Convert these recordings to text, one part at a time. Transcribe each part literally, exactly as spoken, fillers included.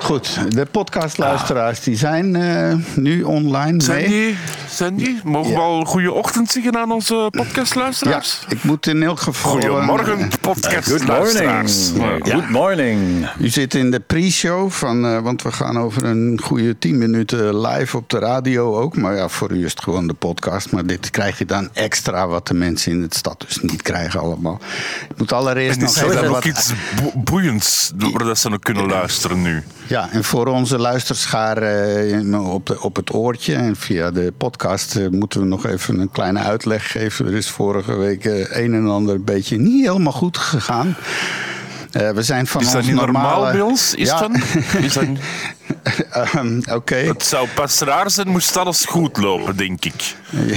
Goed, de podcastluisteraars die zijn uh, nu online. Zijn mee. die? Zijn die? Mogen ja. we al goede ochtend zeggen aan onze podcastluisteraars? Ja, ik moet in elk geval... Goedemorgen, podcastluisteraars. Good morning. Ja. Good morning. U zit in de pre-show, van, uh, want we gaan over een goede tien minuten live op de radio ook. Maar ja, voor u is het gewoon de podcast. Maar dit krijg je dan extra wat de mensen in de stad dus niet krijgen allemaal. Ik moet allereerst en nog is er even ook wat... iets boeiends waar dat ze nog kunnen luisteren nu? Ja, en voor onze luisterschaar uh, op, de, op het oortje en via de podcast uh, moeten we nog even een kleine uitleg geven. Er is vorige week uh, een en ander een beetje niet helemaal goed gegaan. Uh, we zijn van is dat ons niet normale... normaal bij ons? Is ja. dat... Is dat... um, Oké. Okay. Het zou pas raar zijn, moest alles goed lopen, denk ik.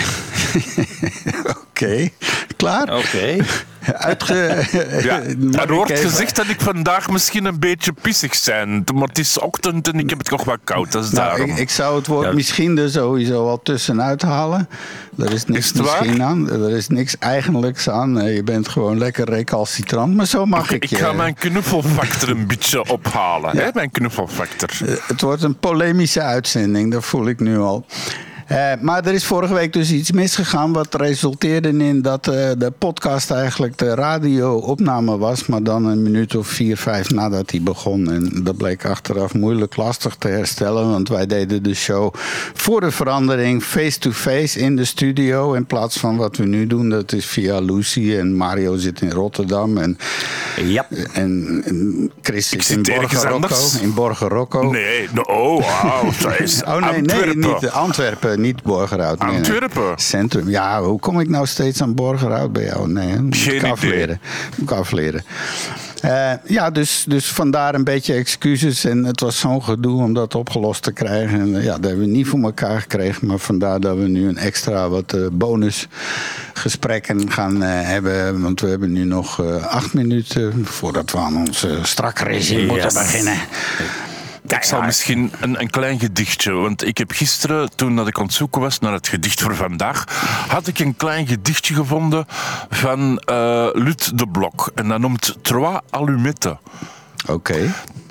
Oké, okay. Klaar? Oké. Okay. Uitge... ja, er wordt even... gezegd dat ik vandaag misschien een beetje pissig zijn. Maar het is ochtend en ik heb het nog wat koud. Dat is nou, daarom. Ik, ik zou het woord ja. misschien er sowieso al tussenuit halen. Er is niks is misschien waar? aan. Er is niks eigenlijks aan. Je bent gewoon lekker recalcitrant. Maar zo mag okay, ik je. Ik ga mijn knuffelfactor een beetje ophalen. Ja. Hè? Mijn knuffelfactor. Uh, het wordt een polemische uitzending. Dat voel ik nu al. Uh, maar er is vorige week dus iets misgegaan wat resulteerde in dat uh, de podcast eigenlijk de radio-opname was, maar dan een minuut of vier, vijf nadat hij begon. En dat bleek achteraf moeilijk lastig te herstellen, want wij deden de show voor de verandering face-to-face in de studio in plaats van wat we nu doen. Dat is via Lucy en Mario zit in Rotterdam en, ja. en, en Chris Ik zit in Borgerrocco. In Borgerrocco. Nee, no, oh, wow, dat is oh nee, nee, niet Antwerpen. Niet Borgerhout. Nee, Antwerpen? Nee. Centrum. Ja, hoe kom ik nou steeds aan Borgerhout bij jou? Nee, moet Geen ik afleren. Moet ik afleren. Uh, ja, dus, dus vandaar een beetje excuses. En het was zo'n gedoe om dat opgelost te krijgen. En uh, ja, dat hebben we niet voor elkaar gekregen. Maar vandaar dat we nu een extra wat uh, bonusgesprekken gaan uh, hebben. Want we hebben nu nog uh, acht minuten voordat we aan ons uh, strak regime yes. moeten beginnen. Ik zal misschien een, een klein gedichtje, want ik heb gisteren, toen dat ik aan het zoeken was naar het gedicht voor vandaag, had ik een klein gedichtje gevonden van uh, Lut de Blok. En dat noemt Trois Allumettes. Oké. Okay.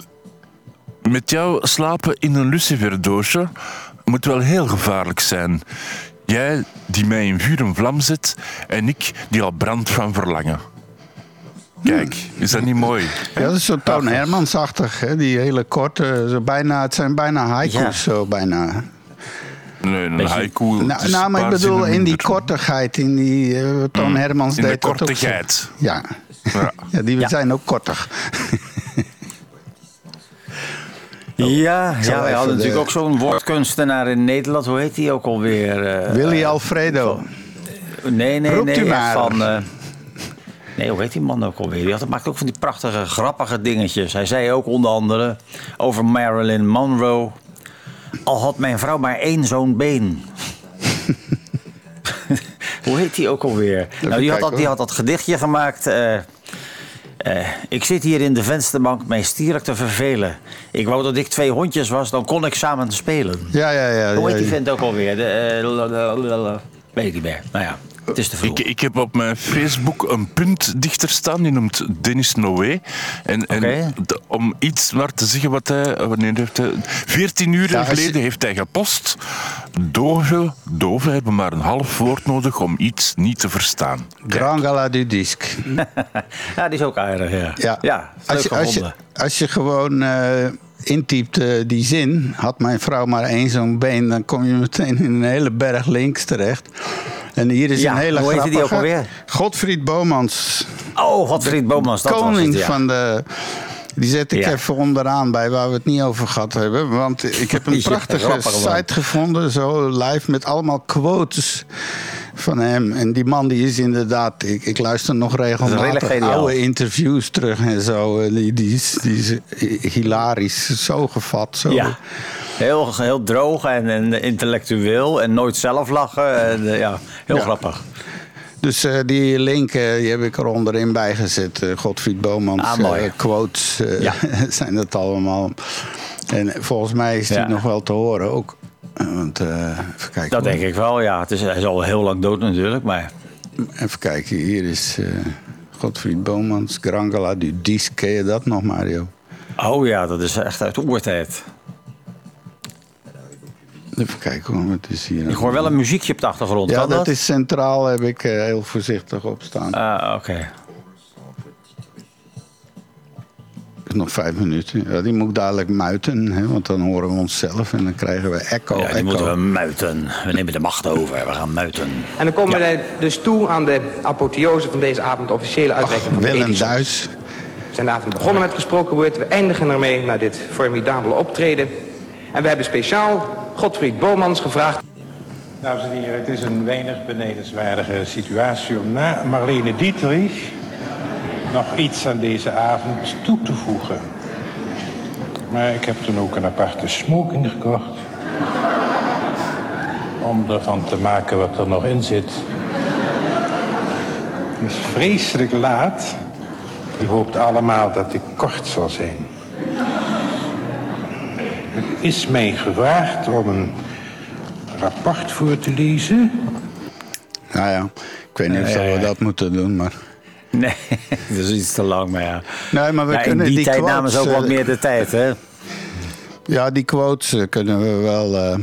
Met jou slapen in een luciferdoosje moet wel heel gevaarlijk zijn. Jij die mij in vuur en vlam zet en ik die al brandt van verlangen. Kijk, is dat niet mooi? Ja, dat is zo Toon Hermans-achtig, hè? Die hele korte, zo bijna, het zijn bijna haikus, ja. zo bijna. Nee, een haiku. Nou, nou maar ik bedoel in die kortigheid, in die uh, Toon Hermans in deed de kortigheid. Dat ook ja. Ja. ja, die ja. zijn ook kortig. Ja, ja, we hadden de... natuurlijk ook zo'n woordkunstenaar in Nederland, hoe heet die ook alweer? Uh, Willy Alfredo. Uh, nee, nee, Roept nee, u maar. van... Uh, Nee, hoe heet die man ook alweer? Die had, maakt ook van die prachtige, grappige dingetjes. Hij zei ook onder andere over Marilyn Monroe: al had mijn vrouw maar één zo'n been. Hoe heet die ook alweer? Nou, die, had dat, die had dat gedichtje gemaakt. Uh, uh, ik zit hier in de vensterbank mij stierlijk te vervelen. Ik wou dat ik twee hondjes was, dan kon ik samen spelen. Ja, ja, ja. Hoe heet ja, die ja. vent ook alweer? De, uh, weet ik niet meer. Nou ja. Het is te vroeg. Ik, ik heb op mijn Facebook een puntdichter staan, die noemt Dennis Noé. En, okay. en de, om iets maar te zeggen wat hij... Wanneer heeft hij veertien uur ja, geleden je... heeft hij gepost. Dove, doven hebben maar een half woord nodig om iets niet te verstaan. Grand Gala du Disque. Ja, die is ook aardig, ja. Ja, ja als, je, als, je, als je gewoon... Uh, intypt uh, die zin, had mijn vrouw maar één zo'n been, dan kom je meteen in een hele berg links terecht. En hier is ja, een hele hoe grappige... die ook alweer? Godfried Bomans. Oh, Godfried Bomans, dat koning was het, ja. van de... Die zet ik ja. even onderaan bij waar we het niet over gehad hebben. Want ik heb een prachtige ja, site gevonden, zo live, met allemaal quotes van hem. En die man die is inderdaad... Ik, ik luister nog regelmatig oude interviews terug en zo. Die, die, is, die is hilarisch, zo gevat. Zo. Ja. Heel, heel droog en, en intellectueel en nooit zelf lachen. En, uh, ja, heel ja. grappig. Dus uh, die link uh, die heb ik er onderin bijgezet. Uh, Godfried Bomans ah, uh, quotes uh, ja. zijn dat allemaal. En volgens mij is die ja. nog wel te horen ook. Want, uh, even kijken, dat hoor. denk ik wel, ja. Het is, hij is al heel lang dood natuurlijk, maar... Even kijken, hier is uh, Godfried Bomans, Grand Gala du Disque. Ken je dat nog, Mario? Oh ja, dat is echt uit de oertijd. Even kijken hoor, wat is hier? Ik hoor wel een muziekje op de achtergrond. Ja, kan dat, dat is centraal, heb ik uh, heel voorzichtig op staan. Ah, oké. Okay. Nog vijf minuten. Ja, die moet ik dadelijk muiten, hè, want dan horen we onszelf en dan krijgen we echo. Ja, die echo. moeten we muiten. We nemen de macht over, we gaan muiten. En dan komen ja. we dus toe aan de apotheose van deze avond, de officiële uitreiking van de Willem Edison. Duis. We zijn de avond begonnen met gesproken woord. We eindigen ermee naar dit formidabele optreden. En we hebben speciaal Godfried Bomans gevraagd. Dames en heren, het is een weinig benedenswaardige situatie om na Marlene Dietrich nog iets aan deze avond toe te voegen. Maar ik heb toen ook een aparte smoking gekocht. Om ervan te maken wat er nog in zit. Het is vreselijk laat. U hoopt allemaal dat ik kort zal zijn. Het is mij gevraagd om een rapport voor te lezen. Nou ja, ik weet niet of we dat moeten doen, maar... Nee, dat is iets te lang, maar ja. Nee, maar we ja, kunnen in die, die tijd quotes, namen ze ook wat meer de tijd, hè? Ja, die quotes uh, kunnen we wel... Uh...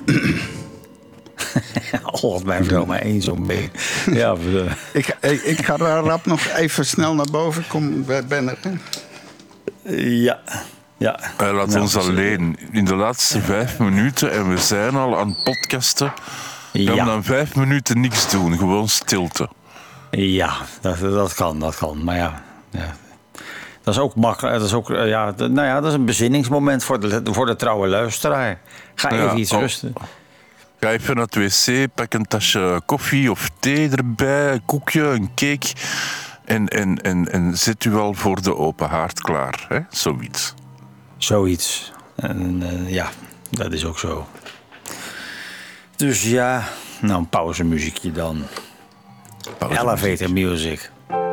oh, mijn vrouw, maar één zo'n mee. Ja, we... ik, ik, ik ga rap nog even snel naar boven. Kom, ben er. Ja. Ja. Hij laat nou, ons alleen in de laatste vijf minuten en we zijn al aan het podcasten. Ja. Dan dan vijf minuten niks doen, gewoon stilte. Ja, dat, dat kan, dat kan. Maar ja, ja. Dat is ook makkelijk. Dat is ook, ja, nou ja, dat is een bezinningsmoment voor de, voor de trouwe luisteraar. Ga even Ja, iets oh. rusten. Ga even naar het wc, pak een tasje koffie of thee erbij, een koekje, een cake. En, en, en, en zet u al voor de open haard klaar, hè? Zoiets. Zoiets. En uh, ja, dat is ook zo. Dus ja, nou een pauzemuziekje dan. Pauze Elevator music.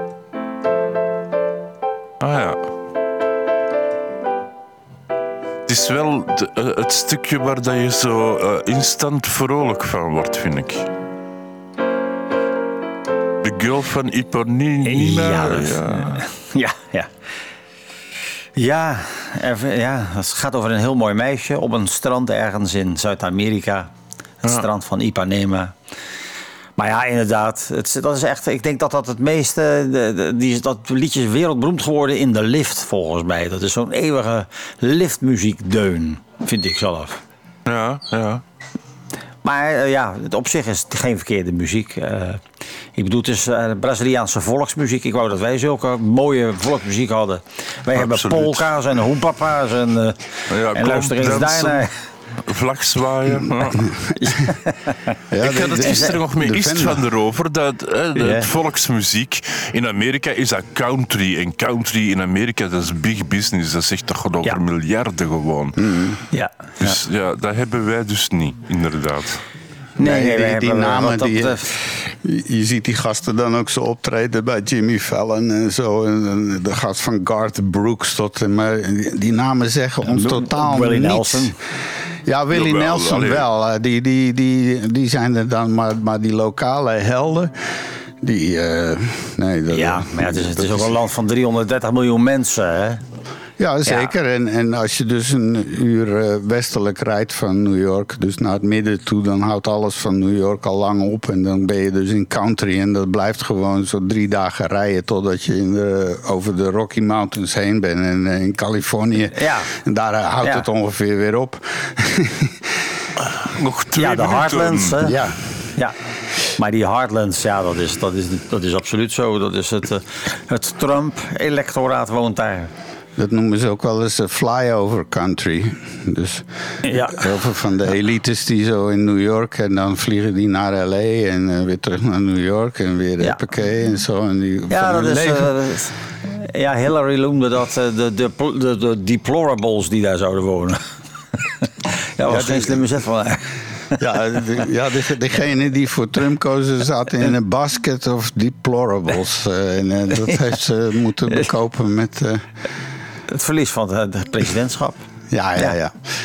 Ah ja. Het is wel de, uh, het stukje waar dat je zo uh, instant vrolijk van wordt, vind ik. De girl van Ipanema. Ja, dat, ja. ja, ja. Ja, er, ja, het gaat over een heel mooi meisje op een strand ergens in Zuid-Amerika. Het ja. strand van Ipanema. Maar ja, inderdaad, het, dat is echt, ik denk dat dat het meeste, de, de, die, dat liedje is wereldberoemd geworden in de lift, volgens mij. Dat is zo'n eeuwige liftmuziekdeun, vind ik zelf. Ja, ja. Maar uh, ja, op zich is het geen verkeerde muziek. Uh, ik bedoel, het is uh, Braziliaanse volksmuziek. Ik wou dat wij zulke mooie volksmuziek hadden. Wij Absoluut. hebben polka's en hoepapa's en, uh, ja, en luister eens daarnaar. Vlag zwaaien. Ja. Ja, ik had het gisteren nog met Ist van erover. Dat hè, de, ja. volksmuziek in Amerika is dat country. En country in Amerika, dat is big business. Dat zegt toch over ja. miljarden gewoon. Mm-hmm. Ja. Dus ja. ja, dat hebben wij dus niet, inderdaad. Nee, nee, die, die, die namen, die, je, je ziet die gasten dan ook zo optreden bij Jimmy Fallon en zo. En de gast van Garth Brooks tot... Maar die namen zeggen ons en totaal Willie niets. Nelson. Ja, Willie Jawel, Nelson alleen. wel. Die, die, die, die zijn er dan, maar, maar die lokale helden... Die, uh, nee, dat, ja, maar ja, het is, het is ook een land van driehonderddertig miljoen mensen, hè? Ja, zeker. Ja. En, en als je dus een uur uh, westelijk rijdt van New York, dus naar het midden toe, dan houdt alles van New York al lang op. En dan ben je dus in country en dat blijft gewoon zo drie dagen rijden totdat je in de, over de Rocky Mountains heen bent en uh, in Californië. Ja. En daar uh, houdt ja. het ongeveer weer op. Nog twee ja, de minuten. Heartlands. Hè? Ja. Ja. Maar die Heartlands, ja, dat is, dat is, dat is absoluut zo. Dat is het, uh, het Trump-electoraat woont daar. Dat noemen ze ook wel eens een flyover country. Dus ja. heel veel van de elites die zo in New York... en dan vliegen die naar L A en uh, weer terug naar New York... en weer ja. Epicay en zo. En die ja, dat is... Uh, ja, Hillary noemde dat uh, de, de, de, de deplorables die daar zouden wonen. ja, dat was ja, geen slimme zet van haar. Ja, de, ja de, degene die voor Trump kozen zaten in een basket of deplorables. Uh, en uh, dat heeft ze moeten bekopen met... Uh, het verlies van het presidentschap. Ja, ja, ja.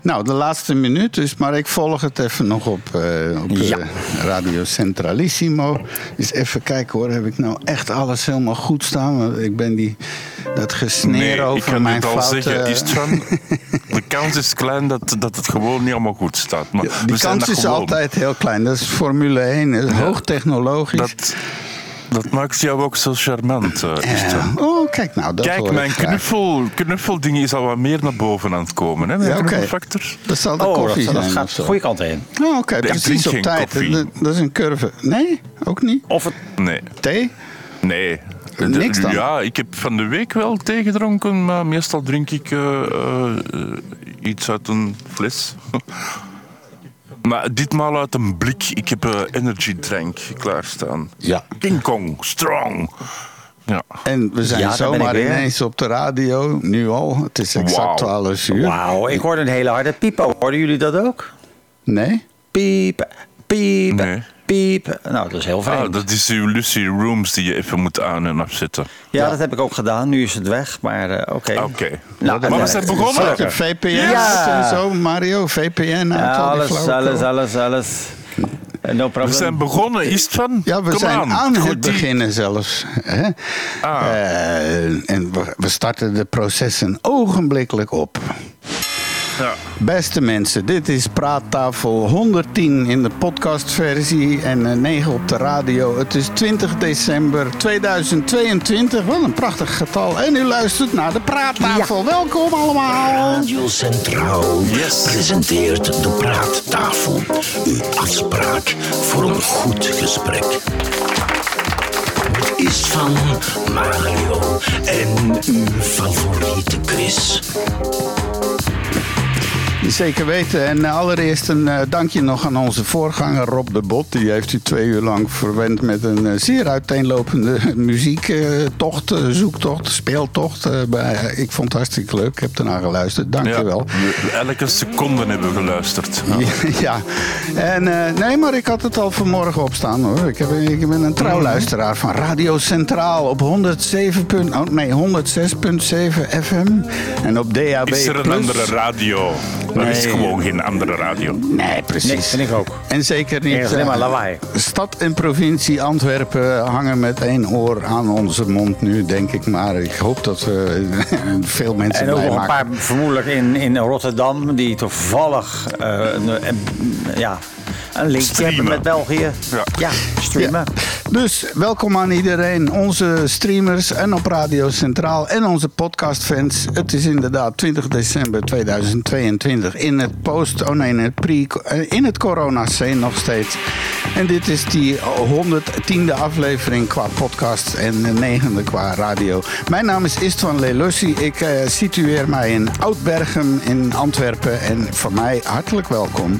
Nou, de laatste minuut dus, maar ik volg het even nog op, uh, op ja. uh, Radio Centralissimo. Dus even kijken hoor, heb ik nou echt alles helemaal goed staan? Want ik ben die, dat gesneer nee, over mijn fouten... Nee, ik kan het al zeggen, Istvan, de kans is klein dat, dat het gewoon niet allemaal goed staat. Maar ja, die kans is gewoon... altijd heel klein, dat is Formule één, dat is ja, hoogtechnologisch. Dat... Dat maakt jou ook zo charmant, uh, ja. Oh, kijk nou, dat Kijk, mijn knuffel, knuffelding is al wat meer naar boven aan het komen. Hè, mijn ja, knuffelfactor. Okay. Dat zal de oh, koffie dat, zijn. Dat gaat de goede kant heen. Oh, oké, okay. precies op tijd. Dat, dat is een curve. Nee, ook niet? Of het... Nee. Thee? Nee. Niks dan? Ja, ik heb van de week wel thee gedronken, maar meestal drink ik uh, uh, iets uit een fles. Maar ditmaal uit een blik. Ik heb een energy drank klaarstaan. Ja. King Kong, strong. Ja. En we zijn ja, zomaar ineens op de radio, nu al. Het is exact wow. twaalf uur. Wauw, ik hoorde een hele harde piep. Hoorden jullie dat ook? Nee. Piep, piep, nee. piep. Nou, dat is heel vreemd. Ah, dat is uw Lucy Rooms die je even moet aan- en afzetten. Ja, ja. dat heb ik ook gedaan. Nu is het weg, maar uh, oké. Okay. Oké. Okay. Nou, maar we zijn begonnen. De V P N ja. en zo, Mario, V P N. Ja, alles, alles, alles, alles. No problem. We zijn begonnen, is het van? Ja, we Kom zijn aan, aan Goed het die... beginnen zelfs. Hè? Ah. Uh, en we, we starten de processen ogenblikkelijk op. Ja. Beste mensen, dit is Praattafel honderdtien in de podcastversie en negen op de radio. Het is twintig december tweeduizend tweeëntwintig, wat een prachtig getal. En u luistert naar de Praattafel. Ja. Welkom allemaal. Radio Centraal yes. presenteert de Praattafel. Uw afspraak voor een goed gesprek. Is van Mario en uw favoriete Chris. Zeker weten. En allereerst een uh, dankje nog aan onze voorganger Rob de Bot. Die heeft u twee uur lang verwend met een uh, zeer uiteenlopende muziektocht, uh, zoektocht, speeltocht. Uh, bij, uh, ik vond het hartstikke leuk. Ik heb ernaar geluisterd. Dank je wel. Ja, elke seconde hebben we geluisterd. Ja. ja. En uh, nee, maar ik had het al vanmorgen opstaan hoor. Ik, heb, ik ben een trouwluisteraar van Radio Centraal op honderdzeven. Oh, nee, honderdzes komma zeven F M. En op D A B Is er een plus. andere radio? Er nee. is gewoon geen andere radio. Nee, precies. Nee, vind ik ook. En zeker niet. Er is alleen maar lawaai. Stad en provincie Antwerpen hangen met één oor aan onze mond nu, denk ik. Maar ik hoop dat we veel mensen en blij ook nog maken. een paar vermoedelijk in, in Rotterdam die toevallig uh, uh, ja, een linkje streamen. Hebben met België. Ja, ja streamen. Ja. Dus welkom aan iedereen, onze streamers en op Radio Centraal en onze podcastfans. Het is inderdaad twintig december tweeduizend tweeëntwintig in het post, oh nee, in het pre, in het corona-scene nog steeds. En dit is die honderdtiende aflevering qua podcast en de negende qua radio. Mijn naam is Istvan Lelossi. Ik uh, situeer mij in Oudbergen in Antwerpen en voor mij hartelijk welkom.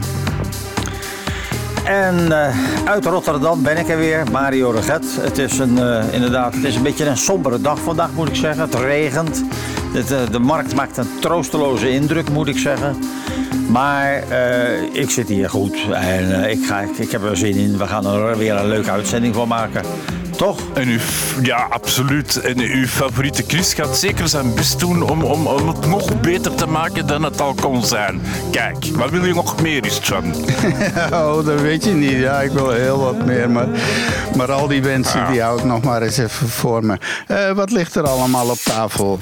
En uh, uit Rotterdam ben ik er weer, Mario Reget. Het is een, uh, inderdaad, het is een beetje een sombere dag vandaag, moet ik zeggen. Het regent. Het, uh, de markt maakt een troosteloze indruk, moet ik zeggen. Maar uh, ik zit hier goed en uh, ik, ga, ik, ik heb er zin in. We gaan er weer een leuke uitzending van maken. Toch? En uw, ja, absoluut. En uw favoriete Chris gaat zeker zijn best doen om, om, om het nog beter te maken dan het al kon zijn. Kijk, wat wil je nog meer is van? Oh, dat weet je niet. Ja, ik wil heel wat meer. Maar, maar al die wensen, ja. die hou ik nog maar eens even voor me. Uh, wat ligt er allemaal op tafel?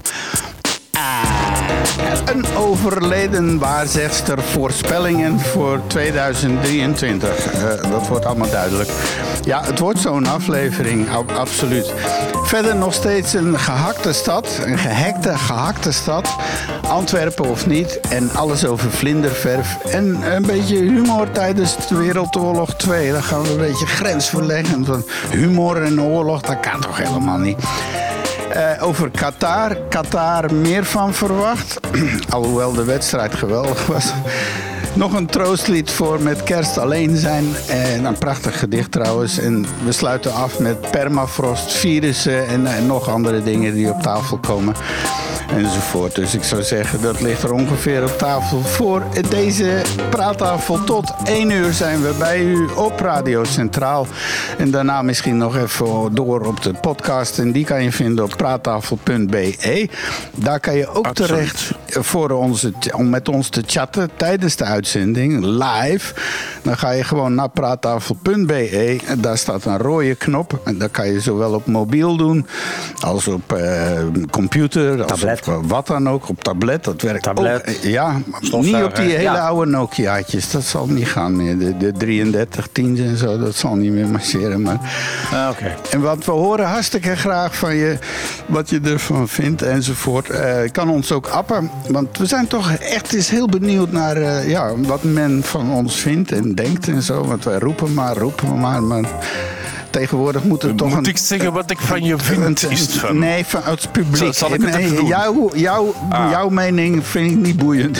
Een overleden waarzegster voorspellingen voor tweeduizend drieëntwintig. Uh, dat wordt allemaal duidelijk. Ja, het wordt zo'n aflevering, absoluut. Verder nog steeds een gehakte stad, een gehackte, gehakte stad. Antwerpen of niet. En alles over vlinderverf. En een beetje humor tijdens de Wereldoorlog twee. Dan gaan we een beetje grensverleggend. Want humor en oorlog, dat kan toch helemaal niet. Uh, over Qatar. Qatar meer van verwacht. Alhoewel de wedstrijd geweldig was. Nog een troostlied voor Met Kerst alleen zijn. En een prachtig gedicht trouwens. En we sluiten af met permafrost, virussen en, en nog andere dingen die op tafel komen. Enzovoort. Dus ik zou zeggen, dat ligt er ongeveer op tafel voor deze praattafel. Tot één uur zijn we bij u op Radio Centraal. En daarna misschien nog even door op de podcast. En die kan je vinden op praattafel punt b e. Daar kan je ook Absoluut. terecht voor onze, om met ons te chatten tijdens de uitzending, live. Dan ga je gewoon naar praattafel punt b e. Daar staat een rode knop. En dat kan je zowel op mobiel doen als op uh, computer. Als op wat dan ook. Op tablet. Dat werkt tablet. ook. Ja, niet op die hele ja. oude Nokia's. Dat zal niet gaan meer. De, de drieëndertig tien's en zo. Dat zal niet meer marcheren. Maar... Ah, okay. En wat we horen hartstikke graag van je. Wat je ervan vindt enzovoort. Uh, kan ons ook appen. Want we zijn toch echt eens heel benieuwd naar uh, ja, wat men van ons vindt en denkt en zo. Want wij roepen maar, roepen maar. maar tegenwoordig moet er toch moet een... Moet ik zeggen wat ik van je vind? Is van... Nee, van het publiek. Zal, zal ik het nee, doen? Jouw, jouw, ah. jouw mening vind ik niet boeiend.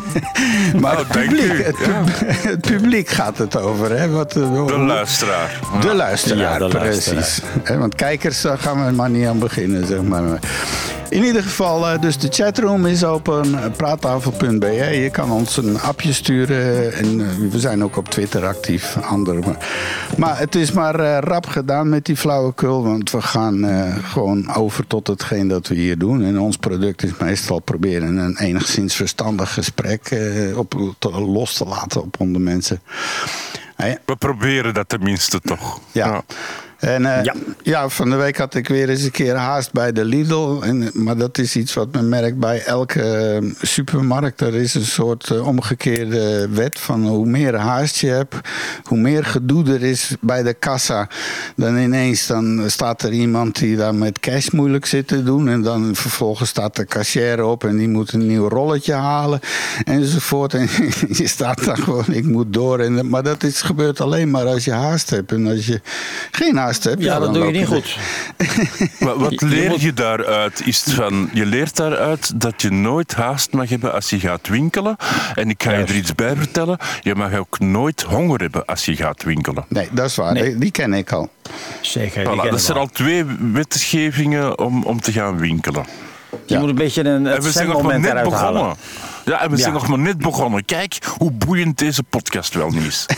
maar nou, het, publiek, het, ja. het publiek gaat het over. Hè? Wat, de luisteraar. De luisteraar, ja, de precies. luisteraar. Want kijkers, daar gaan we maar niet aan beginnen, zeg maar. In ieder geval, dus de chatroom is open. praattafel punt b e. Je kan ons een appje sturen. En we zijn ook op Twitter actief. Andere. Maar het is maar uh, rap gedaan met die flauwekul. Want we gaan uh, gewoon over tot hetgeen dat we hier doen. En ons product is meestal proberen een enigszins verstandig gesprek uh, op, te, los te laten op onder mensen. Hey. We proberen dat tenminste toch. Ja. ja. En uh, ja. ja, van de week had ik weer eens een keer haast bij de Lidl. En, maar dat is iets wat men merkt bij elke uh, supermarkt. Er is een soort uh, omgekeerde wet van hoe meer haast je hebt, hoe meer gedoe er is bij de kassa. Dan ineens dan staat er iemand die daar met cash moeilijk zit te doen. En dan vervolgens staat de cashier op en die moet een nieuw rolletje halen. Enzovoort. En je staat daar gewoon, ik moet door. En, maar dat is, gebeurt alleen maar als je haast hebt. En als je geen haast hebt, ja, ja, dat doe je niet goed. wat wat leer je daaruit? Is het van, je leert daaruit dat je nooit haast mag hebben als je gaat winkelen. En ik ga je er iets bij vertellen. Je mag ook nooit honger hebben als je gaat winkelen. Nee, dat is waar. Nee. Die ken ik al. Zeker. Voilà, dat zijn al twee wetgevingen om, om te gaan winkelen. Je ja. moet een beetje een het zendmoment eruit begonnen. halen. Ja, en we zijn ja. nog maar net begonnen. Kijk hoe boeiend deze podcast wel niet is.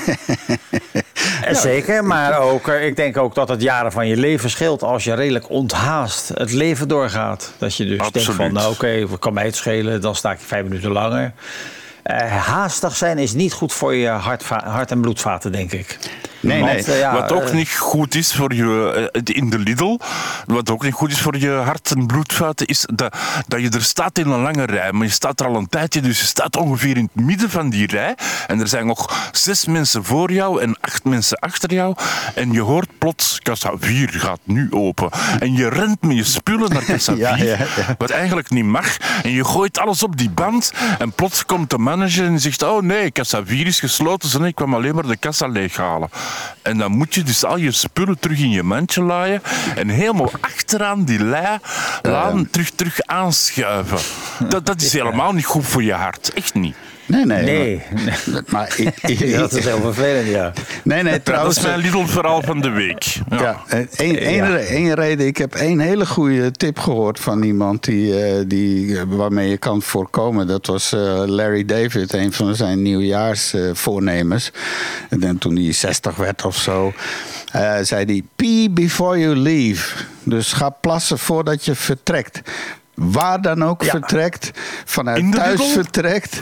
Ja. Zeker, maar ook, ik denk ook dat het jaren van je leven scheelt als je redelijk onthaast het leven doorgaat. Dat je dus Absoluut. denkt van, nou oké, okay, wat kan mij het schelen, dan sta ik vijf minuten langer. Uh, haastig zijn is niet goed voor je hart, hart- en bloedvaten, denk ik. Nee, Want, nee. Uh, ja, wat ook uh, niet goed is voor je, uh, in de Lidl, wat ook niet goed is voor je hart- en bloedvaten, is dat, dat je er staat in een lange rij. Maar je staat er al een tijdje, dus je staat ongeveer in het midden van die rij. En er zijn nog zes mensen voor jou en acht mensen achter jou. En je hoort plots, kassa vier gaat nu open. En je rent met je spullen naar kassa vier, ja, ja, ja. wat eigenlijk niet mag. En je gooit alles op die band. En plots komt de manager en die zegt, oh nee, kassa vier is gesloten. Dus ik kwam alleen maar de kassa leeghalen. En dan moet je dus al je spullen terug in je mandje laaien en helemaal achteraan die lei laan uh, terug, terug aanschuiven. Dat, dat is helemaal niet goed voor je hart. Echt niet. Nee, nee. Nee. Maar, maar ik, ik, ja, dat is heel vervelend, ja. Nee, nee, trouwens. Dat is mijn Lidl-verhaal van de week. Ja, ja één, één, ja. één reden. Ik heb één hele goede tip gehoord van iemand die, die, waarmee je kan voorkomen. Dat was uh, Larry David, een van zijn nieuwjaarsvoornemens. Uh, en toen hij zestig werd of zo, uh, zei hij: pee before you leave. Dus ga plassen voordat je vertrekt. Waar dan ook ja. vertrekt, vanuit thuis Lidl? vertrekt.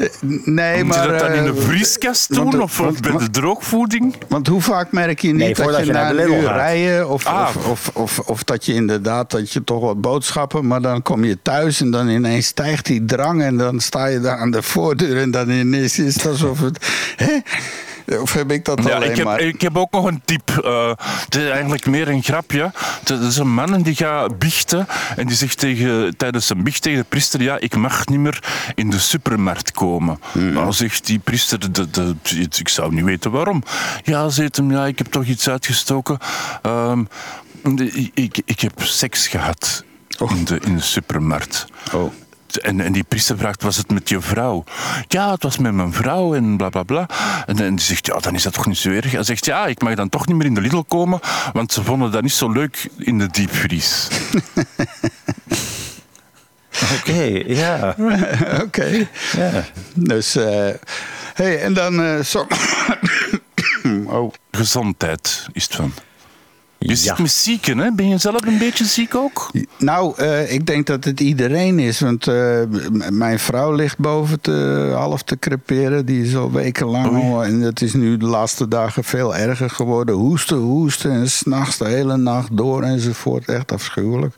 Nee, Moet maar... je dat dan in de vrieskast doen, of want, bij de droogvoeding? Want hoe vaak merk je niet nee, dat je, je na een uur rijden... Of, ah. of, of, of, of dat je inderdaad, dat je toch wat boodschappen... maar dan kom je thuis en dan ineens stijgt die drang... en dan sta je daar aan de voordeur en dan ineens is het alsof het... Hè? Of heb ik dat ja, alleen ik heb, maar? Ik heb ook nog een tip. Uh, het is eigenlijk meer een grapje. Het is een man die gaat biechten. En die zegt tegen, tijdens zijn biecht tegen de priester... ja, ik mag niet meer in de supermarkt komen. Mm. Nou, zegt die priester... De, de, de, ik zou niet weten waarom. Ja, zegt hem, ja, ik heb toch iets uitgestoken. Um, de, ik, ik heb seks gehad oh. in, de, in de supermarkt. Oh. En, en die priester vraagt, was het met je vrouw? Ja, het was met mijn vrouw en bla bla bla. En, en die zegt, ja, dan is dat toch niet zo erg. Hij zegt, ja, ik mag dan toch niet meer in de Lidl komen, want ze vonden dat niet zo leuk in de diepvries. Oké, okay, ja. Oké. Okay. Ja. Dus, uh, hey, en dan... Uh, so- oh. Gezondheid is het van. Je zit met zieken, hè? Ben je zelf een beetje ziek ook? Nou, uh, ik denk dat het iedereen is. Want uh, m- mijn vrouw ligt boven te, half te creperen. Die is al wekenlang al. En het is nu de laatste dagen veel erger geworden. Hoesten, hoesten. En 's nachts de hele nacht door enzovoort. Echt afschuwelijk.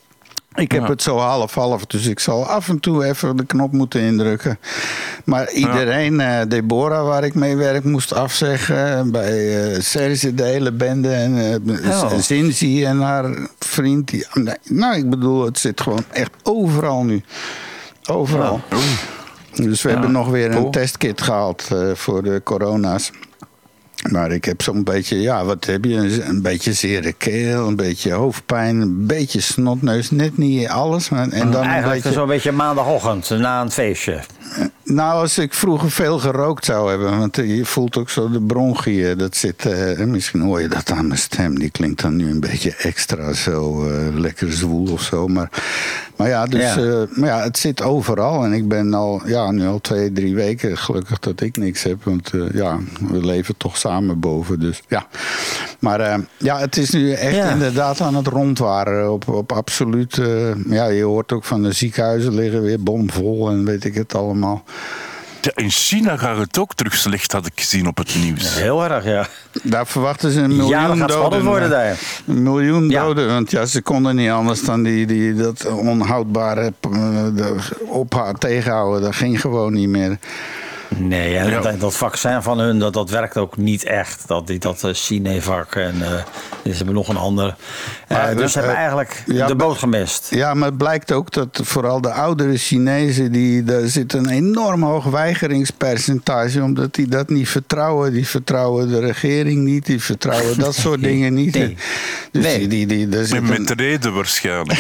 Ik heb ja. het zo half-half, dus ik zal af en toe even de knop moeten indrukken. Maar iedereen, ja. uh, Deborah, waar ik mee werk, moest afzeggen. Bij uh, Serge, de hele bende. En uh, oh. Zinzi en haar vriend. Die, nou, ik bedoel, het zit gewoon echt overal nu. Overal. Ja. Dus we ja. hebben nog weer een oh. testkit gehaald uh, voor de corona's. Maar ik heb zo'n beetje, ja, wat heb je? Een beetje zere keel, een beetje hoofdpijn, een beetje snotneus. Net niet alles. Maar, en dan Eigenlijk een beetje, zo'n beetje maandagochtend, na een feestje. Nou, als ik vroeger veel gerookt zou hebben. Want je voelt ook zo de bronchiën. Dat zit, uh, misschien hoor je dat aan mijn stem. Die klinkt dan nu een beetje extra zo uh, lekker zwoel of zo. Maar, maar ja, dus, ja. Uh, maar ja, het zit overal. En ik ben al, ja, nu al twee, drie weken gelukkig dat ik niks heb. Want uh, ja, we leven toch samen boven. Dus ja. Maar uh, ja, het is nu echt ja. inderdaad aan het rondwaren. Op, op absoluut. Uh, ja, je hoort ook van de ziekenhuizen liggen weer bomvol en weet ik het allemaal. Ja, in China gaat het ook terug slecht, had ik gezien op het nieuws. Ja, heel erg, ja. Daar verwachten ze een miljoen ja, dat gaat doden. Worden daar. Een miljoen ja. doden, want ja, ze konden niet anders dan die, die, dat onhoudbare ophouden tegenhouden. Dat ging gewoon niet meer. Nee, ja, dat, dat vaccin van hun, dat, dat werkt ook niet echt. Dat, dat uh, Sinovac en uh, ze hebben nog een ander. Uh, maar, dus ze uh, hebben eigenlijk ja, de boot gemist. Ja, maar het blijkt ook dat vooral de oudere Chinezen, die, daar zit een enorm hoog weigeringspercentage, omdat die dat niet vertrouwen. Die vertrouwen de regering niet, die vertrouwen dat soort dingen niet. Nee. Dus nee. Die, die, die, met met een... reden waarschijnlijk.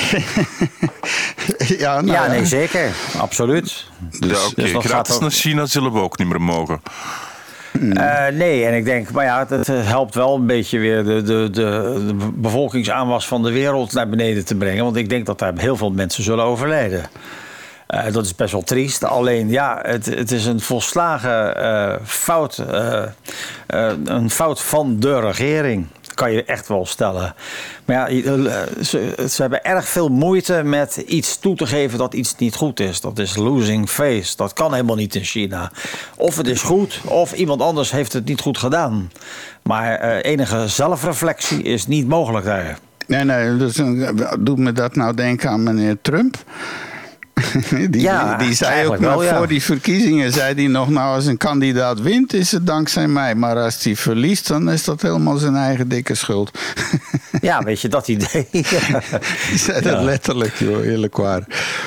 ja, nou, ja, nee, zeker. Absoluut. Dus, ja, oké. Okay. Dus gratis ook... naar China zullen we ook niet meer mogen. Uh, nee, en ik denk, maar ja, het helpt wel een beetje weer de, de, de, de bevolkingsaanwas van de wereld naar beneden te brengen. Want ik denk dat daar heel veel mensen zullen overlijden. Uh, dat is best wel triest. Alleen, ja, het, het is een volslagen uh, fout. Uh, uh, een fout van de regering. Kan je echt wel stellen. Maar ja, ze, ze hebben erg veel moeite met iets toe te geven dat iets niet goed is. Dat is losing face. Dat kan helemaal niet in China. Of het is goed, of iemand anders heeft het niet goed gedaan. Maar uh, enige zelfreflectie is niet mogelijk daar. Nee, nee, dus doet me dat nou denken aan meneer Trump. Die, ja, die zei ook nog wel, ja. voor die verkiezingen, zei hij nog, nou als een kandidaat wint is het dankzij mij. Maar als hij verliest, dan is dat helemaal zijn eigen dikke schuld. Ja, weet je, dat idee. Die zei dat ja. letterlijk, joh, eerlijk waar.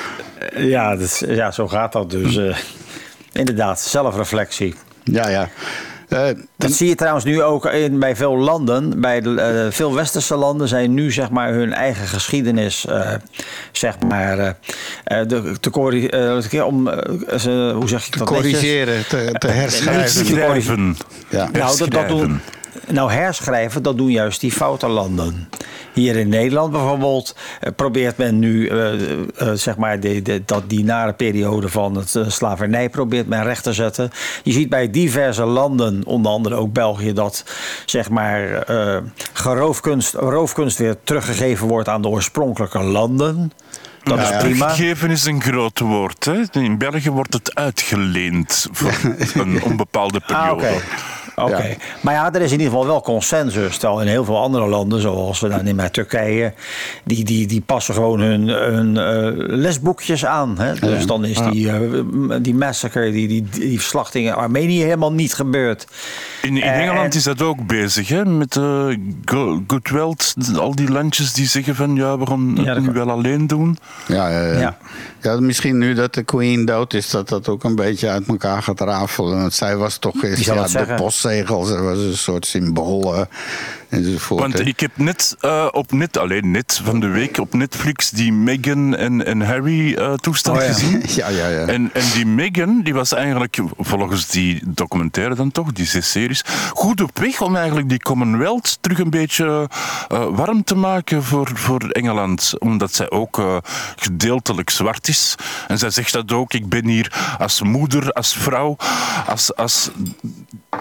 Ja, dat, ja, zo gaat dat dus. Uh, inderdaad, zelfreflectie. Ja, ja. Uh, dat zie je trouwens nu ook in, bij veel landen. Bij de, uh, veel westerse landen zijn nu zeg maar hun eigen geschiedenis uh, zeg maar uh, de, te corrigeren. Uh, om, uh, ze, hoe zeg ik dat? Te corrigeren, te, te herschrijven. Schrijven. Ja. Nou, dat, dat doen, nou, herschrijven, dat doen juist die foute landen. Hier in Nederland bijvoorbeeld uh, probeert men nu uh, uh, zeg maar de, de, dat die nare periode van het uh, slavernij probeert men recht te zetten. Je ziet bij diverse landen, onder andere ook België, dat zeg maar uh, geroofkunst, roofkunst weer teruggegeven wordt aan de oorspronkelijke landen. Dat ja, is prima. Geven is een groot woord. Hè? In België wordt het uitgeleend voor een onbepaalde periode. Ah, okay. Oké, okay. ja. Maar ja, er is in ieder geval wel consensus. Terwijl in heel veel andere landen, zoals we dan in Turkije, die, die, die passen gewoon hun, hun uh, lesboekjes aan. Hè? Dus ja. dan is ja. die, uh, die massacre, die, die, die slachting in Armenië helemaal niet gebeurd. In, in Engeland uh, is dat ook bezig, hè? Met uh, Good Wealth, al die landjes die zeggen van ja, we gaan het ja, nu wel alleen doen. Ja, ja, ja. ja. ja, misschien nu dat de Queen dood is, dat dat ook een beetje uit elkaar gaat rafelen. Want zij was toch eens ja, de postzegels, dat was een soort symbool. Uh, enzovoort. Want ik heb net uh, op net, alleen net van de week op Netflix die Meghan en, en Harry uh, toestand oh, ja. gezien. ja, ja, ja. En, en die Meghan, die was eigenlijk volgens die documentaire dan toch, die zes series, goed op weg om eigenlijk die Commonwealth terug een beetje uh, warm te maken voor, voor Engeland. Omdat zij ook uh, gedeeltelijk zwart is. En zij zegt dat ook, ik ben hier als moeder, als vrouw, als... als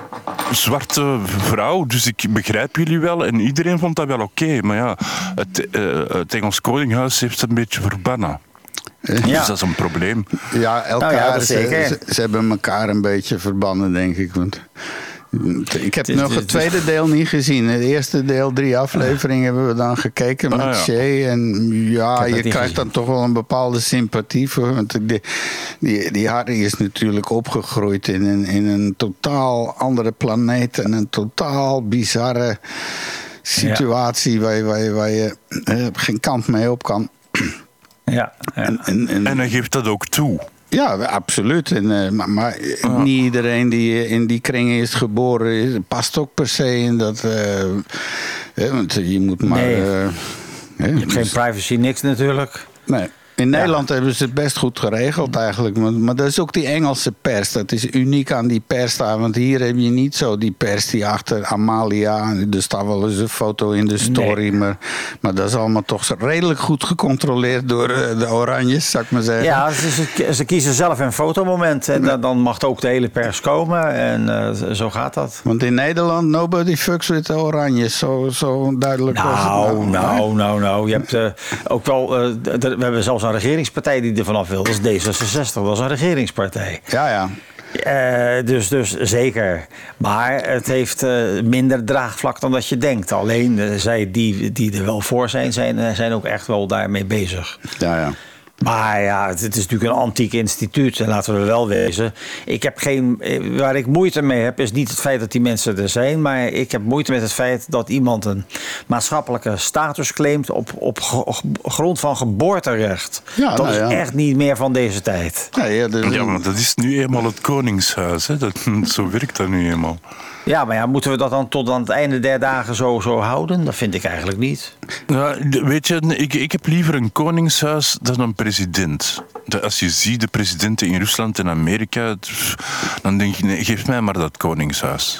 zwarte vrouw, dus ik begrijp jullie wel. En iedereen vond dat wel oké. Okay, maar ja, het, uh, het Engels Koninghuis heeft het een beetje verbannen. Ja. Dus dat is een probleem. Ja, elkaar, nou ja, ze, ze, ze hebben elkaar een beetje verbannen, denk ik. Want ik heb nog het tweede deel niet gezien. Het eerste deel, drie afleveringen, hebben we dan gekeken met ah, ja. Shay. En ja, je krijgt gezien. Dan toch wel een bepaalde sympathie voor. Want die, die, die Harry is natuurlijk opgegroeid in een, in een totaal andere planeet. En een totaal bizarre situatie ja. waar, je, waar, je, waar je uh, geen kant mee op kan. Ja, ja. En, en, en, en hij geeft dat ook toe. Ja, absoluut. En, uh, maar maar oh. niet iedereen die in die kringen is geboren is, past ook per se in dat. Uh, want je moet maar. Nee. Uh, je hebt dus, geen privacy, niks natuurlijk. Nee. In Nederland ja. hebben ze het best goed geregeld eigenlijk. Maar, maar dat is ook die Engelse pers. Dat is uniek aan die pers daar. Want hier heb je niet zo die pers die achter Amalia. Er staat wel eens een foto in de story. Nee. Maar, maar dat is allemaal toch redelijk goed gecontroleerd door de Oranjes, zou ik maar zeggen. Ja, ze, ze kiezen zelf een fotomoment. En nee. dan mag ook de hele pers komen. En uh, zo gaat dat. Want in Nederland, nobody fucks with the Oranjes. Zo, zo duidelijk nou, was het. Nou, nou, nou, nou. Je hebt uh, ook wel... Uh, we hebben zelfs een regeringspartij die er vanaf wil. Dat is D zesenzestig, dat is een regeringspartij. Ja, ja. Uh, dus, dus zeker. Maar het heeft uh, minder draagvlak dan dat je denkt. Alleen uh, zij die, die er wel voor zijn, zijn, zijn ook echt wel daarmee bezig. Ja, ja. Maar ja, het is natuurlijk een antiek instituut. En laten we wel wezen. Ik heb geen, waar ik moeite mee heb, is niet het feit dat die mensen er zijn. Maar ik heb moeite met het feit dat iemand een maatschappelijke status claimt op, op grond van geboorterecht. Ja, dat nou ja. is echt niet meer van deze tijd. Ja, ja, de, ja, maar dat is nu eenmaal het Koningshuis. Hè? Dat, zo werkt dat nu eenmaal. Ja, maar ja, moeten we dat dan tot aan het einde der dagen zo, zo houden? Dat vind ik eigenlijk niet. Ja, weet je, ik, ik heb liever een koningshuis dan een president. De, als je ziet de presidenten in Rusland en Amerika, dan denk je, nee, geef mij maar dat koningshuis.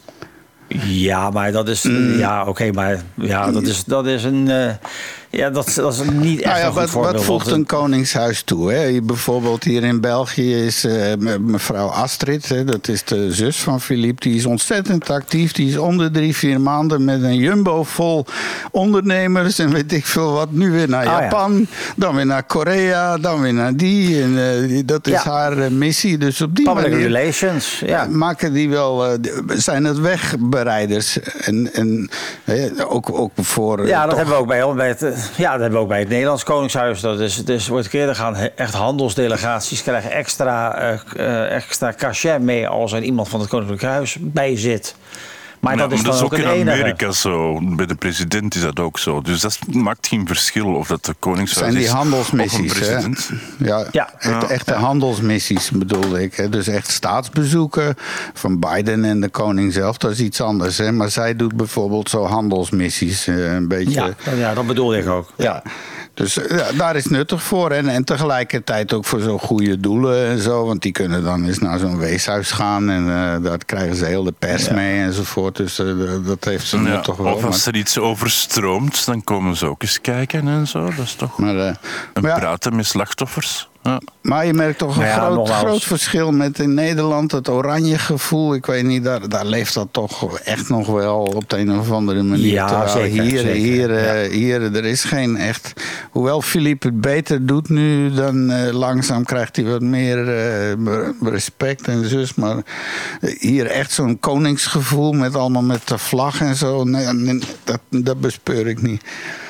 Ja, maar dat is... Mm. Ja, oké, okay, maar ja, dat is, dat is een... Uh, ja, dat, dat is niet echt nou ja, een goed wat, voorbeeld. Wat voegt een koningshuis toe? Hè? Bijvoorbeeld hier in België is uh, mevrouw Astrid, hè, dat is de zus van Philippe, die is ontzettend actief. Die is om de drie, vier maanden met een jumbo vol ondernemers en weet ik veel wat. Nu weer naar Japan, oh, ja. dan weer naar Korea, dan weer naar die. En uh, dat is ja. haar uh, missie. Dus op die Public manier relations, ja. maken die wel, uh, zijn het wegbereiders. En, en uh, ook, ook voor... Uh, ja, dat toch... hebben we ook bij, bij het... Ja, dat hebben we ook bij het Nederlands Koningshuis. Dat is, dus wordt keer gaan echt handelsdelegaties krijgen extra, uh, extra cachet mee als er iemand van het Koninklijk Huis bij zit. Maar ja, dat is maar dan dat is ook, ook in een Amerika enige. zo. Bij de president is dat ook zo. Dus dat maakt geen verschil of dat de Koningshuis zijn die is handelsmissies, of een president. Hè? Ja, ja. Echt, echte ja. handelsmissies bedoelde ik. Hè? Dus echt staatsbezoeken van Biden en de koning zelf, dat is iets anders. Hè? Maar zij doet bijvoorbeeld zo handelsmissies. Een beetje. Ja, ja, dat bedoel ik ook. Ja. Dus ja, daar is nuttig voor. En, en tegelijkertijd ook voor zo'n goede doelen en zo. Want die kunnen dan eens naar zo'n weeshuis gaan. En uh, daar krijgen ze heel de pers ja. mee enzovoort. Dus uh, dat heeft ze ja, toch wel. Of als er iets overstroomt, dan komen ze ook eens kijken en zo. Dat is toch maar, uh, een maar praten ja. met slachtoffers. Ja. Maar je merkt toch een ja, groot, groot verschil met in Nederland het oranje gevoel. Ik weet niet, daar, daar leeft dat toch echt nog wel op de een of andere manier. Ja, zeker, hier, zeker. Hier, ja. hier, er is geen echt... Hoewel Philippe het beter doet nu, dan uh, langzaam krijgt hij wat meer uh, respect en zus. Maar hier echt zo'n koningsgevoel met allemaal met de vlag en zo. Nee, dat, dat bespeur ik niet.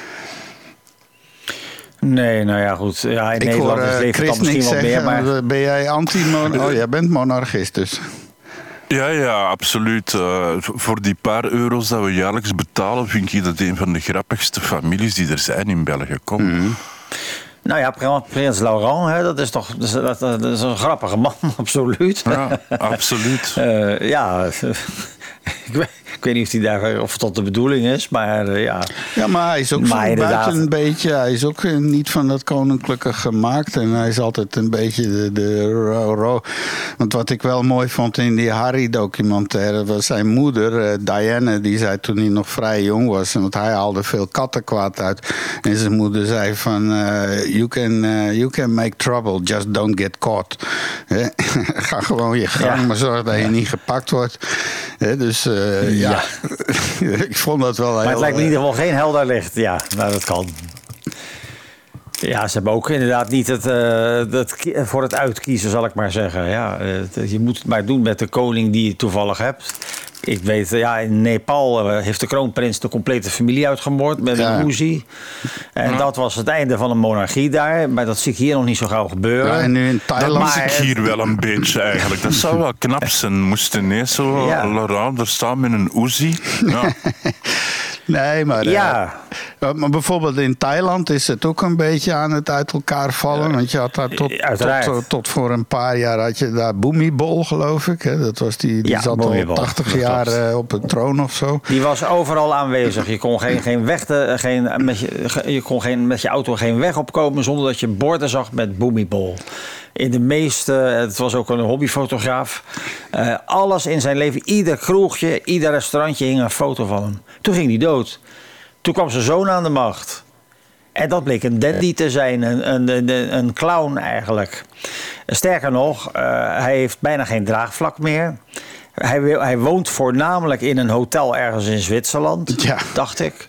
Nee, nou ja, goed. Ja, in ik Nederland hoor, uh, leeft Chris het misschien niks wat zeggen, meer, maar... Ben jij anti-monarchist? Oh, jij bent monarchist dus. Ja, ja, absoluut. Uh, voor die paar euro's dat we jaarlijks betalen, vind ik dat een van de grappigste families die er zijn in België. Kom. Mm-hmm. Nou ja, Prins Laurent, hè, dat is toch dat is, dat, dat is een grappige man, absoluut. Ja, absoluut. uh, ja, ik weet, ik Ik weet niet of, die daar, of dat de bedoeling is, maar uh, ja. Ja, maar hij is ook maar van buiten een beetje... Hij is ook niet van dat koninklijke gemaakt. En hij is altijd een beetje de... de ro, ro. Want wat ik wel mooi vond in die Harry-documentaire... was zijn moeder, uh, Diana, die zei toen hij nog vrij jong was... want hij haalde veel kattenkwaad uit. En zijn moeder zei van... Uh, you, can, uh, you can make trouble, just don't get caught. Ga gewoon je gang, ja. maar zorg dat je niet gepakt wordt. He, dus uh, ja, ja. ik vond dat wel heel... Maar het lijkt me in ieder geval geen helder licht. Ja, nou dat kan. Ja, ze hebben ook inderdaad niet het, uh, het voor het uitkiezen, zal ik maar zeggen. Ja, uh, je moet het maar doen met de koning die je toevallig hebt. Ik weet, ja, in Nepal uh, heeft de kroonprins de complete familie uitgemoord met ja. een Uzi. En ja. dat was het einde van een monarchie daar. Maar dat zie ik hier nog niet zo gauw gebeuren. Ja, en nu in Thailand... Dat zie ik hier wel een beetje eigenlijk. Dat zou wel knap zijn. Moest ineens zo ja. Laurent er staan met een Uzi. Ja. Nee, maar, ja. uh, maar bijvoorbeeld in Thailand is het ook een beetje aan het uit elkaar vallen. Want je had daar tot, tot, tot, tot voor een paar jaar had je daar Bhumibol, geloof ik. Hè? Dat was die, die ja, zat al tachtig jaar uh, op de troon of zo. Die was overal aanwezig. Je kon geen, geen weg te, geen, met je, je kon geen, met je auto geen weg opkomen zonder dat je borden zag met Bhumibol. In de meeste, het was ook een hobbyfotograaf. Uh, alles in zijn leven, ieder kroegje, ieder restaurantje hing een foto van hem. Toen ging hij dood. Toen kwam zijn zoon aan de macht. En dat bleek een dandy te zijn, een, een, een, een clown eigenlijk. Sterker nog, uh, hij heeft bijna geen draagvlak meer. Hij, hij woont voornamelijk in een hotel ergens in Zwitserland, ja. dacht ik.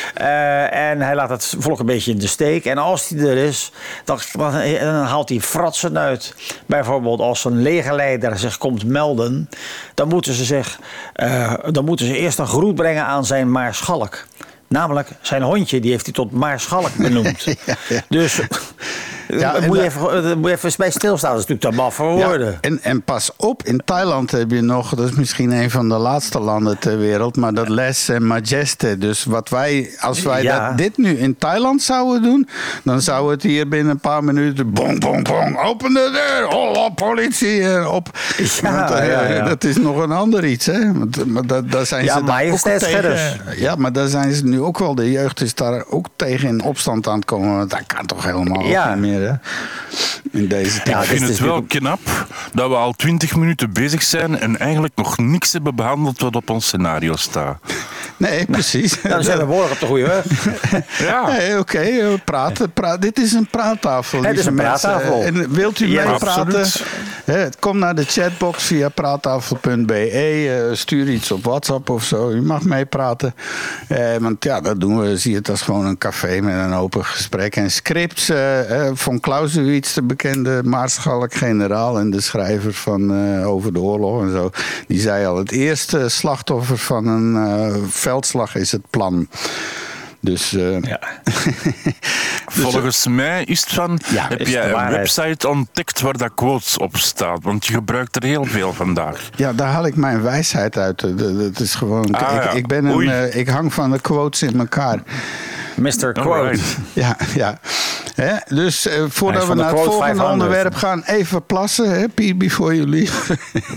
Uh, en hij laat het volk een beetje in de steek. En als hij er is, dan, dan haalt hij fratsen uit. Bijvoorbeeld als een legerleider zich komt melden... dan moeten ze, zich, uh, dan moeten ze eerst een groet brengen aan zijn maarschalk. Namelijk zijn hondje, die heeft hij tot maarschalk benoemd. ja, ja. Dus... Ja, moet, je even, moet je even bij stilstaan, dat is natuurlijk te maf voor woorden. Ja, en, en pas op, in Thailand heb je nog, dat is misschien een van de laatste landen ter wereld, maar dat Les en Majeste. Dus wat wij, als wij ja. dat, dit nu in Thailand zouden doen, dan zou het hier binnen een paar minuten, bong, bong, bong, open de deur, oh, politie, op. Ja, Want, uh, ja, ja. Dat is nog een ander iets, hè. Want, maar dat, daar zijn ja, ze maar ook tegen. Ja, maar daar zijn ze nu ook wel, de jeugd is daar ook tegen in opstand aan het komen, want dat kan toch helemaal ja. niet meer. In deze ja, ik vind het wel knap dat we al twintig minuten bezig zijn en eigenlijk nog niks hebben behandeld wat op ons scenario staat. Nee, precies. Nou, dan zijn we behoorlijk op de goede weg. Ja. Nee, oké, okay, praten. Pra- dit is een praattafel. Het is een praattafel. En wilt u ja, meepraten? Kom naar de chatbox via praattafel punt b e. Uh, stuur iets op WhatsApp of zo. U mag meepraten. Uh, want ja, dat doen we. Zie het als gewoon een café met een open gesprek. En scripts uh, uh, van Clausewitz, de bekende maarschalk-generaal en de schrijver van uh, over de oorlog en zo. Die zei al, het eerste slachtoffer van een uh, veldslag is het plan. Dus, uh, ja. dus volgens uh, mij is het van, ja, heb jij een website ontdekt waar dat quotes op staat? Want je gebruikt er heel veel vandaag. Ja, daar haal ik mijn wijsheid uit. Het is gewoon, ah, ik, ja. ik, ben een, uh, ik hang van de quotes in elkaar. mister Quote. Right. Ja, ja. He, dus uh, voordat we naar het volgende vijfhonderd onderwerp gaan, even plassen. Hè, Pee, before you leave.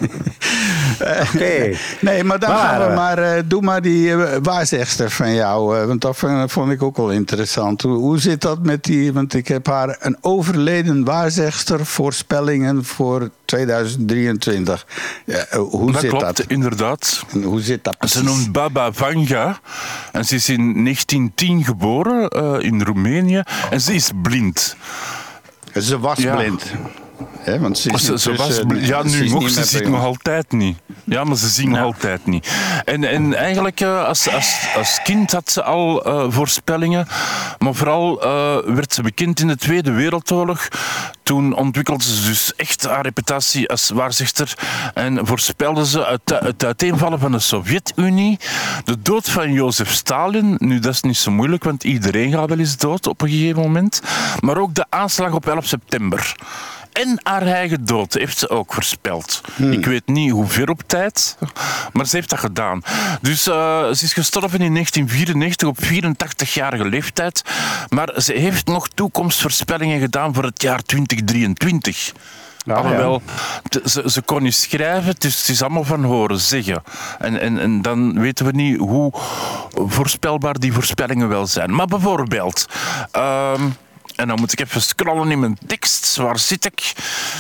Oké. Okay. Nee, maar dan maar, gaan we maar... Uh, doe maar die uh, waarzegster van jou. Uh, want dat vond, vond ik ook wel interessant. Hoe, hoe zit dat met die... Want ik heb haar een overleden waarzegster voorspellingen voor tweeduizend drieëntwintig. Uh, hoe dat zit klopt, dat? Inderdaad. En hoe zit dat precies? Ze noemt Baba Vanga. En ze is in negentien tien geboren uh, in Roemenië. En ze is blind. Ze was ja. blind. He, want ze, ze, ze was bl- ja, nu nog, ze ziet nog altijd niet. Ja, maar ze zien nog ja. altijd niet. En, en eigenlijk, uh, als, als, als kind had ze al uh, voorspellingen. Maar vooral uh, werd ze bekend in de Tweede Wereldoorlog. Toen ontwikkelde ze dus echt haar reputatie als waarzegster. En voorspelde ze het, het uiteenvallen van de Sovjet-Unie. De dood van Jozef Stalin. Nu, dat is niet zo moeilijk, want iedereen gaat wel eens dood op een gegeven moment. Maar ook de aanslag op elf september. En haar eigen dood heeft ze ook voorspeld. Hmm. Ik weet niet hoe ver op tijd, maar ze heeft dat gedaan. Dus uh, ze is gestorven in negentien vierennegentig op vierentachtigjarige leeftijd. Maar ze heeft nog toekomstvoorspellingen gedaan voor het jaar twintig drieëntwintig. Ah, Alhoewel, ja. ze, ze kon niet schrijven, het is, het is allemaal van horen zeggen. En, en, en dan weten we niet hoe voorspelbaar die voorspellingen wel zijn. Maar bijvoorbeeld... Um, en dan moet ik even scrollen in mijn tekst. Waar zit ik?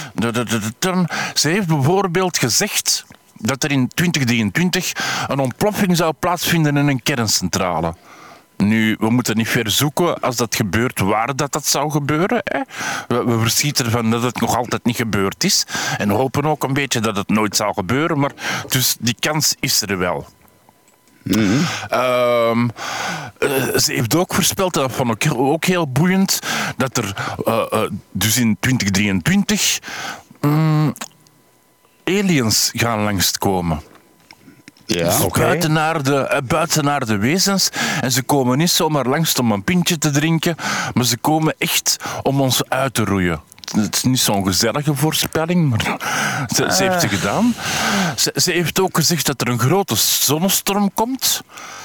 Ze heeft bijvoorbeeld gezegd dat er in twintig drieëntwintig een ontploffing zou plaatsvinden in een kerncentrale. Nu, we moeten niet ver zoeken als dat gebeurt waar dat, dat zou gebeuren. Hè. We, we verschieten ervan dat het nog altijd niet gebeurd is. En hopen ook een beetje dat het nooit zal gebeuren. Maar dus die kans is er wel. Mm-hmm. Uh, uh, ze heeft ook voorspeld, dat vond ik ook heel boeiend, dat er uh, uh, dus in twintig drieëntwintig um, aliens gaan langskomen. Ja, okay. buitenaarde, uh, buitenaarde wezens. En ze komen niet zomaar langs om een pintje te drinken, maar ze komen echt om ons uit te roeien. Het is niet zo'n gezellige voorspelling, maar ze, ze heeft ze gedaan. Ze, ze heeft ook gezegd dat er een grote zonnestorm komt.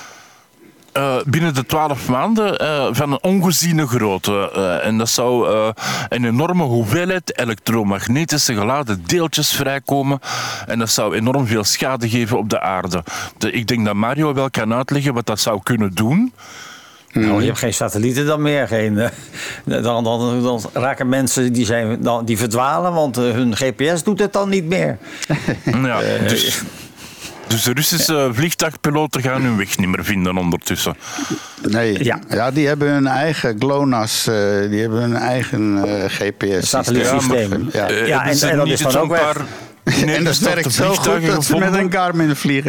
Uh, binnen de twaalf maanden uh, van een ongeziene grootte. Uh, en dat zou uh, een enorme hoeveelheid elektromagnetische geladen deeltjes vrijkomen. En dat zou enorm veel schade geven op de aarde. De, ik denk dat Mario wel kan uitleggen wat dat zou kunnen doen. Nou, je hebt geen satellieten dan meer. Geen, dan, dan, dan raken mensen die, zijn, dan, die verdwalen, want hun G P S doet het dan niet meer. Ja, dus, dus de Russische vliegtuigpiloten gaan hun weg niet meer vinden ondertussen. Nee, ja, ja die hebben hun eigen GLONASS, uh, die hebben hun eigen uh, G P S-systeem. Satellietsysteem. Ja, uh, ja en, en dat is dan ook weg. Paar... Nee, en dat werkt zo goed dat ze met een Garmin vliegen.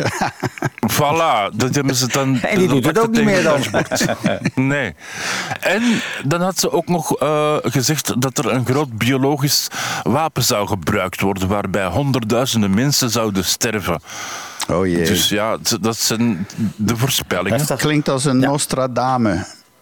Voilà, dat hebben ze dan... En die doet het ook niet meer dan. Nee. En dan had ze ook nog uh, gezegd dat er een groot biologisch wapen zou gebruikt worden, waarbij honderdduizenden mensen zouden sterven. Oh jee. Dus ja, dat zijn de voorspellingen. Dat klinkt als een ja. Nostradame.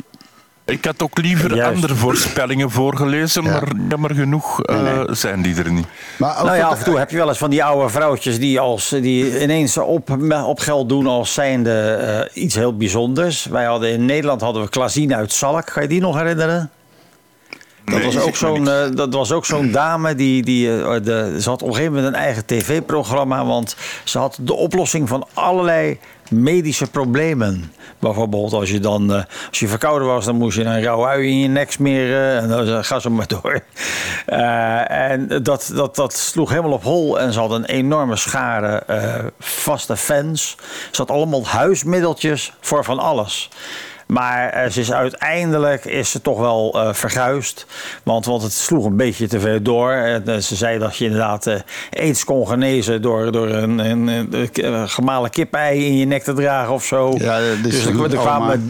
Ik had ook liever Juist. andere voorspellingen voorgelezen, ja. maar jammer genoeg uh, nee, nee. zijn die er niet. Maar nou ja, af en toe heb je wel eens van die oude vrouwtjes die, als, die ineens op, op geld doen als zijnde uh, iets heel bijzonders. Wij hadden in Nederland hadden we Klazien uit Zalk, kan je die nog herinneren? Dat, nee, was ook zo'n, uh, dat was ook zo'n dame, die, die, uh, de, ze had op een gegeven moment een eigen tv-programma, want ze had de oplossing van allerlei medische problemen. Bijvoorbeeld als je dan, uh, als je verkouden was, dan moest je een rauwe ui in je nek smeren en dan uh, ga zo maar door. Uh, en dat, dat, dat sloeg helemaal op hol en ze had een enorme schare uh, vaste fans. Ze had allemaal huismiddeltjes voor van alles. Maar ze is uiteindelijk is ze toch wel uh, verguisd. Want, want het sloeg een beetje te veel door. En, uh, ze zei dat je inderdaad uh, aids kon genezen door, door een, een, een, een gemalen kip-ei in je nek te dragen of zo. Ja, dus er, er kwamen...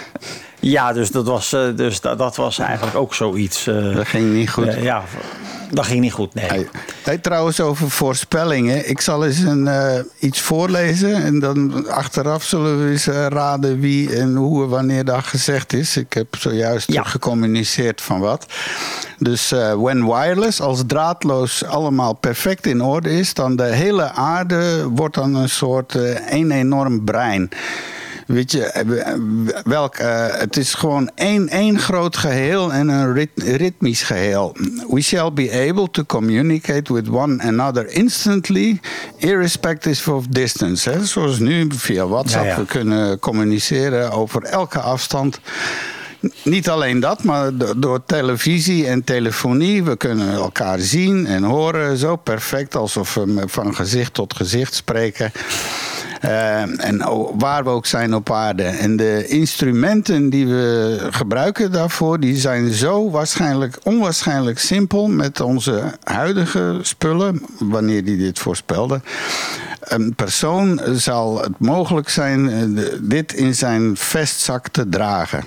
Ja, dus dat was, uh, dus dat, dat was eigenlijk ook zoiets. Uh, dat ging niet goed. Uh, ja, dat ging niet goed, nee. Hey, hey, trouwens, over voorspellingen. Ik zal eens een, uh, iets voorlezen. En dan achteraf zullen we eens uh, raden wie en hoe en wanneer dat gezegd is. Ik heb zojuist ja. gecommuniceerd van wat. Dus uh, when wireless als draadloos allemaal perfect in orde is, dan de hele aarde wordt dan een soort uh, één enorm brein. Weet je, welk, uh, het is gewoon één, één groot geheel en een rit, ritmisch geheel. We shall be able to communicate with one another instantly, irrespective of distance. Hè? Zoals nu via WhatsApp, ja, ja. we kunnen communiceren over elke afstand. Niet alleen dat, maar door televisie en telefonie. We kunnen elkaar zien en horen zo perfect, alsof we van gezicht tot gezicht spreken. Uh, en waar we ook zijn op aarde. En de instrumenten die we gebruiken daarvoor, die zijn zo waarschijnlijk, onwaarschijnlijk simpel met onze huidige spullen, wanneer die dit voorspelde. Een persoon zal het mogelijk zijn uh, dit in zijn vestzak te dragen.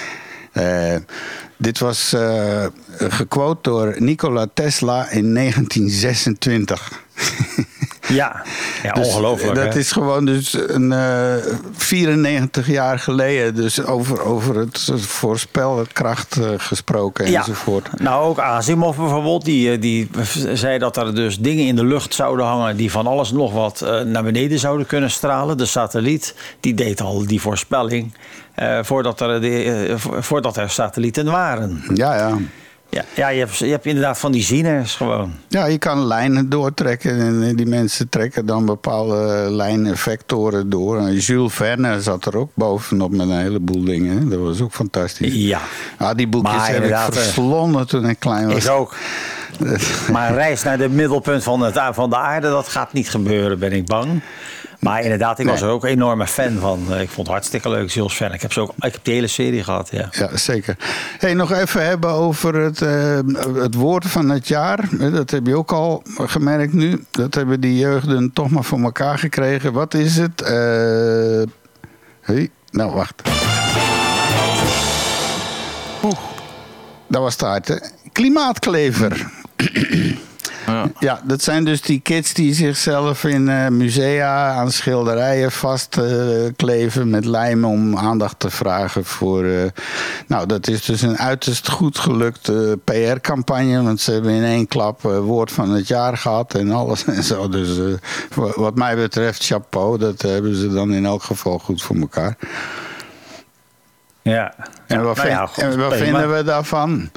Uh, dit was uh, gequote door Nikola Tesla in negentien zesentwintig. Ja, ja dus ongelooflijk. Dat hè? is gewoon dus een uh, vierennegentig jaar geleden. Dus over, over het voorspelkracht uh, gesproken ja. enzovoort. Nou, ook Asimov bijvoorbeeld. Die, die zei dat er dus dingen in de lucht zouden hangen die van alles nog wat uh, naar beneden zouden kunnen stralen. De satelliet, die deed al die voorspelling uh, voordat, er de, uh, voordat er satellieten waren. Ja, ja. Ja, ja je, hebt, je hebt inderdaad van die zieners gewoon. Ja, je kan lijnen doortrekken en die mensen trekken dan bepaalde lijnen, vectoren door. En Jules Verne zat er ook bovenop met een heleboel dingen. Dat was ook fantastisch. Ja. Ah, die boekjes Maar heb ik verslonden toen ik klein was. Ik ook. Maar een reis naar het middelpunt van, het, van de aarde, dat gaat niet gebeuren, ben ik bang. Maar inderdaad, ik was nee. er ook een enorme fan van. Ik vond het hartstikke leuk, Jules Verne. Ik heb, ze ook, ik heb die hele serie gehad, ja. Ja, zeker. Hey, nog even hebben over het, uh, het woord van het jaar. Dat heb je ook al gemerkt nu. Dat hebben die jeugden toch maar voor elkaar gekregen. Wat is het? Uh... Hey, nou, wacht. Oeh. Dat was het hard, hè? Klimaatklever. Ja. ja, dat zijn dus die kids die zichzelf in uh, musea aan schilderijen vastkleven uh, met lijm om aandacht te vragen voor... Uh, nou, dat is dus een uiterst goed gelukte P R-campagne, want ze hebben in één klap uh, woord van het jaar gehad en alles en zo. Dus uh, wat mij betreft, chapeau, dat hebben ze dan in elk geval goed voor elkaar. Ja. En wat, nou vind, ja, goed, en wat vinden we daarvan?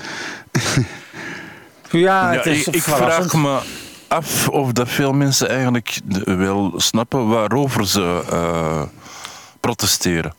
Ja, ja, het is ik, ik vraag me af of dat veel mensen eigenlijk wel snappen waarover ze uh, protesteren.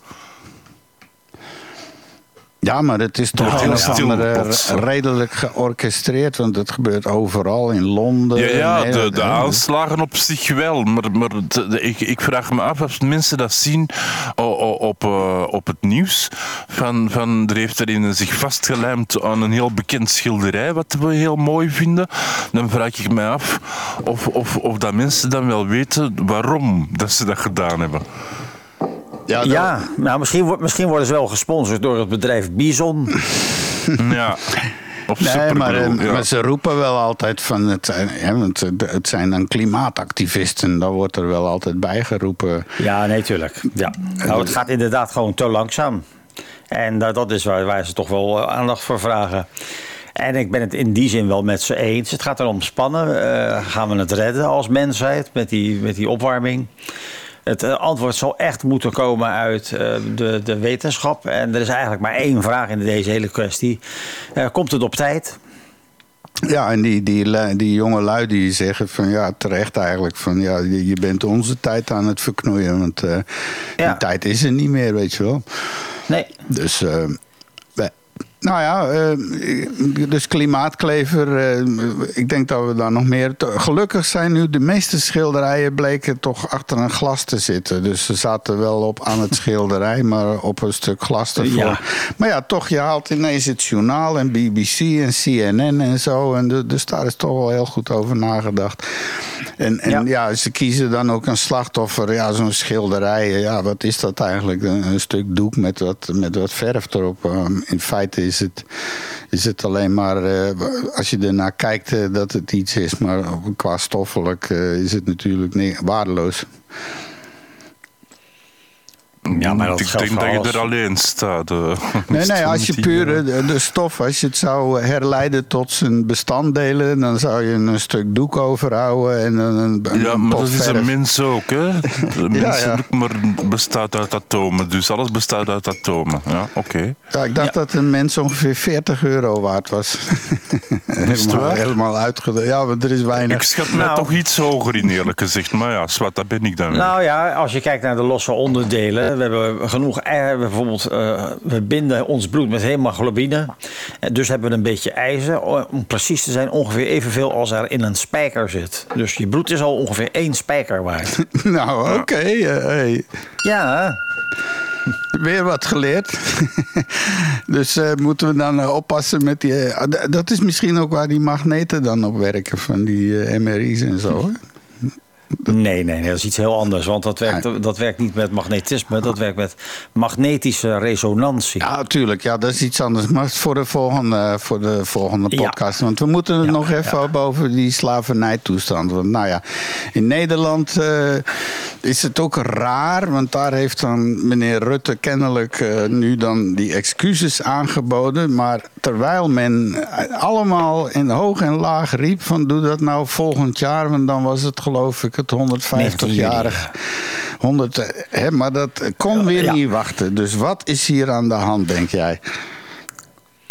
Ja, maar het is toch heel een stil, andere plots. redelijk georchestreerd, want het gebeurt overal in Londen. Ja, ja nee, de, de aanslagen op zich wel, maar, maar de, de, ik, ik vraag me af als mensen dat zien op, op, op het nieuws, van, van er heeft er een zich vastgelijmd aan een heel bekend schilderij, wat we heel mooi vinden, dan vraag ik me af of, of, of dat mensen dan wel weten waarom dat ze dat gedaan hebben. Ja, dat... ja nou, misschien, misschien worden ze wel gesponsord door het bedrijf Bison. Ja. Of Nee, maar, ja. maar ze roepen wel altijd van het zijn, hè, want het zijn dan klimaatactivisten. Daar wordt er wel altijd bij geroepen. Ja, nee, tuurlijk. Ja. Nou, het gaat inderdaad gewoon te langzaam. En dat, dat is waar, waar ze toch wel aandacht voor vragen. En ik ben het in die zin wel met ze eens. Het gaat erom spannen. Uh, gaan we het redden als mensheid met die, met die opwarming? Het antwoord zal echt moeten komen uit uh, de, de wetenschap. En er is eigenlijk maar één vraag in deze hele kwestie. Uh, komt het op tijd? Ja, en die, die, die jonge lui die zeggen van ja, terecht eigenlijk van ja, je, je bent onze tijd aan het verknoeien. Want uh, ja. die tijd is er niet meer, weet je wel. Nee. Dus... Uh, Nou ja, uh, dus klimaatklever, uh, ik denk dat we daar nog meer... Te, gelukkig zijn nu de meeste schilderijen bleken toch achter een glas te zitten. Dus ze zaten wel op aan het schilderij, maar op een stuk glas ervoor. Ja. Maar ja, toch, je haalt ineens het journaal en B B C en C N N en zo. En de, dus daar is toch wel heel goed over nagedacht. En, en ja. ja, ze kiezen dan ook een slachtoffer. Ja, zo'n schilderij, ja, wat is dat eigenlijk? Een, een stuk doek met wat, met wat verf erop. Um, in feite is het, is het alleen maar, uh, als je ernaar kijkt, uh, dat het iets is. Maar qua stoffelijk uh, is het natuurlijk nee, waardeloos. Ja, maar dat ik denk dat je er alleen staat. Uh, nee, nee, als je puur de, de stof, als je het zou herleiden tot zijn bestanddelen, dan zou je een stuk doek overhouden en een, een Ja, maar dat is een mens ook, hè? De mens ja, ja. maar bestaat uit atomen, dus alles bestaat uit atomen. Ja, oké. Okay. Ja, ik dacht ja. dat een mens ongeveer veertig euro waard was. helemaal, helemaal uitgedrukt. Ja, want er is weinig. Ik schat mij nou, toch iets hoger in, eerlijk gezegd. Maar ja, zwart, dat ben ik dan weer. Nou ja, als je kijkt naar de losse onderdelen. We hebben genoeg, bijvoorbeeld, uh, we binden ons bloed met hemoglobine. Dus hebben we een beetje ijzer. Om precies te zijn, ongeveer evenveel als er in een spijker zit. Dus je bloed is al ongeveer één spijker waard. nou, oké. Okay. Uh, hey. Ja. Weer wat geleerd. dus uh, moeten we dan uh, oppassen met die... Uh, dat is misschien ook waar die magneten dan op werken. Van die uh, M R I's en zo, hè? Nee, nee, nee, dat is iets heel anders. Want dat werkt, dat werkt niet met magnetisme, dat werkt met magnetische resonantie. Ja, natuurlijk. Ja, dat is iets anders. Maar voor de volgende, voor de volgende podcast. Ja. Want we moeten het ja, nog even ja. hebben over die slavernijtoestand. Want nou ja, in Nederland uh, is het ook raar. Want daar heeft dan meneer Rutte kennelijk uh, nu dan die excuses aangeboden. Maar terwijl men allemaal in hoog en laag riep van doe dat nou volgend jaar. Want dan was het geloof ik het honderdvijftig-jarig. honderd, hè, maar dat kon weer ja. niet wachten. Dus wat is hier aan de hand, denk jij?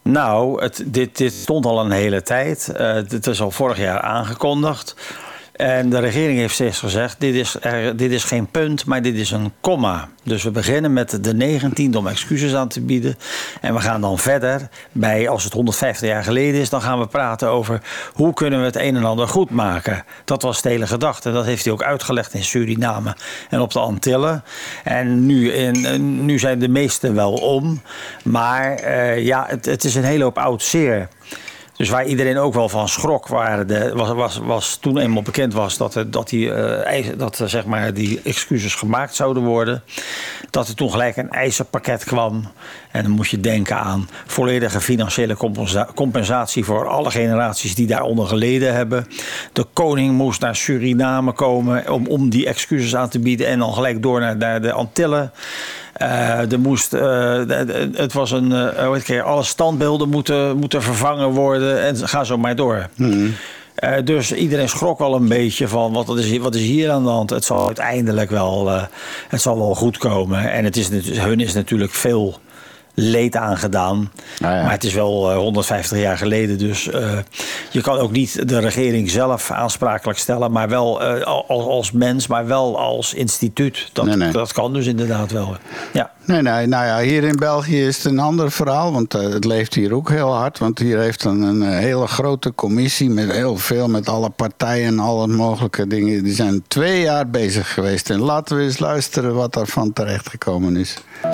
Nou, het, dit, dit stond al een hele tijd. Uh, dit is al vorig jaar aangekondigd. En de regering heeft steeds gezegd, dit is, er, dit is geen punt, maar dit is een komma. Dus we beginnen met de negentiende om excuses aan te bieden. En we gaan dan verder bij, als het honderdvijftig jaar geleden is, dan gaan we praten over hoe kunnen we het een en ander goed maken. Dat was de hele gedachte. Dat heeft hij ook uitgelegd in Suriname en op de Antillen. En nu, in, nu zijn de meesten wel om. Maar uh, ja, het, het is een hele hoop oud zeer. Dus waar iedereen ook wel van schrok, waren de, was, was, was toen eenmaal bekend was dat, er, dat, die, uh, dat uh, zeg maar die excuses gemaakt zouden worden. Dat er toen gelijk een eisenpakket kwam. En dan moest je denken aan volledige financiële compensa- compensatie voor alle generaties die daaronder geleden hebben. De koning moest naar Suriname komen om, om die excuses aan te bieden en dan gelijk door naar, naar de Antillen. Uh, er moest, uh, het was een, uh, hoe heet het, alle standbeelden moeten, moeten vervangen worden en ga zo maar door. Mm-hmm. Uh, dus iedereen schrok wel een beetje van wat is, wat is hier aan de hand. Het zal uiteindelijk wel, uh, het zal wel goed komen. En het is, hun is natuurlijk veel leed aangedaan. Ah, ja. Maar het is wel uh, honderdvijftig jaar geleden. Dus uh, je kan ook niet de regering zelf aansprakelijk stellen. Maar wel uh, als, als mens, maar wel als instituut. Dat, nee, nee. dat kan dus inderdaad wel. Ja. Nee, nee, nou ja, hier in België is het een ander verhaal. Want uh, het leeft hier ook heel hard. Want hier heeft een, een hele grote commissie met heel veel, met alle partijen en alle mogelijke dingen. Die zijn twee jaar bezig geweest. En laten we eens luisteren wat daarvan terechtgekomen is.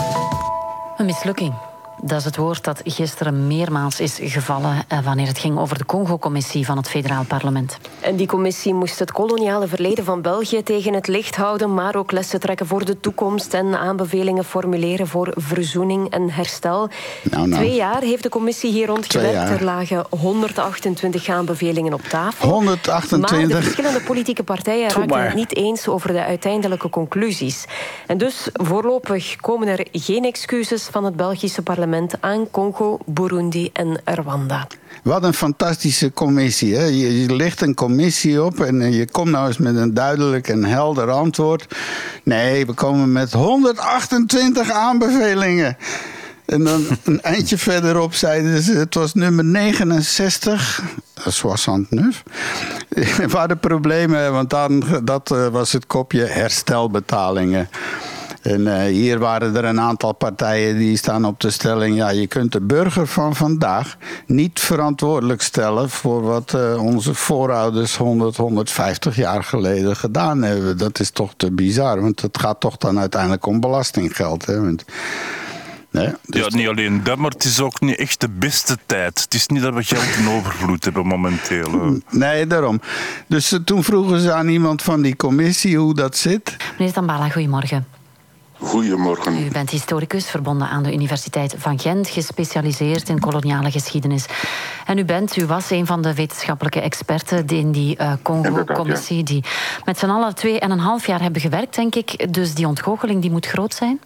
Een mislukking. Dat is het woord dat gisteren meermaals is gevallen wanneer het ging over de Congo-commissie van het federaal parlement. En die commissie moest het koloniale verleden van België tegen het licht houden, maar ook lessen trekken voor de toekomst en aanbevelingen formuleren voor verzoening en herstel. Nou, nou. Twee jaar heeft de commissie hier rond gewerkt. Er lagen honderdachtentwintig aanbevelingen op tafel. honderdachtentwintig? Maar de verschillende politieke partijen raakten het niet eens over de uiteindelijke conclusies. En dus voorlopig komen er geen excuses van het Belgische parlement aan Congo, Burundi en Rwanda. Wat een fantastische commissie. Hè? Je, je ligt een commissie op en je komt nou eens met een duidelijk en helder antwoord. Nee, we komen met honderdachtentwintig aanbevelingen. En dan een eindje verderop zeiden ze, het was nummer negenenzestig. Dat is soixante-neuf. Waar de problemen, want dan, dat was het kopje herstelbetalingen. En uh, hier waren er een aantal partijen die staan op de stelling, ja, je kunt de burger van vandaag niet verantwoordelijk stellen voor wat uh, onze voorouders honderd, honderdvijftig jaar geleden gedaan hebben. Dat is toch te bizar, want het gaat toch dan uiteindelijk om belastinggeld. Hè? Want, nee, dus ja, niet alleen dat, maar het is ook niet echt de beste tijd. Het is niet dat we geld in overvloed hebben momenteel. Nee, daarom. Dus uh, toen vroegen ze aan iemand van die commissie hoe dat zit. Meneer Tambala, goedemorgen. Goedemorgen. U bent historicus, verbonden aan de Universiteit van Gent, gespecialiseerd in koloniale geschiedenis. En u bent, u was een van de wetenschappelijke experten in die uh, Congo-commissie, ja, die met z'n allen twee en een half jaar hebben gewerkt, denk ik. Dus die ontgoocheling die moet groot zijn?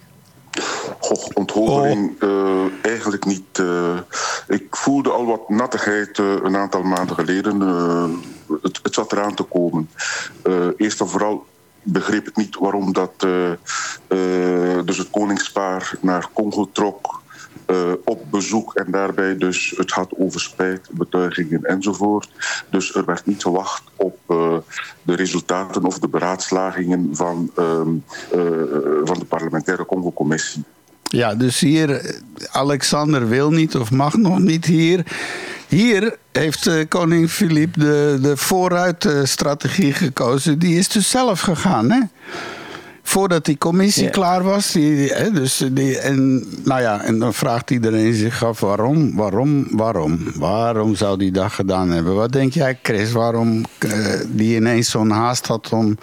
Goh, ontgoocheling oh. uh, eigenlijk niet. Uh, ik voelde al wat nattigheid uh, een aantal maanden geleden. Uh, het, het zat eraan te komen. Uh, eerst en vooral begreep ik niet waarom dat uh, uh, dus het koningspaar naar Congo trok uh, op bezoek en daarbij dus het had over spijt, betuigingen enzovoort. Dus er werd niet gewacht op uh, de resultaten of de beraadslagingen van, uh, uh, van de parlementaire Congo-commissie. Ja, dus hier, Alexander wil niet of mag nog niet hier. Hier heeft uh, koning Filip de, de vooruitstrategie gekozen. Die is dus zelf gegaan, hè? Voordat die commissie ja. klaar was. Die, hè, dus die, en, nou ja, en dan vraagt iedereen zich af waarom, waarom, waarom? Waarom zou die dat gedaan hebben? Wat denk jij, Chris? Waarom uh, die ineens zo'n haast had om,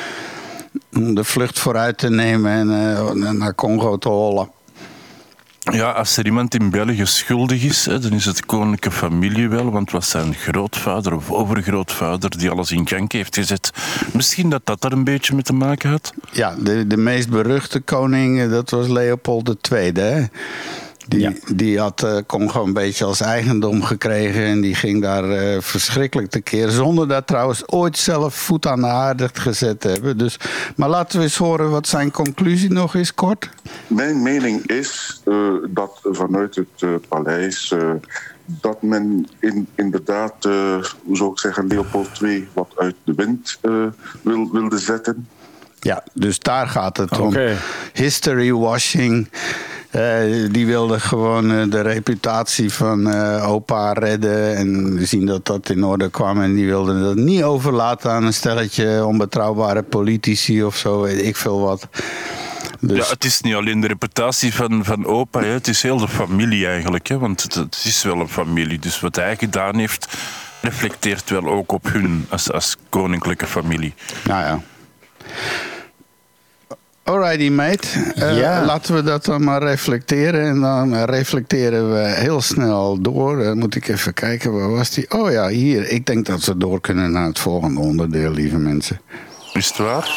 om de vlucht vooruit te nemen en uh, naar Congo te hollen? Ja, als er iemand in België schuldig is, hè, dan is het koninklijke familie wel, want het was zijn grootvader of overgrootvader die alles in gang heeft gezet. Misschien dat dat er een beetje mee te maken had? Ja, de, de meest beruchte koning, dat was Leopold de Tweede, hè? Die, ja. die had uh, Congo een beetje als eigendom gekregen. En die ging daar uh, verschrikkelijk tekeer. Zonder daar trouwens ooit zelf voet aan de aarde gezet te hebben. Dus, maar laten we eens horen wat zijn conclusie nog is, kort. Mijn mening is uh, dat vanuit het uh, paleis... Uh, dat men in, inderdaad, uh, hoe zou ik zeggen, Leopold tweede wat uit de wind uh, wil, wilde zetten. Ja, dus daar gaat het okay. om. History washing. Uh, die wilde gewoon uh, de reputatie van uh, opa redden en zien dat dat in orde kwam. En die wilde dat niet overlaten aan een stelletje onbetrouwbare politici of zo, weet ik veel wat. Dus... Ja, het is niet alleen de reputatie van, van opa, hè. Het is heel de familie eigenlijk. Hè. Want het, het is wel een familie. Dus wat hij gedaan heeft, reflecteert wel ook op hun als, als koninklijke familie. Nou ja. Alrighty, mate. Uh, ja. Laten we dat dan maar reflecteren. En dan reflecteren we heel snel door. Dan moet ik even kijken, waar was die? Oh ja, hier. Ik denk dat we door kunnen naar het volgende onderdeel, lieve mensen. Is het waar?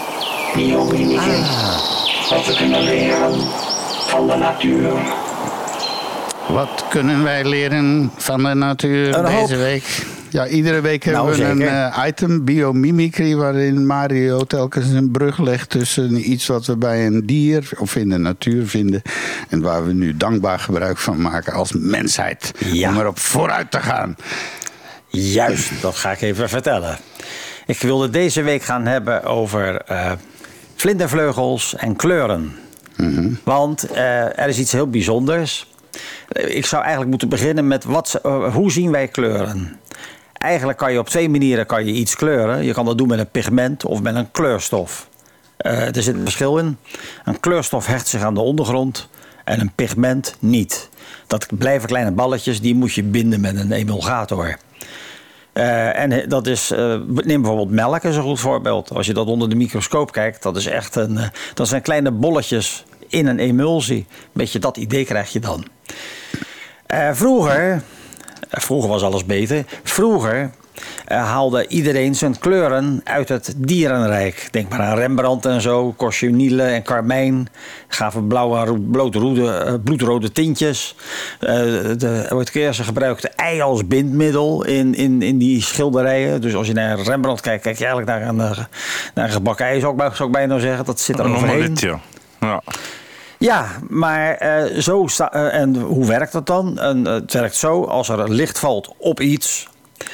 Ah. Wat we kunnen leren van de natuur. Wat kunnen wij leren van de natuur een deze hoop. week? Ja, iedere week hebben nou, we zeker. een uh, item, biomimicry, waarin Mario telkens een brug legt tussen iets wat we bij een dier of in de natuur vinden en waar we nu dankbaar gebruik van maken als mensheid. Ja. Om erop vooruit te gaan. Juist, dat ga ik even vertellen. Ik wilde deze week gaan hebben over uh, vlindervleugels en kleuren. Mm-hmm. Want uh, er is iets heel bijzonders. Ik zou eigenlijk moeten beginnen met wat, uh, hoe zien wij kleuren? Eigenlijk kan je op twee manieren kan je iets kleuren. Je kan dat doen met een pigment of met een kleurstof. Uh, er zit een verschil in. Een kleurstof hecht zich aan de ondergrond en een pigment niet. Dat blijven kleine balletjes, die moet je binden met een emulgator. Uh, en dat is, uh, neem bijvoorbeeld melk, is een goed voorbeeld. Als je dat onder de microscoop kijkt, dat is echt een, uh, dat zijn kleine bolletjes in een emulsie. Een beetje dat idee krijg je dan. Uh, vroeger, vroeger was alles beter. Vroeger uh, haalde iedereen zijn kleuren uit het dierenrijk. Denk maar aan Rembrandt en zo, cochineal en karmijn. Gaven blauwe, bloedrode, bloedrode tintjes. Uh, de, wat keer ze gebruikten ei als bindmiddel in, in, in die schilderijen. Dus als je naar Rembrandt kijkt, kijk je eigenlijk naar een, naar een gebakken ei, zou ik, zou ik bijna zeggen. Dat zit er een overheen. omelet, ja. Ja. Ja, maar uh, zo sta- uh, en hoe werkt dat dan? En, uh, het werkt zo, als er licht valt op iets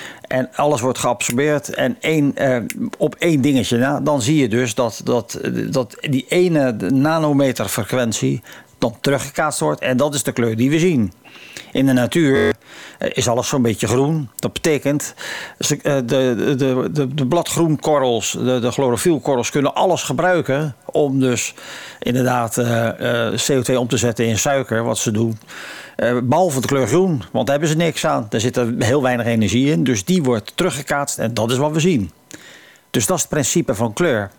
en alles wordt geabsorbeerd en één, uh, op één dingetje na, dan zie je dus dat, dat, dat die ene nanometer frequentie dan teruggekaatst wordt en dat is de kleur die we zien. In de natuur is alles zo'n beetje groen. Dat betekent, de, de, de, de, de bladgroenkorrels, de, de chlorofielkorrels kunnen alles gebruiken om dus inderdaad uh, uh, C O twee om te zetten in suiker, wat ze doen. Uh, behalve de kleur groen, want daar hebben ze niks aan. Daar zit er heel weinig energie in, dus die wordt teruggekaatst en dat is wat we zien. Dus dat is het principe van kleur.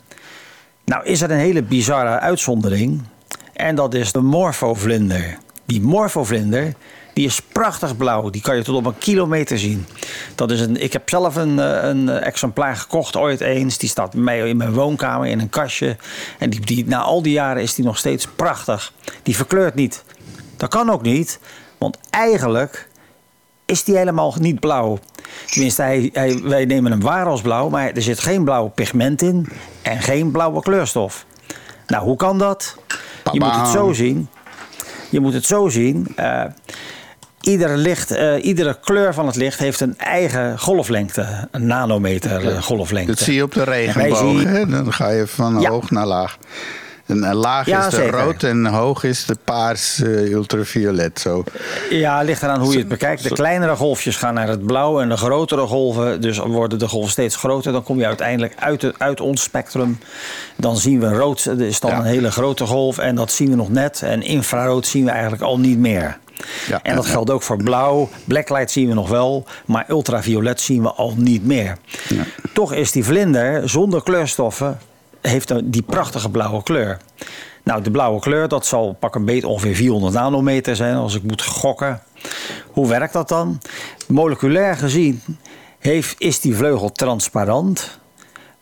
Nou is er een hele bizarre uitzondering en dat is de morfovlinder. Die morfovlinder, die is prachtig blauw. Die kan je tot op een kilometer zien. Dat is een, ik heb zelf een, een exemplaar gekocht ooit eens. Die staat bij mij in mijn woonkamer in een kastje. En die, die, na al die jaren is die nog steeds prachtig. Die verkleurt niet. Dat kan ook niet. Want eigenlijk is die helemaal niet blauw. Tenminste, hij, hij, wij nemen hem waar als blauw. Maar er zit geen blauw pigment in. En geen blauwe kleurstof. Nou, hoe kan dat? Je moet het zo zien. Je moet het zo zien. Uh, ieder licht, uh, iedere kleur van het licht heeft een eigen golflengte. Een nanometer uh, golflengte. Dat zie je op de regenboog. Zien... Hè? Dan ga je van ja. hoog naar laag. En laag ja, is de zeker. rood en hoog is de paars uh, ultraviolet. Zo. Ja, ligt eraan hoe je het bekijkt. De kleinere golfjes gaan naar het blauw en de grotere golven, dus worden de golven steeds groter. Dan kom je uiteindelijk uit, de, uit ons spectrum. Dan zien we rood, dat is dan ja. een hele grote golf en dat zien we nog net. En infrarood zien we eigenlijk al niet meer. Ja, en dat ja, geldt ook voor blauw. Blacklight zien we nog wel, maar ultraviolet zien we al niet meer. Ja. Toch is die vlinder zonder kleurstoffen heeft die prachtige blauwe kleur. Nou, de blauwe kleur, dat zal pak een beet ongeveer vierhonderd nanometer zijn, als ik moet gokken. Hoe werkt dat dan? Moleculair gezien heeft, is die vleugel transparant,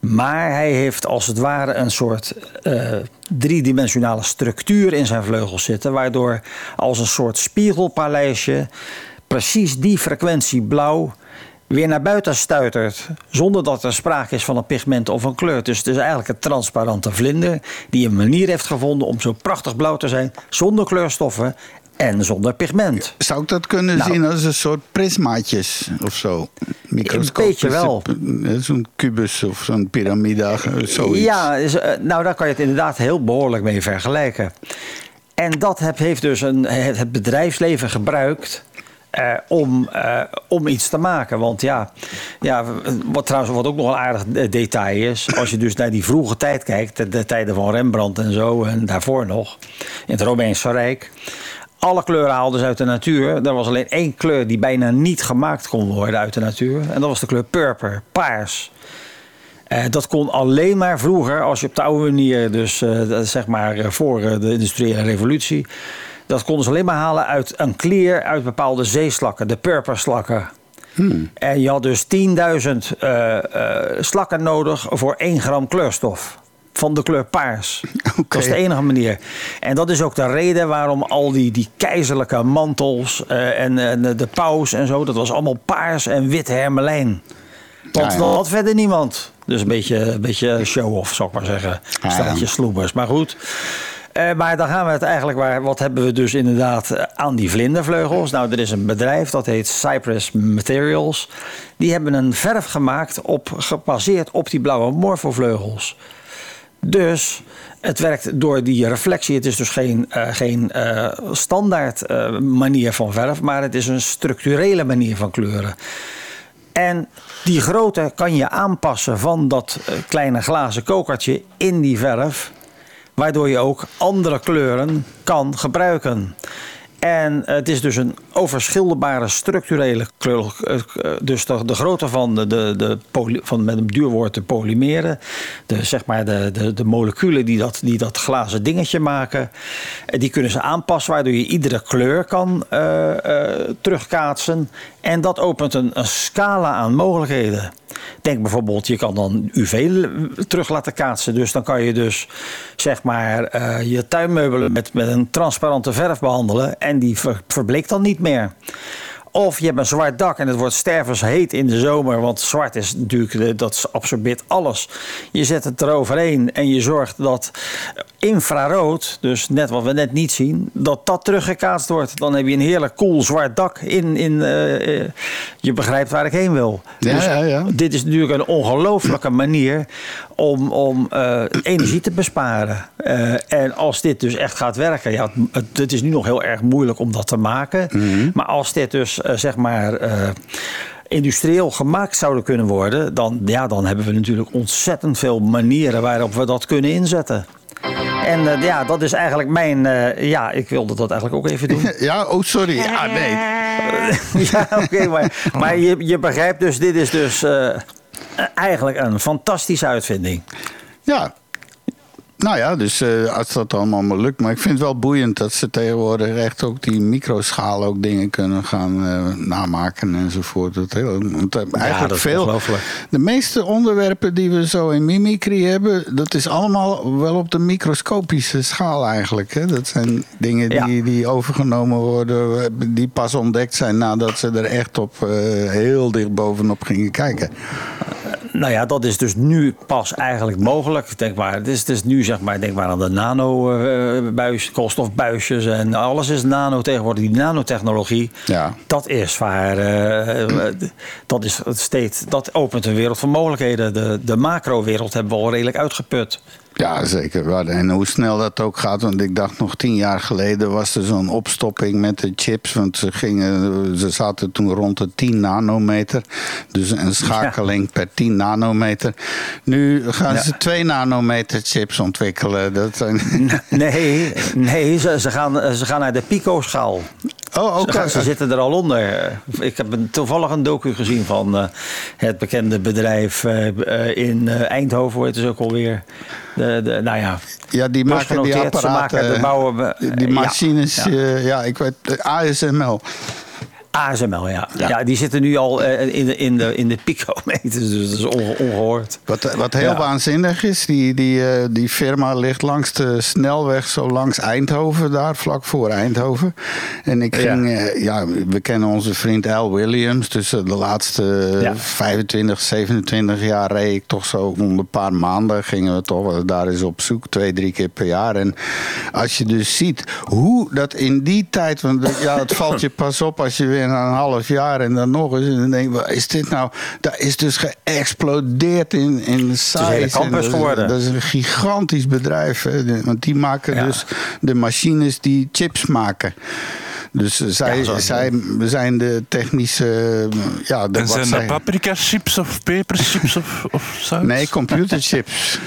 Maar hij heeft als het ware een soort uh, driedimensionale structuur in zijn vleugels zitten, waardoor als een soort spiegelpaleisje precies die frequentie blauw weer naar buiten stuitert, zonder dat er sprake is van een pigment of een kleur. Dus het is eigenlijk een transparante vlinder die een manier heeft gevonden om zo prachtig blauw te zijn, zonder kleurstoffen en zonder pigment. Zou ik dat kunnen nou, zien als een soort prismaatjes of zo? Een beetje wel. Zo'n kubus of zo'n piramide, zoiets. Ja, nou daar kan je het inderdaad heel behoorlijk mee vergelijken. En dat heeft dus een, het bedrijfsleven gebruikt Uh, om, uh, om iets te maken. Want ja, ja wat trouwens wat ook nog een aardig detail is, als je dus naar die vroege tijd kijkt, de, de tijden van Rembrandt en zo, en daarvoor nog, in het Romeinse Rijk, alle kleuren haalden ze uit de natuur. Er was alleen één kleur die bijna niet gemaakt kon worden uit de natuur. En dat was de kleur purper, paars. Uh, dat kon alleen maar vroeger, als je op de oude manier, dus uh, zeg maar voor de industriële revolutie, dat konden ze alleen maar halen uit een klier uit bepaalde zeeslakken, de purperslakken. Hmm. En je had dus tienduizend uh, uh, slakken nodig voor één gram kleurstof. Van de kleur paars. Okay. Dat is de enige manier. En dat is ook de reden waarom al die, die keizerlijke mantels uh, en, en de paus en zo, dat was allemaal paars en wit hermelijn. Want ja, ja. dat had verder niemand. Dus een beetje, een beetje show-off, zou ik maar zeggen. Ja, Stelletje ja. sloebers. Maar goed. Uh, maar dan gaan we het eigenlijk, waar, wat hebben we dus inderdaad aan die vlindervleugels? Nou, er is een bedrijf, dat heet Cypress Materials. Die hebben een verf gemaakt op, gebaseerd op die blauwe morfovleugels. Dus het werkt door die reflectie. Het is dus geen, uh, geen uh, standaard uh, manier van verf, maar het is een structurele manier van kleuren. En die grootte kan je aanpassen van dat uh, kleine glazen kokertje in die verf, waardoor je ook andere kleuren kan gebruiken. En het is dus een overschilderbare structurele kleur. Dus de, de grootte van, de, de, de poly, van met een duur woord de polymeren. De, zeg maar de, de, de moleculen die dat, die dat glazen dingetje maken. Die kunnen ze aanpassen waardoor je iedere kleur kan uh, uh, terugkaatsen. En dat opent een, een scala aan mogelijkheden. Denk bijvoorbeeld, je kan dan U V terug laten kaatsen. Dus dan kan je dus zeg maar uh, je tuinmeubelen met, met een transparante verf behandelen. En die ver, verbleekt dan niet meer. Of je hebt een zwart dak en het wordt stervensheet in de zomer. Want zwart is natuurlijk, dat absorbeert alles. Je zet het eroverheen en je zorgt dat infrarood, dus net wat we net niet zien, dat dat teruggekaatst wordt. Dan heb je een heerlijk koel zwart dak in. in uh, je begrijpt waar ik heen wil. Ja, dus ja, ja. Dit is natuurlijk een ongelooflijke manier om, om uh, energie te besparen. Uh, en als dit dus echt gaat werken, ja, het, het is nu nog heel erg moeilijk om dat te maken. Mm-hmm. Maar als dit dus uh, zeg maar Uh, industrieel gemaakt zouden kunnen worden, dan, ja, dan hebben we natuurlijk ontzettend veel manieren waarop we dat kunnen inzetten. En uh, ja, dat is eigenlijk mijn Uh, ja, ik wilde dat eigenlijk ook even doen. Ja, oh sorry. Ja, nee. ja, oké, okay, maar, maar je, je begrijpt dus, dit is dus uh, eigenlijk een fantastische uitvinding. Ja. Nou ja, dus uh, als dat allemaal maar lukt. Maar ik vind het wel boeiend dat ze tegenwoordig echt ook die microschaal ook dingen kunnen gaan uh, namaken enzovoort. Dat heel, want, uh, eigenlijk ja, dat is veel. De meeste onderwerpen die we zo in mimicry hebben, dat is allemaal wel op de microscopische schaal eigenlijk. Hè? Dat zijn dingen die, ja. die overgenomen worden, die pas ontdekt zijn nadat ze er echt op uh, heel dicht bovenop gingen kijken. Nou ja, dat is dus nu pas eigenlijk mogelijk. Denk maar, het is, het is nu zeg maar, denk maar aan de nanobuis, koolstofbuisjes en alles is nano tegenwoordig. Die nanotechnologie, ja. dat is waar, uh, dat is steeds, dat opent een wereld van mogelijkheden. De, de macrowereld hebben we al redelijk uitgeput. Ja, zeker. En hoe snel dat ook gaat. Want ik dacht nog tien jaar geleden was er zo'n opstopping met de chips. Want ze, gingen, ze zaten toen rond de tien nanometer. Dus een schakeling ja. per tien nanometer. Nu gaan ja. ze twee nanometer chips ontwikkelen. Dat zijn... Nee, nee ze, ze, gaan, ze gaan naar de picoschaal. Oh, okay. Ze, ze zitten er al onder. Ik heb een, toevallig een docu gezien van uh, het bekende bedrijf uh, in uh, Eindhoven, hoe heet het ook alweer. De, de, nou ja, ja, die maken die apparaten, maken de bouwen, uh, die machines, ja, ja. Uh, ja, ik weet, A S M L. A S M L, ja. ja. Ja, die zitten nu al uh, in de, in de, in de picometers, dus dat is onge- ongehoord. Wat, wat heel ja. waanzinnig is, die, die, uh, die firma ligt langs de snelweg, zo langs Eindhoven daar, vlak voor Eindhoven. En ik ging, ja, uh, ja we kennen onze vriend Al Williams, dus uh, de laatste ja. vijfentwintig, zevenentwintig jaar reed ik toch zo om een paar maanden, gingen we toch daar eens op zoek, twee, drie keer per jaar. En als je dus ziet hoe dat in die tijd, want ja, het valt je pas op als je weer na een half jaar en dan nog eens. En dan denk je, wat is dit nou? Dat is dus geëxplodeerd in, in de size. Het is een campus geworden. Dat is een gigantisch bedrijf. Hè? Want die maken ja. dus de machines die chips maken. Dus zij, ja, zij zijn de technische... Ja, de, en zijn zij... dat paprika chips of peperchips of, of zoiets? Nee, computerchips.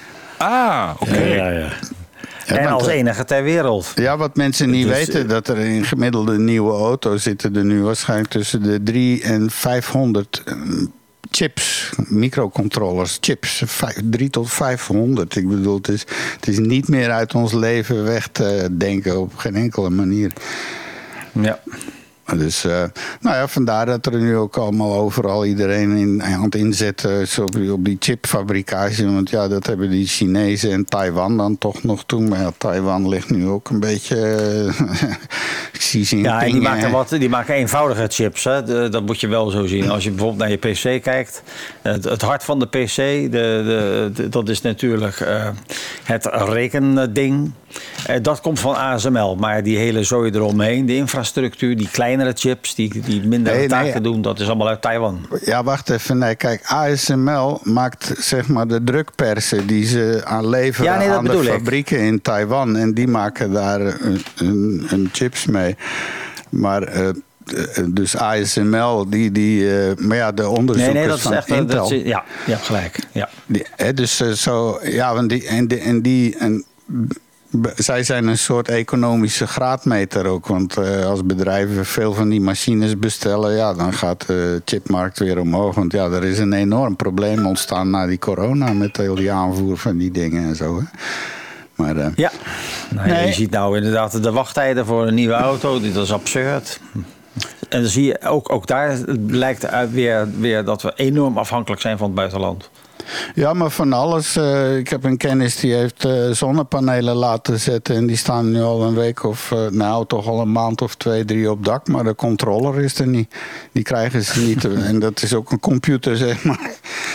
Ah, oké. Okay. Ja, ja, ja. Ja, en als enige ter wereld. Ja, wat mensen niet dus, weten, dat er in gemiddelde nieuwe auto's zitten er nu waarschijnlijk tussen de drie en vijfhonderd chips, microcontrollers, chips, drie tot vijfhonderd. Ik bedoel, het is, het is niet meer uit ons leven weg te denken op geen enkele manier. Ja. Dus, uh, nou ja, vandaar dat er nu ook allemaal overal iedereen in, aan het inzetten is op, op die chipfabricage. Want ja, dat hebben die Chinezen en Taiwan dan toch nog toe. Maar ja, Taiwan ligt nu ook een beetje... Uh, ik zie ze in ja, en die maken, wat, die maken eenvoudige chips. Hè? De, dat moet je wel zo zien. Als je bijvoorbeeld naar je P C kijkt. Het, het hart van de P C, de, de, de, dat is natuurlijk uh, het rekending. Uh, dat komt van A S M L. Maar die hele zooi eromheen, de infrastructuur, die kleinere chips, die, die minder nee, taken nee. doen, dat is allemaal uit Taiwan. Ja, wacht even. Nee, kijk, A S M L maakt zeg maar de drukpersen die ze aan leveren ja, nee, aan de fabrieken ik. in Taiwan. En die maken daar een, een, een chips mee. Maar... Uh, Dus A S M L, die, die, uh, maar ja, de onderzoekers nee, nee, dat van is echt, Intel. Dat is, ja, je hebt gelijk. Ja. Die, hè, dus uh, zo, ja, en die, en die, en die en, zij zijn een soort economische graadmeter ook. Want uh, als bedrijven veel van die machines bestellen, ja, dan gaat de chipmarkt weer omhoog. Want ja, er is een enorm probleem ontstaan na die corona met heel die aanvoer van die dingen en zo. Hè. Maar, uh, ja, nou, nee. Je ziet nou inderdaad de wachttijden voor een nieuwe auto, dat is absurd. En dan zie je ook, ook daar blijkt uit weer, weer dat we enorm afhankelijk zijn van het buitenland. Ja, maar van alles. Uh, ik heb een kennis die heeft uh, zonnepanelen laten zetten. En die staan nu al een week of, uh, nou toch al een maand of twee, drie op dak. Maar de controller is er niet. Die krijgen ze niet. En dat is ook een computer, zeg maar.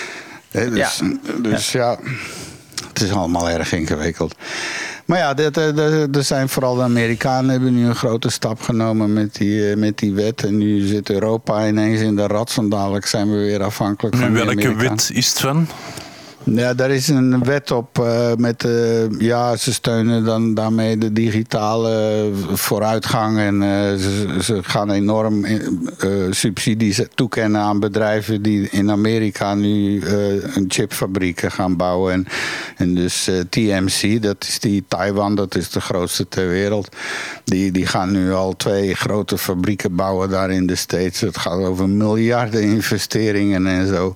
He, dus ja. dus ja. ja, het is allemaal erg ingewikkeld. Maar ja, er zijn vooral de Amerikanen hebben nu een grote stap genomen met die, met die wet. En nu zit Europa ineens in de rat. En dadelijk zijn we weer afhankelijk van de Amerikanen. Welke wet is het van? Ja, daar is een wet op uh, met, uh, ja, ze steunen dan daarmee de digitale vooruitgang en uh, ze, ze gaan enorm uh, subsidies toekennen aan bedrijven die in Amerika nu uh, een chipfabrieken gaan bouwen. En, en dus uh, T M C, dat is die Taiwan, dat is de grootste ter wereld. Die, die gaan nu al twee grote fabrieken bouwen daar in de States. Het gaat over miljarden investeringen en zo.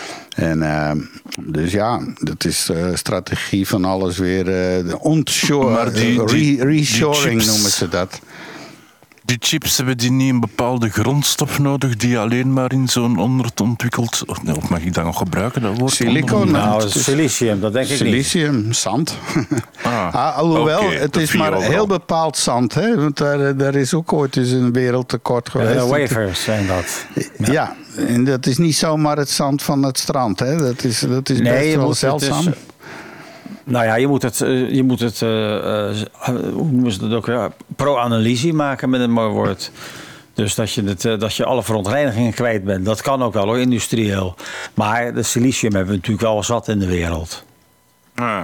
En uh, dus ja, dat is de de van alles weer uh, de onshore, die, die, re, reshoring die noemen ze dat. Die chips, hebben die niet een bepaalde grondstof nodig die alleen maar in zo'n onderontwikkeld... Of mag ik dat nog gebruiken, dat woord? Silicon. Nou, silicium, dat denk ik silicium, niet. Silicium, zand. Ah, ah, alhoewel, okay, het is maar overal. Heel bepaald zand. Hè? Want daar, daar is ook ooit eens een wereldtekort geweest. Uh, wafers zijn dat. Ja. ja, en dat is niet zomaar het zand van het strand. Hè? Dat is, dat is nee, best wel zeldzaam. Het is, Nou ja, je moet het, je moet het uh, uh, hoe noemen ze dat ook, ja, pro-analyse maken met een mooi woord. Dus dat je, het, uh, dat je alle verontreinigingen kwijt bent. Dat kan ook wel hoor, industrieel. Maar de silicium hebben we natuurlijk wel zat in de wereld. Ah.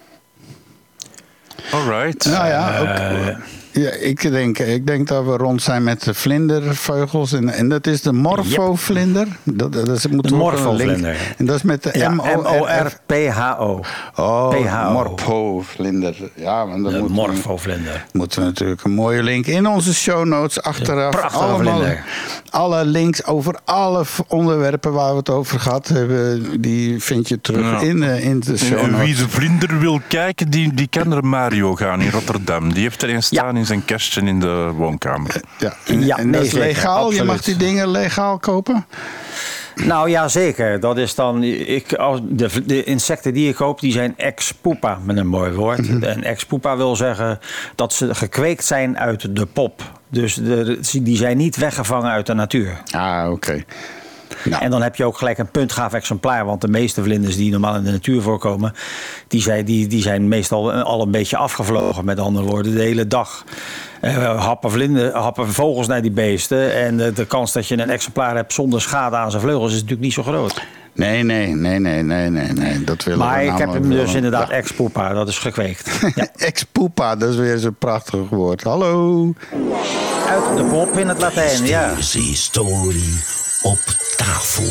All right. Nou ja, ook... Uh, Ja, ik denk, ik denk dat we rond zijn met de vlindervleugels. En, en dat is de morfovlinder. Dat, dat is, de morfovlinder. En dat is met de ja, M O R P H O. Oh, P H O. Morfovlinder. Ja, maar dan de moeten morfovlinder. We, moeten we natuurlijk een mooie link in onze show notes achteraf. Prachtige allemaal, vlinder. Alle links over alle onderwerpen waar we het over gehad hebben, die vind je terug ja. in, in de show notes. En wie de vlinder wil kijken, die, die kan naar Mario gaan in Rotterdam. Die heeft er een staan. Ja. in zijn kastje in de woonkamer. Ja, en, ja, en nee, dat is legaal? Zeker, je mag die dingen legaal kopen? Nou ja, zeker. Dat is dan, ik, als de, de insecten die ik koop, die zijn ex-pupa, met een mooi woord. Mm-hmm. En ex-pupa wil zeggen dat ze gekweekt zijn uit de pop. Dus de, die zijn niet weggevangen uit de natuur. Ah, oké. Okay. Nou. En dan heb je ook gelijk een puntgaaf exemplaar. Want de meeste vlinders die normaal in de natuur voorkomen, die zijn, die, die zijn meestal al een beetje afgevlogen. Met andere woorden, de hele dag. Uh, happen, vlinder, happen vogels naar die beesten. En uh, de kans dat je een exemplaar hebt zonder schade aan zijn vleugels is natuurlijk niet zo groot. Nee, nee, nee, nee, nee, nee, nee. Dat willen maar we ik heb hem dus willen. inderdaad ja. ex-pupa, dat is gekweekt. Ja. Ex-pupa, dat is weer zo'n prachtig woord. Hallo. Uit de pop in het Latijn, ja. Historie op tafel.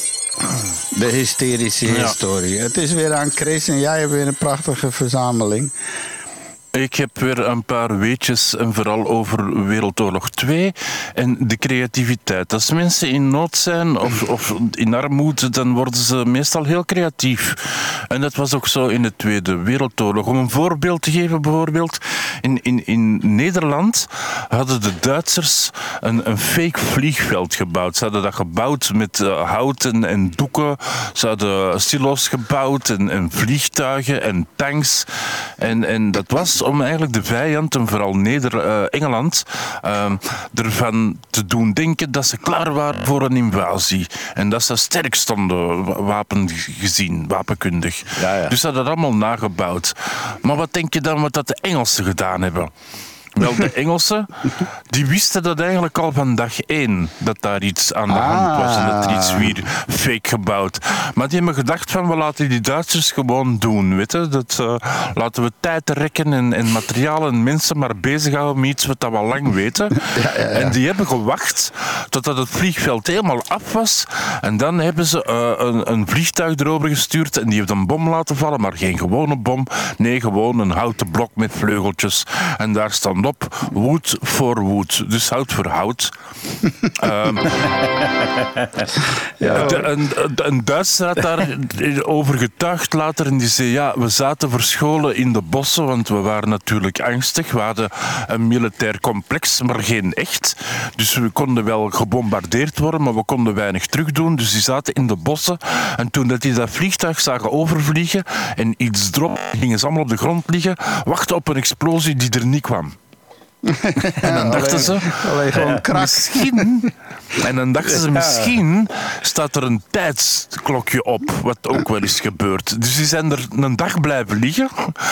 De hysterische ja. historie. Het is weer aan Chris en jij hebt weer een prachtige verzameling. Ik heb weer een paar weetjes en vooral over Wereldoorlog twee en de creativiteit. Als mensen in nood zijn of, of in armoede, dan worden ze meestal heel creatief. En dat was ook zo in de Tweede Wereldoorlog. Om een voorbeeld te geven, bijvoorbeeld, in, in, in Nederland hadden de Duitsers een, een fake vliegveld gebouwd. Ze hadden dat gebouwd met uh, hout en, en doeken. Ze hadden silo's gebouwd en, en vliegtuigen en tanks. En, en dat was om eigenlijk de vijand, en vooral Neder-Engeland, uh, ervan te doen denken dat ze klaar waren voor een invasie. En dat ze sterk stonden, wapengezien, wapenkundig. Ja, ja. Dus ze hadden dat allemaal nagebouwd. Maar wat denk je dan wat dat de Engelsen gedaan hebben? Wel, de Engelsen, die wisten dat eigenlijk al van dag één, dat daar iets aan de hand was en dat er iets weer fake gebouwd. Maar die hebben gedacht van, we laten die Duitsers gewoon doen, weet je. Dat, uh, laten we tijd rekken en, en materiaal en mensen maar bezighouden met iets wat we al lang weten. Ja, ja, ja. En die hebben gewacht totdat het vliegveld helemaal af was. En dan hebben ze uh, een, een vliegtuig erover gestuurd en die heeft een bom laten vallen, maar geen gewone bom. Nee, gewoon een houten blok met vleugeltjes. En daar stond op wood for wood. Dus hout voor hout. um, ja. de, een, een Duitser had daarover getuigd later en die zei, ja, we zaten verscholen in de bossen, want we waren natuurlijk angstig. We hadden een militair complex, maar geen echt. Dus we konden wel gebombardeerd worden, maar we konden weinig terugdoen. Dus die zaten in de bossen. En toen dat die dat vliegtuig zagen overvliegen en iets drop, gingen ze allemaal op de grond liggen, wachten op een explosie die er niet kwam. En dan dachten ze, alleen gewoon krak. Misschien, en dan dachten ze, misschien staat er een tijdsklokje op, wat ook wel is gebeurd. Dus die zijn er een dag blijven liggen.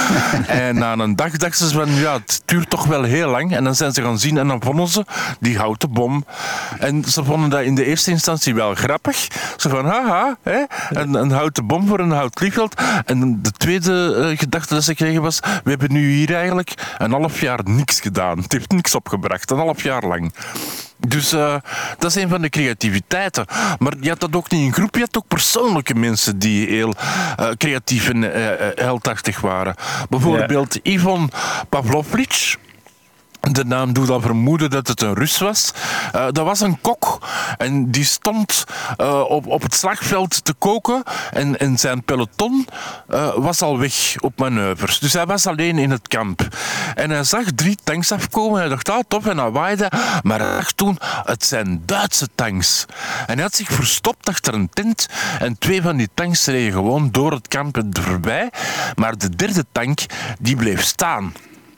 En na een dag dachten ze van, ja, het duurt toch wel heel lang. En dan zijn ze gaan zien en dan vonden ze die houten bom. En ze vonden dat in de eerste instantie wel grappig. Ze van, haha, hè? Een, een houten bom voor een hout vliegveld. En de tweede uh, gedachte dat ze kregen was, we hebben nu hier eigenlijk een half jaar niks gedaan. Het heeft niks opgebracht, een half jaar lang. Dus uh, dat is een van de creativiteiten. Maar je had dat ook niet in groep, je had ook persoonlijke mensen die heel uh, creatief en uh, heldhaftig waren. Bijvoorbeeld ja. Ivan Pavlovich. De naam doet al vermoeden dat het een Rus was. Uh, dat was een kok en die stond uh, op, op het slagveld te koken en, en zijn peloton uh, was al weg op manoeuvres. Dus hij was alleen in het kamp. En hij zag drie tanks afkomen en hij dacht, ah, tof, en hij waaide. Maar hij dacht toen, het zijn Duitse tanks. En hij had zich verstopt achter een tent en twee van die tanks reden gewoon door het kamp voorbij. Maar de derde tank, die bleef staan.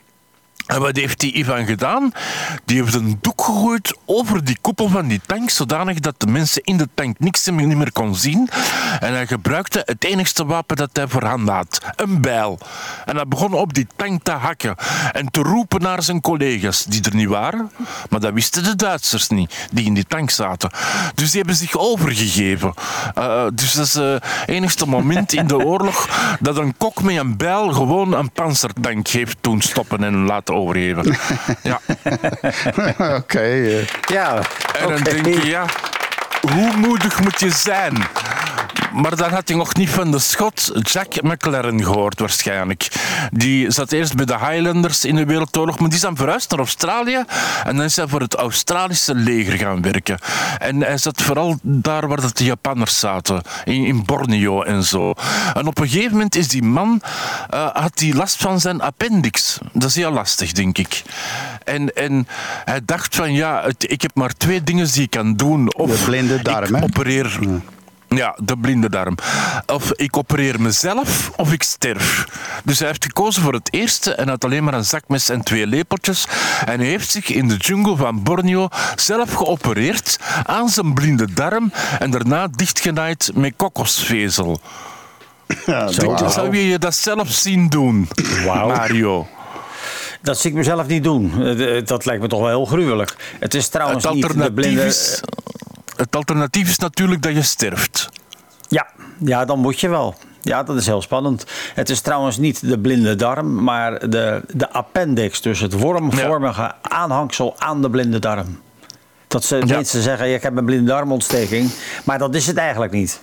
En wat heeft die Ivan gedaan? Die heeft een doek gegooid over die koepel van die tank, zodanig dat de mensen in de tank niks meer kon zien. En hij gebruikte het enigste wapen dat hij voorhanden had, een bijl. En hij begon op die tank te hakken en te roepen naar zijn collega's, die er niet waren. Maar dat wisten de Duitsers niet, die in die tank zaten. Dus die hebben zich overgegeven. Uh, dus dat is het uh, enigste moment in de oorlog dat een kok met een bijl gewoon een panzertank heeft doen stoppen en laten overgeven. Ja. Oké. Okay, uh. Ja. En dan okay. denk je, ja, hoe moedig moet je zijn? Maar dan had je nog niet van de Schot Jack McLaren gehoord waarschijnlijk. Die zat eerst bij de Highlanders in de Wereldoorlog, maar die is dan verhuisd naar Australië en dan is hij voor het Australische leger gaan werken. En hij zat vooral daar waar de Japanners zaten, in, in Borneo en zo. En op een gegeven moment is die man, uh, had hij last van zijn appendix. Dat is heel lastig, denk ik. En, en hij dacht van, ja, het, ik heb maar twee dingen die ik kan doen. Of de blinde darm, ik opereer... Ja. Ja, de blinde darm. Of ik opereer mezelf, of ik sterf. Dus hij heeft gekozen voor het eerste en had alleen maar een zakmes en twee lepeltjes. En hij heeft zich in de jungle van Borneo zelf geopereerd aan zijn blinde darm en daarna dichtgenaaid met kokosvezel. Ja, wow. Zou je je dat zelf zien doen, wow. Mario? Dat zie ik mezelf niet doen. Dat lijkt me toch wel heel gruwelijk. Het is trouwens het niet de blinde... Is, het alternatief is natuurlijk dat je sterft. Ja, ja, dan moet je wel. Ja, dat is heel spannend. Het is trouwens niet de blinde darm, maar de, de appendix. Dus het wormvormige ja. aanhangsel aan de blinde darm. Dat ze ja. mensen zeggen, ik heb een blinde darmontsteking. Maar dat is het eigenlijk niet.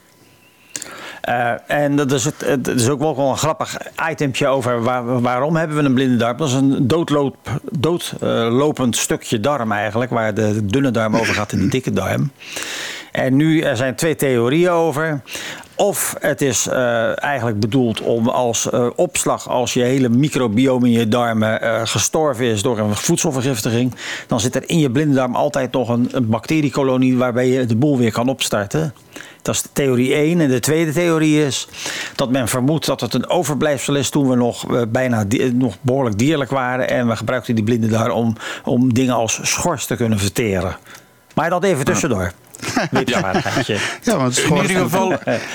Uh, en dat is, het, het is ook wel een grappig itempje over waar, waarom hebben we een blinde darm. Dat is een doodloop, doodlopend uh, stukje darm eigenlijk, waar de dunne darm over gaat in de dikke darm. En nu er zijn twee theorieën over. Of het is uh, eigenlijk bedoeld om als uh, opslag, als je hele microbiome in je darmen uh, gestorven is door een voedselvergiftiging, dan zit er in je blinde darm altijd nog een, een bacteriekolonie waarbij je de boel weer kan opstarten. Dat is theorie één. En de tweede theorie is dat men vermoedt dat het een overblijfsel is toen we nog uh, bijna di- nog behoorlijk dierlijk waren en we gebruikten die blinde darm om, om dingen als schors te kunnen verteren. Maar dat even tussendoor. Ja, ja, want in ieder geval,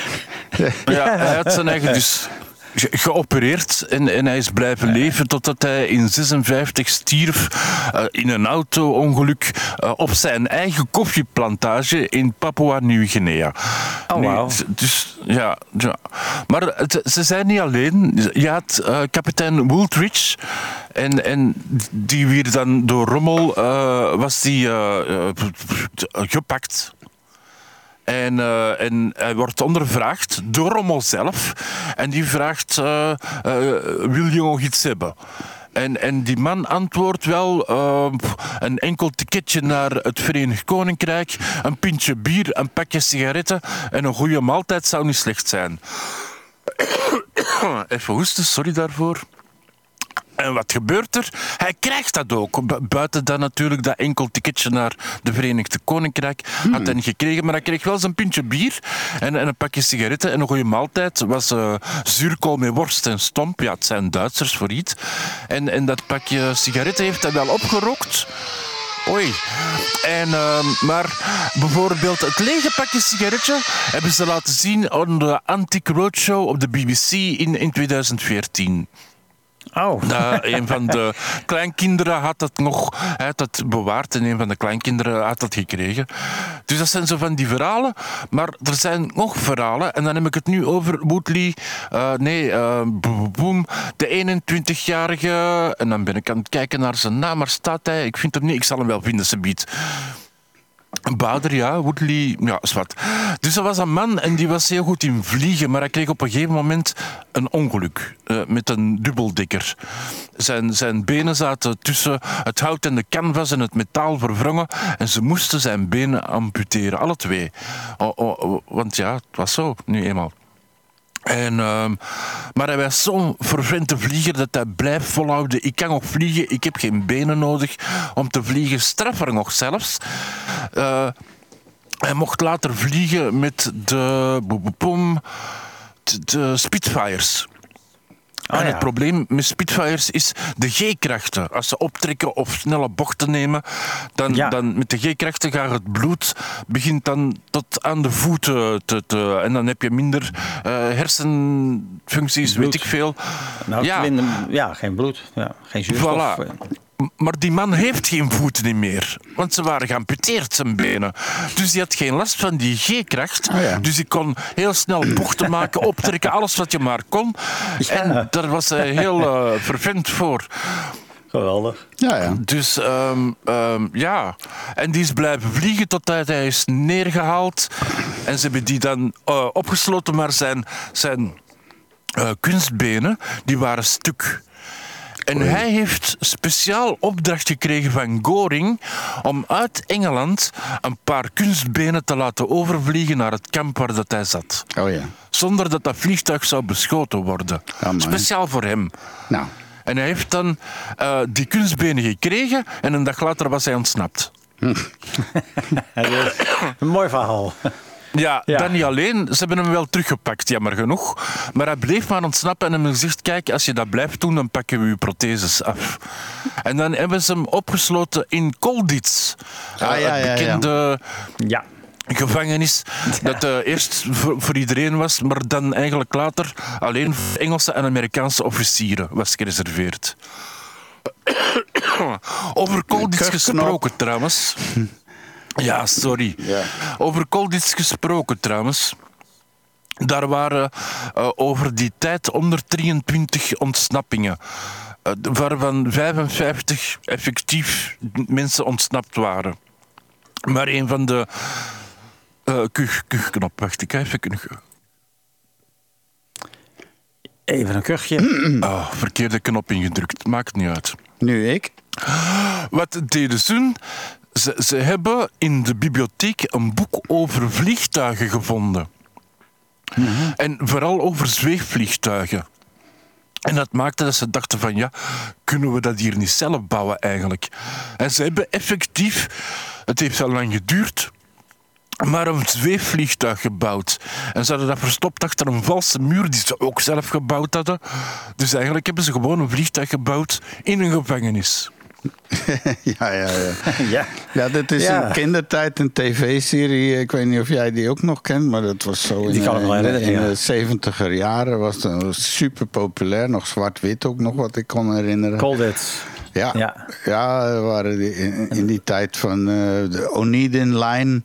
ja, hij had zijn eigen dus geopereerd en, en hij is blijven leven totdat hij in zesenvijftig stierf uh, in een auto-ongeluk uh, op zijn eigen koffieplantage in Papua-Nieuw-Guinea. Oh, wow. Nee, dus, ja, ja. Maar het, ze zijn niet alleen. Je had uh, kapitein Wooldridge en, en die weer dan door rommel uh, was die uh, uh, gepakt. En, uh, en hij wordt ondervraagd door Rommel zelf. En die vraagt, uh, uh, wil je nog iets hebben? En, en die man antwoordt wel, uh, een enkel ticketje naar het Verenigd Koninkrijk, een pintje bier, een pakje sigaretten en een goede maaltijd zou niet slecht zijn. Even hoesten, sorry daarvoor. En wat gebeurt er? Hij krijgt dat ook. Buiten dan natuurlijk dat enkel ticketje naar de Verenigde Koninkrijk had hij niet gekregen. Maar hij kreeg wel zijn pintje bier en, en een pakje sigaretten en een goede maaltijd. Het was uh, zuurkool met worst en stomp. Ja, het zijn Duitsers voor iets. En, en dat pakje sigaretten heeft hij wel opgerookt. Oei. En, uh, maar bijvoorbeeld het lege pakje sigaretje hebben ze laten zien op de Antique Roadshow op de B B C in, in tweeduizend veertien. Oh. Dat een van de kleinkinderen had dat nog, hij had dat bewaard en een van de kleinkinderen had dat gekregen. Dus dat zijn zo van die verhalen. Maar er zijn nog verhalen en dan heb ik het nu over Woodley, uh, nee, uh, boom, de eenentwintigjarige, en dan ben ik aan het kijken naar zijn naam, maar staat hij, ik vind hem niet, ik zal hem wel vinden, ze biedt. Bader, ja, Woodley, ja, is wat. Dus dat was een man en die was heel goed in vliegen, maar hij kreeg op een gegeven moment een ongeluk uh, met een dubbeldekker. Zijn, zijn benen zaten tussen het hout en de canvas en het metaal verwrongen en ze moesten zijn benen amputeren, alle twee. Oh, oh, oh, want ja, het was zo, nu eenmaal. En, uh, maar hij was zo'n fervente vlieger dat hij blijft volhouden. Ik kan nog vliegen, ik heb geen benen nodig om te vliegen. Straffer nog zelfs. Uh, hij mocht later vliegen met de, de, de Spitfires. Oh, en ja. het probleem met Spitfires is de G-krachten. Als ze optrekken of snelle bochten nemen, dan, ja. dan met de G-krachten gaat het bloed begint dan tot aan de voeten te, te en dan heb je minder uh, hersenfuncties, bloed. Weet ik veel. Nou, ja. Minder, ja, geen bloed, ja, geen zuurstof. Voilà. Maar die man heeft geen voeten meer. Want ze waren geamputeerd, zijn benen. Dus die had geen last van die G-kracht. Oh ja. Dus die kon heel snel bochten maken, optrekken, alles wat je maar kon. Ja. En daar was hij heel uh, fervent voor. Geweldig. Ja, ja. Dus um, um, ja, en die is blijven vliegen totdat hij is neergehaald. En ze hebben die dan uh, opgesloten, maar zijn, zijn uh, kunstbenen die waren stuk. En Oei. hij heeft speciaal opdracht gekregen van Göring om uit Engeland een paar kunstbenen te laten overvliegen naar het kamp waar dat hij zat. Oh ja. Zonder dat dat vliegtuig zou beschoten worden. Oh, speciaal voor hem. Nou. En hij heeft dan uh, die kunstbenen gekregen en een dag later was hij ontsnapt. Hm. Een mooi verhaal. Ja, ja, dat niet alleen. Ze hebben hem wel teruggepakt, jammer genoeg. Maar hij bleef maar ontsnappen en hebben gezegd, kijk, als je dat blijft doen, dan pakken we je protheses af. En dan hebben ze hem opgesloten in Colditz. Ah, uh, ja, het bekende... Ja. ja. gevangenis, ja. dat uh, eerst voor, voor iedereen was, maar dan eigenlijk later alleen voor Engelse en Amerikaanse officieren was gereserveerd. Over Colditz gesproken trouwens. Ja, sorry. Ja. Over Colditz gesproken trouwens. Daar waren uh, over die tijd honderddrieëntwintig ontsnappingen. Uh, waarvan vijfenvijftig effectief mensen ontsnapt waren. Maar een van de... Uh, kuch, kuchknop, wacht, ik ga even kunnen... Even een kuchje. Oh, verkeerde knop ingedrukt, maakt niet uit. Nu ik. Wat deden ze? Ze, ze hebben in de bibliotheek een boek over vliegtuigen gevonden. Mm-hmm. En vooral over zweefvliegtuigen. En dat maakte dat ze dachten van, ja, kunnen we dat hier niet zelf bouwen eigenlijk? En ze hebben effectief, het heeft al lang geduurd, maar een zweefvliegtuig gebouwd. En ze hadden dat verstopt achter een valse muur die ze ook zelf gebouwd hadden. Dus eigenlijk hebben ze gewoon een vliegtuig gebouwd in een gevangenis. ja, ja, ja. ja. ja, dit is ja. in kindertijd een tv-serie. Ik weet niet of jij die ook nog kent, maar dat was zo in, die kan in, in, in ja. de zeventiger jaren. Was het super populair, nog zwart-wit ook nog, wat ik kon herinneren. Colditz. Ja, ja. ja waren die, in, in die tijd van uh, de Oneiden-lijn.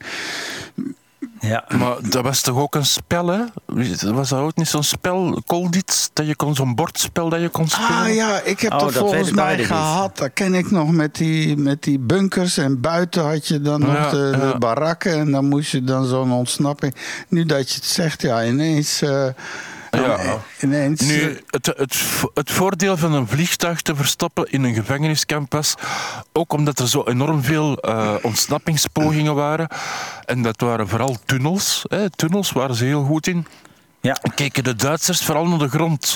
Ja. Maar dat was toch ook een spel, hè? Was dat ook niet zo'n spel, Colditz, dat je kon, zo'n bordspel dat je kon spelen? Ah ja, ik heb oh, dat, dat volgens mij gehad. Dat ken ik nog met die, met die bunkers. En buiten had je dan nog ja, de, de ja. barakken. En dan moest je dan zo'n ontsnapping. Nu dat je het zegt, ja, ineens... Uh, Ja. Ineens. Nu, het, het, het voordeel van een vliegtuig te verstoppen in een gevangeniskamp was, ook omdat er zo enorm veel uh, ontsnappingspogingen waren, en dat waren vooral tunnels, hè, tunnels waren ze heel goed in, ja. keken de Duitsers vooral naar de grond,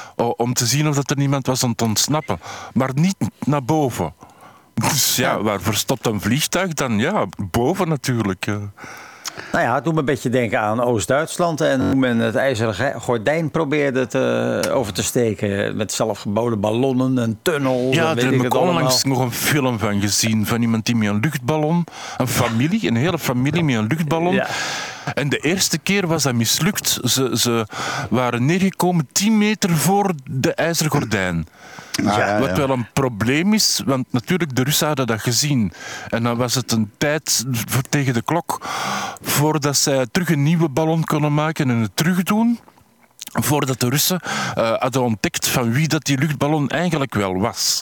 om te zien of dat er niemand was aan het ontsnappen, maar niet naar boven. Dus ja, waar verstopt een vliegtuig dan? Ja, boven natuurlijk. Nou ja, het doet me een beetje denken aan Oost-Duitsland en hoe men het ijzeren gordijn probeerde te, over te steken met zelfgebouwde ballonnen en tunnels. Ja, en daar heb ik onlangs nog een film van gezien van iemand die met een luchtballon, een familie, een hele familie met een luchtballon. Ja. En de eerste keer was dat mislukt. Ze, ze waren neergekomen tien meter voor de ijzeren gordijn. Ja, ja, ja. Wat wel een probleem is, want natuurlijk de Russen hadden dat gezien. En dan was het een tijd voor tegen de klok voordat zij terug een nieuwe ballon konden maken en het terugdoen. Voordat de Russen uh, hadden ontdekt van wie dat die luchtballon eigenlijk wel was.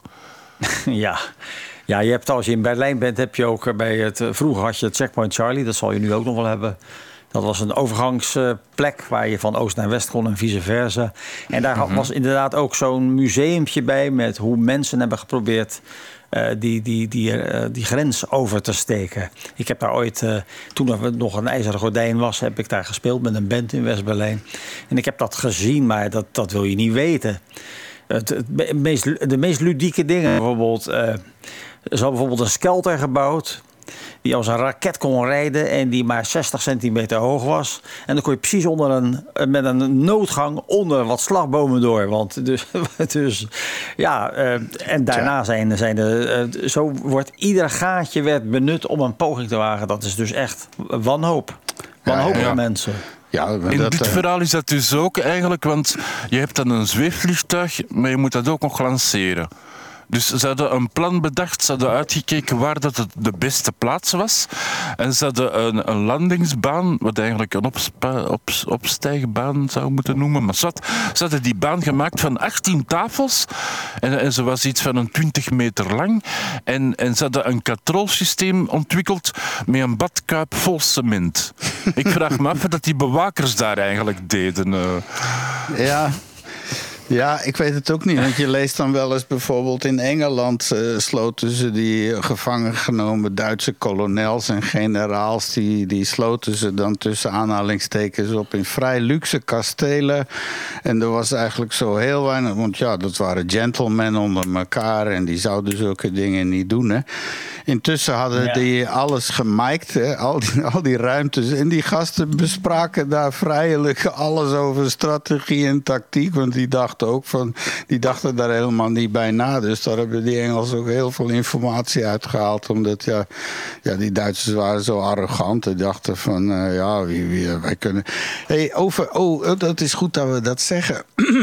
Ja. Ja, je hebt, als je in Berlijn bent, heb je ook bij het... Vroeger had je het Checkpoint Charlie, dat zal je nu ook nog wel hebben. Dat was een overgangsplek waar je van oost naar west kon en vice versa. En daar mm-hmm. was inderdaad ook zo'n museumpje bij met hoe mensen hebben geprobeerd uh, die, die, die, uh, die grens over te steken. Ik heb daar ooit, uh, toen er nog een ijzeren gordijn was, heb ik daar gespeeld met een band in West-Berlijn. En ik heb dat gezien, maar dat, dat wil je niet weten. Het, het meest, de meest ludieke dingen, bijvoorbeeld... Uh, Er is al bijvoorbeeld een Skelter gebouwd die als een raket kon rijden en die maar zestig centimeter hoog was. En dan kon je precies onder een, met een noodgang onder wat slagbomen door. Want dus, dus ja, uh, en daarna zijn, zijn de, uh, zo wordt ieder gaatje werd benut om een poging te wagen. Dat is dus echt wanhoop. Wanhoop ja, ja. mensen. Ja, in dat, dit uh... verhaal is dat dus ook eigenlijk, want je hebt dan een zweefvliegtuig, maar je moet dat ook nog lanceren. Dus ze hadden een plan bedacht, ze hadden uitgekeken waar dat het de beste plaats was. En ze hadden een, een landingsbaan, wat eigenlijk een opspa, op, opstijgbaan zou moeten noemen. Maar zat, ze hadden die baan gemaakt van achttien tafels. En, en ze was iets van een twintig meter lang. En, en ze hadden een katrolsysteem ontwikkeld met een badkuip vol cement. Ik vraag me af wat die bewakers daar eigenlijk deden. Uh. Ja... Ja, ik weet het ook niet. Want je leest dan wel eens bijvoorbeeld in Engeland uh, sloten ze die gevangen genomen Duitse kolonels en generaals. Die, die sloten ze dan tussen aanhalingstekens op in vrij luxe kastelen. En er was eigenlijk zo heel weinig. Want ja, dat waren gentlemen onder elkaar en die zouden zulke dingen niet doen. Hè. Intussen hadden ja. die alles gemiked, hè, al, die, al die ruimtes. En die gasten bespraken daar vrijelijk alles over strategie en tactiek. Want die dachten ook van, die dachten daar helemaal niet bij na. Dus daar hebben die Engelsen ook heel veel informatie uitgehaald. Omdat ja, ja die Duitsers waren zo arrogant. Die dachten van, uh, ja, wie, wie, wij kunnen... Hey, over, oh, dat is goed dat we dat zeggen.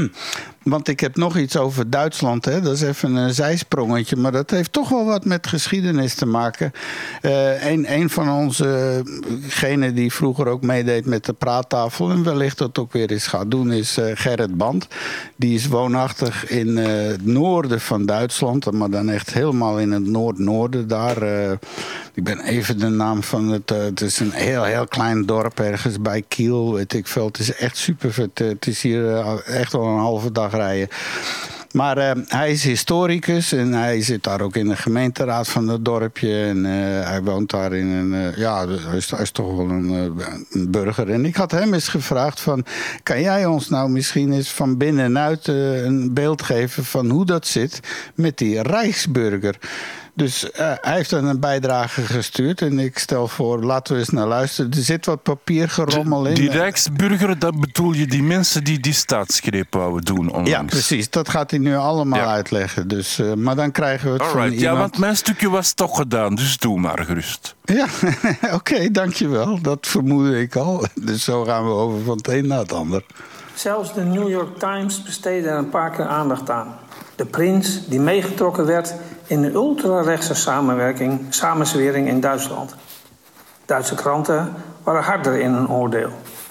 Want ik heb nog iets over Duitsland. Hè? Dat is even een zijsprongetje. Maar dat heeft toch wel wat met geschiedenis te maken. Uh, een, een van onze, genen die vroeger ook meedeed met de praattafel... en wellicht dat ook weer eens gaat doen, is uh, Gerrit Band. Die is woonachtig in uh, het noorden van Duitsland. Maar dan echt helemaal in het noord-noorden daar. Uh, ik ben even de naam van het... Uh, het is een heel, heel klein dorp ergens bij Kiel. Weet ik veel. Het is echt super. Het, het is hier uh, echt wel een halve dag rijden. Maar uh, hij is historicus en hij zit daar ook in de gemeenteraad van het dorpje. En uh, hij woont daar in een... Uh, ja, hij is, hij is toch wel een, uh, een burger. En ik had hem eens gevraagd van... kan jij ons nou misschien eens van binnenuit uh, een beeld geven... van hoe dat zit met die Rijksburger... Dus uh, hij heeft dan een bijdrage gestuurd. En ik stel voor, laten we eens naar luisteren. Er zit wat papiergerommel in. Die Rijksburger, dat bedoel je die mensen die die staatsgreep wouden doen onlangs? Ja, precies. Dat gaat hij nu allemaal ja. uitleggen. Dus, uh, maar dan krijgen we het Alright. van iemand... Ja, want mijn stukje was toch gedaan. Dus doe maar gerust. Ja, oké, okay, dankjewel. Dat vermoedde ik al. Dus zo gaan we over van het een naar het ander. Zelfs de New York Times besteedde er een paar keer aandacht aan. De prins die meegetrokken werd in een ultrarechtse samenwerking, samenzwering in Duitsland. Duitse kranten waren harder in hun oordeel.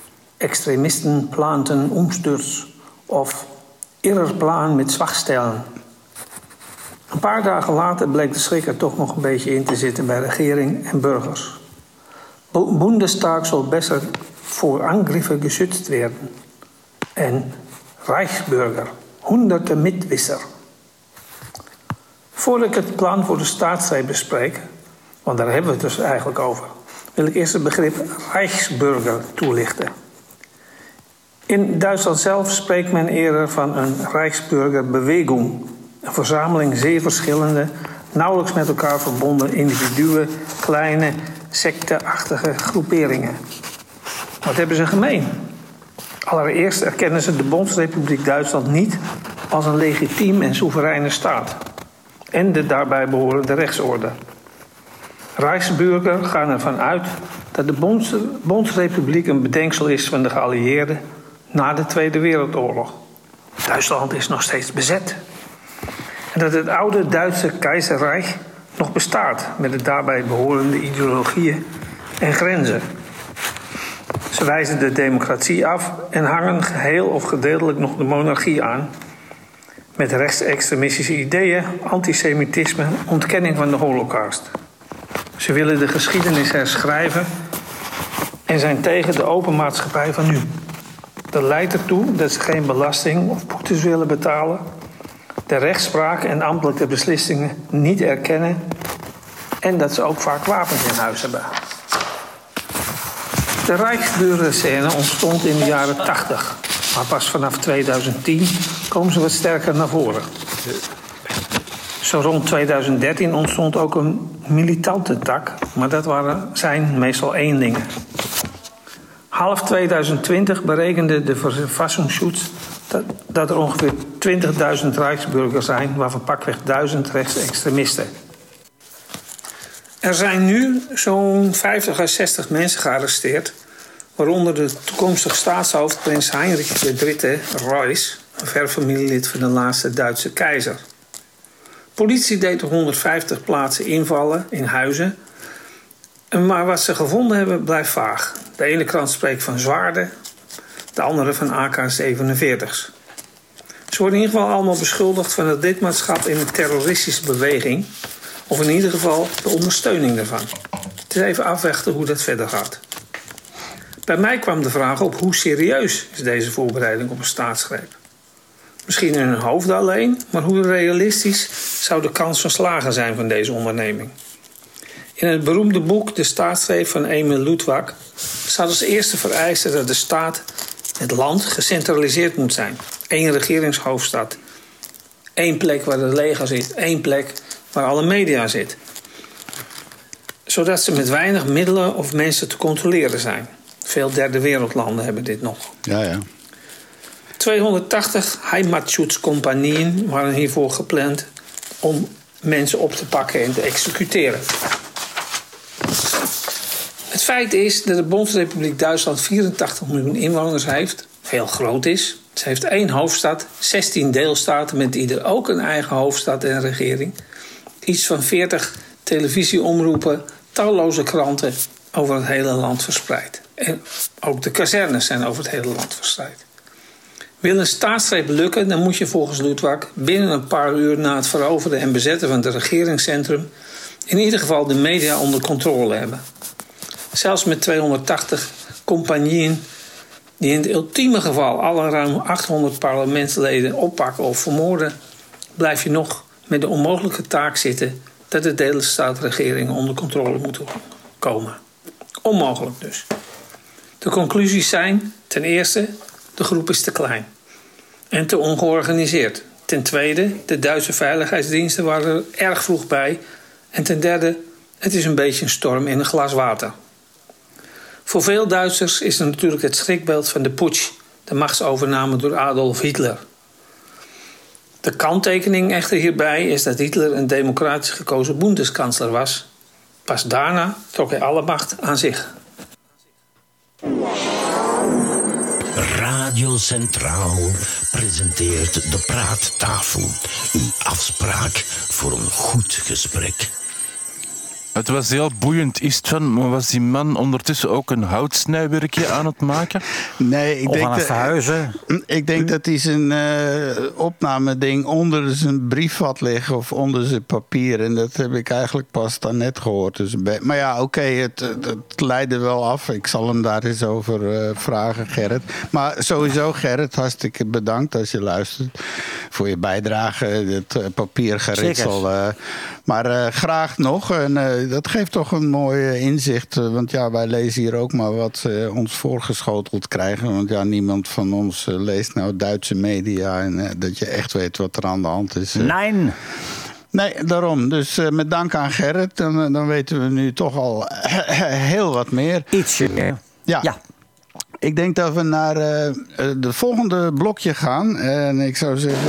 Extremisten planten Umsturz of Irrplan met Zwachstellen. Een paar dagen later bleek de schrik er toch nog een beetje in te zitten bij regering en burgers. Bundestag zal best voor angriffen geschützt werden. En Reichsbürger, honderden Mitwisser. Voordat ik het plan voor de staatsgreep bespreek, want daar hebben we het dus eigenlijk over, wil ik eerst het begrip Reichsbürger toelichten. In Duitsland zelf spreekt men eerder van een Reichsbürgerbeweging, een verzameling zeer verschillende, nauwelijks met elkaar verbonden individuen, kleine, secteachtige groeperingen. Wat hebben ze gemeen? Allereerst erkennen ze de Bondsrepubliek Duitsland niet als een legitiem en soevereine staat. En de daarbij behorende rechtsorde. Reichsbürger gaan ervan uit dat de Bonds, Bondsrepubliek een bedenksel is van de geallieerden na de Tweede Wereldoorlog. Duitsland is nog steeds bezet. En dat het oude Duitse keizerrijk nog bestaat met de daarbij behorende ideologieën en grenzen. Ze wijzen de democratie af en hangen geheel of gedeeltelijk nog de monarchie aan. Met rechtsextremistische ideeën, antisemitisme, ontkenning van de holocaust. Ze willen de geschiedenis herschrijven en zijn tegen de open maatschappij van nu. Dat leidt ertoe dat ze geen belasting of boetes willen betalen, de rechtspraak en ambtelijke beslissingen niet erkennen en dat ze ook vaak wapens in huis hebben. De Rijksbürgerscène ontstond in de jaren tachtig, maar pas vanaf tweeduizend tien komen ze wat sterker naar voren. Zo rond tweeduizend dertien ontstond ook een militante tak, maar dat waren, zijn meestal eenlingen. Half tweeduizend twintig berekende de Verfassungsschutz dat, dat er ongeveer twintigduizend Rijksburgers zijn, waarvan pakweg duizend rechtsextremisten. Er zijn nu zo'n vijftig à zestig mensen gearresteerd, waaronder de toekomstig staatshoofd prins Heinrich de derde Reuß, een ver familielid van de laatste Duitse keizer. Politie deed op honderdvijftig plaatsen invallen in huizen. Maar wat ze gevonden hebben blijft vaag. De ene krant spreekt van zwaarden, de andere van A K zevenenveertig's. Ze worden in ieder geval allemaal beschuldigd van het lidmaatschap in een terroristische beweging. Of in ieder geval de ondersteuning daarvan. Het is even afwachten hoe dat verder gaat. Bij mij kwam de vraag op hoe serieus is deze voorbereiding op een staatsgreep. Misschien in hun hoofd alleen, maar hoe realistisch zou de kans van slagen zijn van deze onderneming? In het beroemde boek De Staatsgreep van Emil Luttwak staat als eerste vereiste dat de staat, het land, gecentraliseerd moet zijn. Eén regeringshoofdstad. Eén plek waar het leger zit. Eén plek waar alle media zit. Zodat ze met weinig middelen of mensen te controleren zijn. Veel derde wereldlanden hebben dit nog. Ja, ja. tweehonderdtachtig Heimatschutzkompanien waren hiervoor gepland om mensen op te pakken en te executeren. Het feit is dat de Bondsrepubliek Duitsland vierentachtig miljoen inwoners heeft, heel groot is. Ze heeft één hoofdstad, zestien deelstaten met ieder ook een eigen hoofdstad en regering. Iets van veertig televisieomroepen, talloze kranten over het hele land verspreid. En ook de kazernes zijn over het hele land verspreid. Wil een staatsgreep lukken, dan moet je volgens Luttwak binnen een paar uur na het veroveren en bezetten van het regeringscentrum in ieder geval de media onder controle hebben. Zelfs met tweehonderdtachtig compagnieën die in het ultieme geval alle ruim achthonderd parlementsleden oppakken of vermoorden, blijf je nog met de onmogelijke taak zitten dat de deelstaatregeringen onder controle moeten komen. Onmogelijk dus. De conclusies zijn, ten eerste, de groep is te klein en te ongeorganiseerd. Ten tweede, de Duitse veiligheidsdiensten waren er erg vroeg bij. En ten derde, het is een beetje een storm in een glas water. Voor veel Duitsers is er natuurlijk het schrikbeeld van de putsch, de machtsovername door Adolf Hitler. De kanttekening echter hierbij is dat Hitler een democratisch gekozen Bundeskansler was. Pas daarna trok hij alle macht aan zich. Radio Centraal presenteert de Praattafel. Uw afspraak voor een goed gesprek. Het was heel boeiend, Istvan, maar was die man ondertussen ook een houtsnijwerkje aan het maken? Nee, ik of denk aan het verhuizen? Dat, ik denk dat hij zijn uh, opnameding onder zijn briefvat ligt of onder zijn papier. En dat heb ik eigenlijk pas daarnet gehoord. Dus, maar ja, oké, okay, het, het, het leidde wel af. Ik zal hem daar eens over uh, vragen, Gerrit. Maar sowieso, Gerrit, hartstikke bedankt als je luistert voor je bijdrage. Het uh, papiergeritsel. Uh, maar uh, graag nog. En, uh, dat geeft toch een mooi inzicht. Want ja, wij lezen hier ook maar wat uh, ons voorgeschoteld krijgen. Want ja, niemand van ons uh, leest nou Duitse media. En uh, dat je echt weet wat er aan de hand is. Uh. Nee. Nee, daarom. Dus uh, met dank aan Gerrit. Dan, dan weten we nu toch al heel wat meer. Ietsje. Ja. ja. Ik denk dat we naar uh, de volgende blokje gaan. En ik zou zeggen...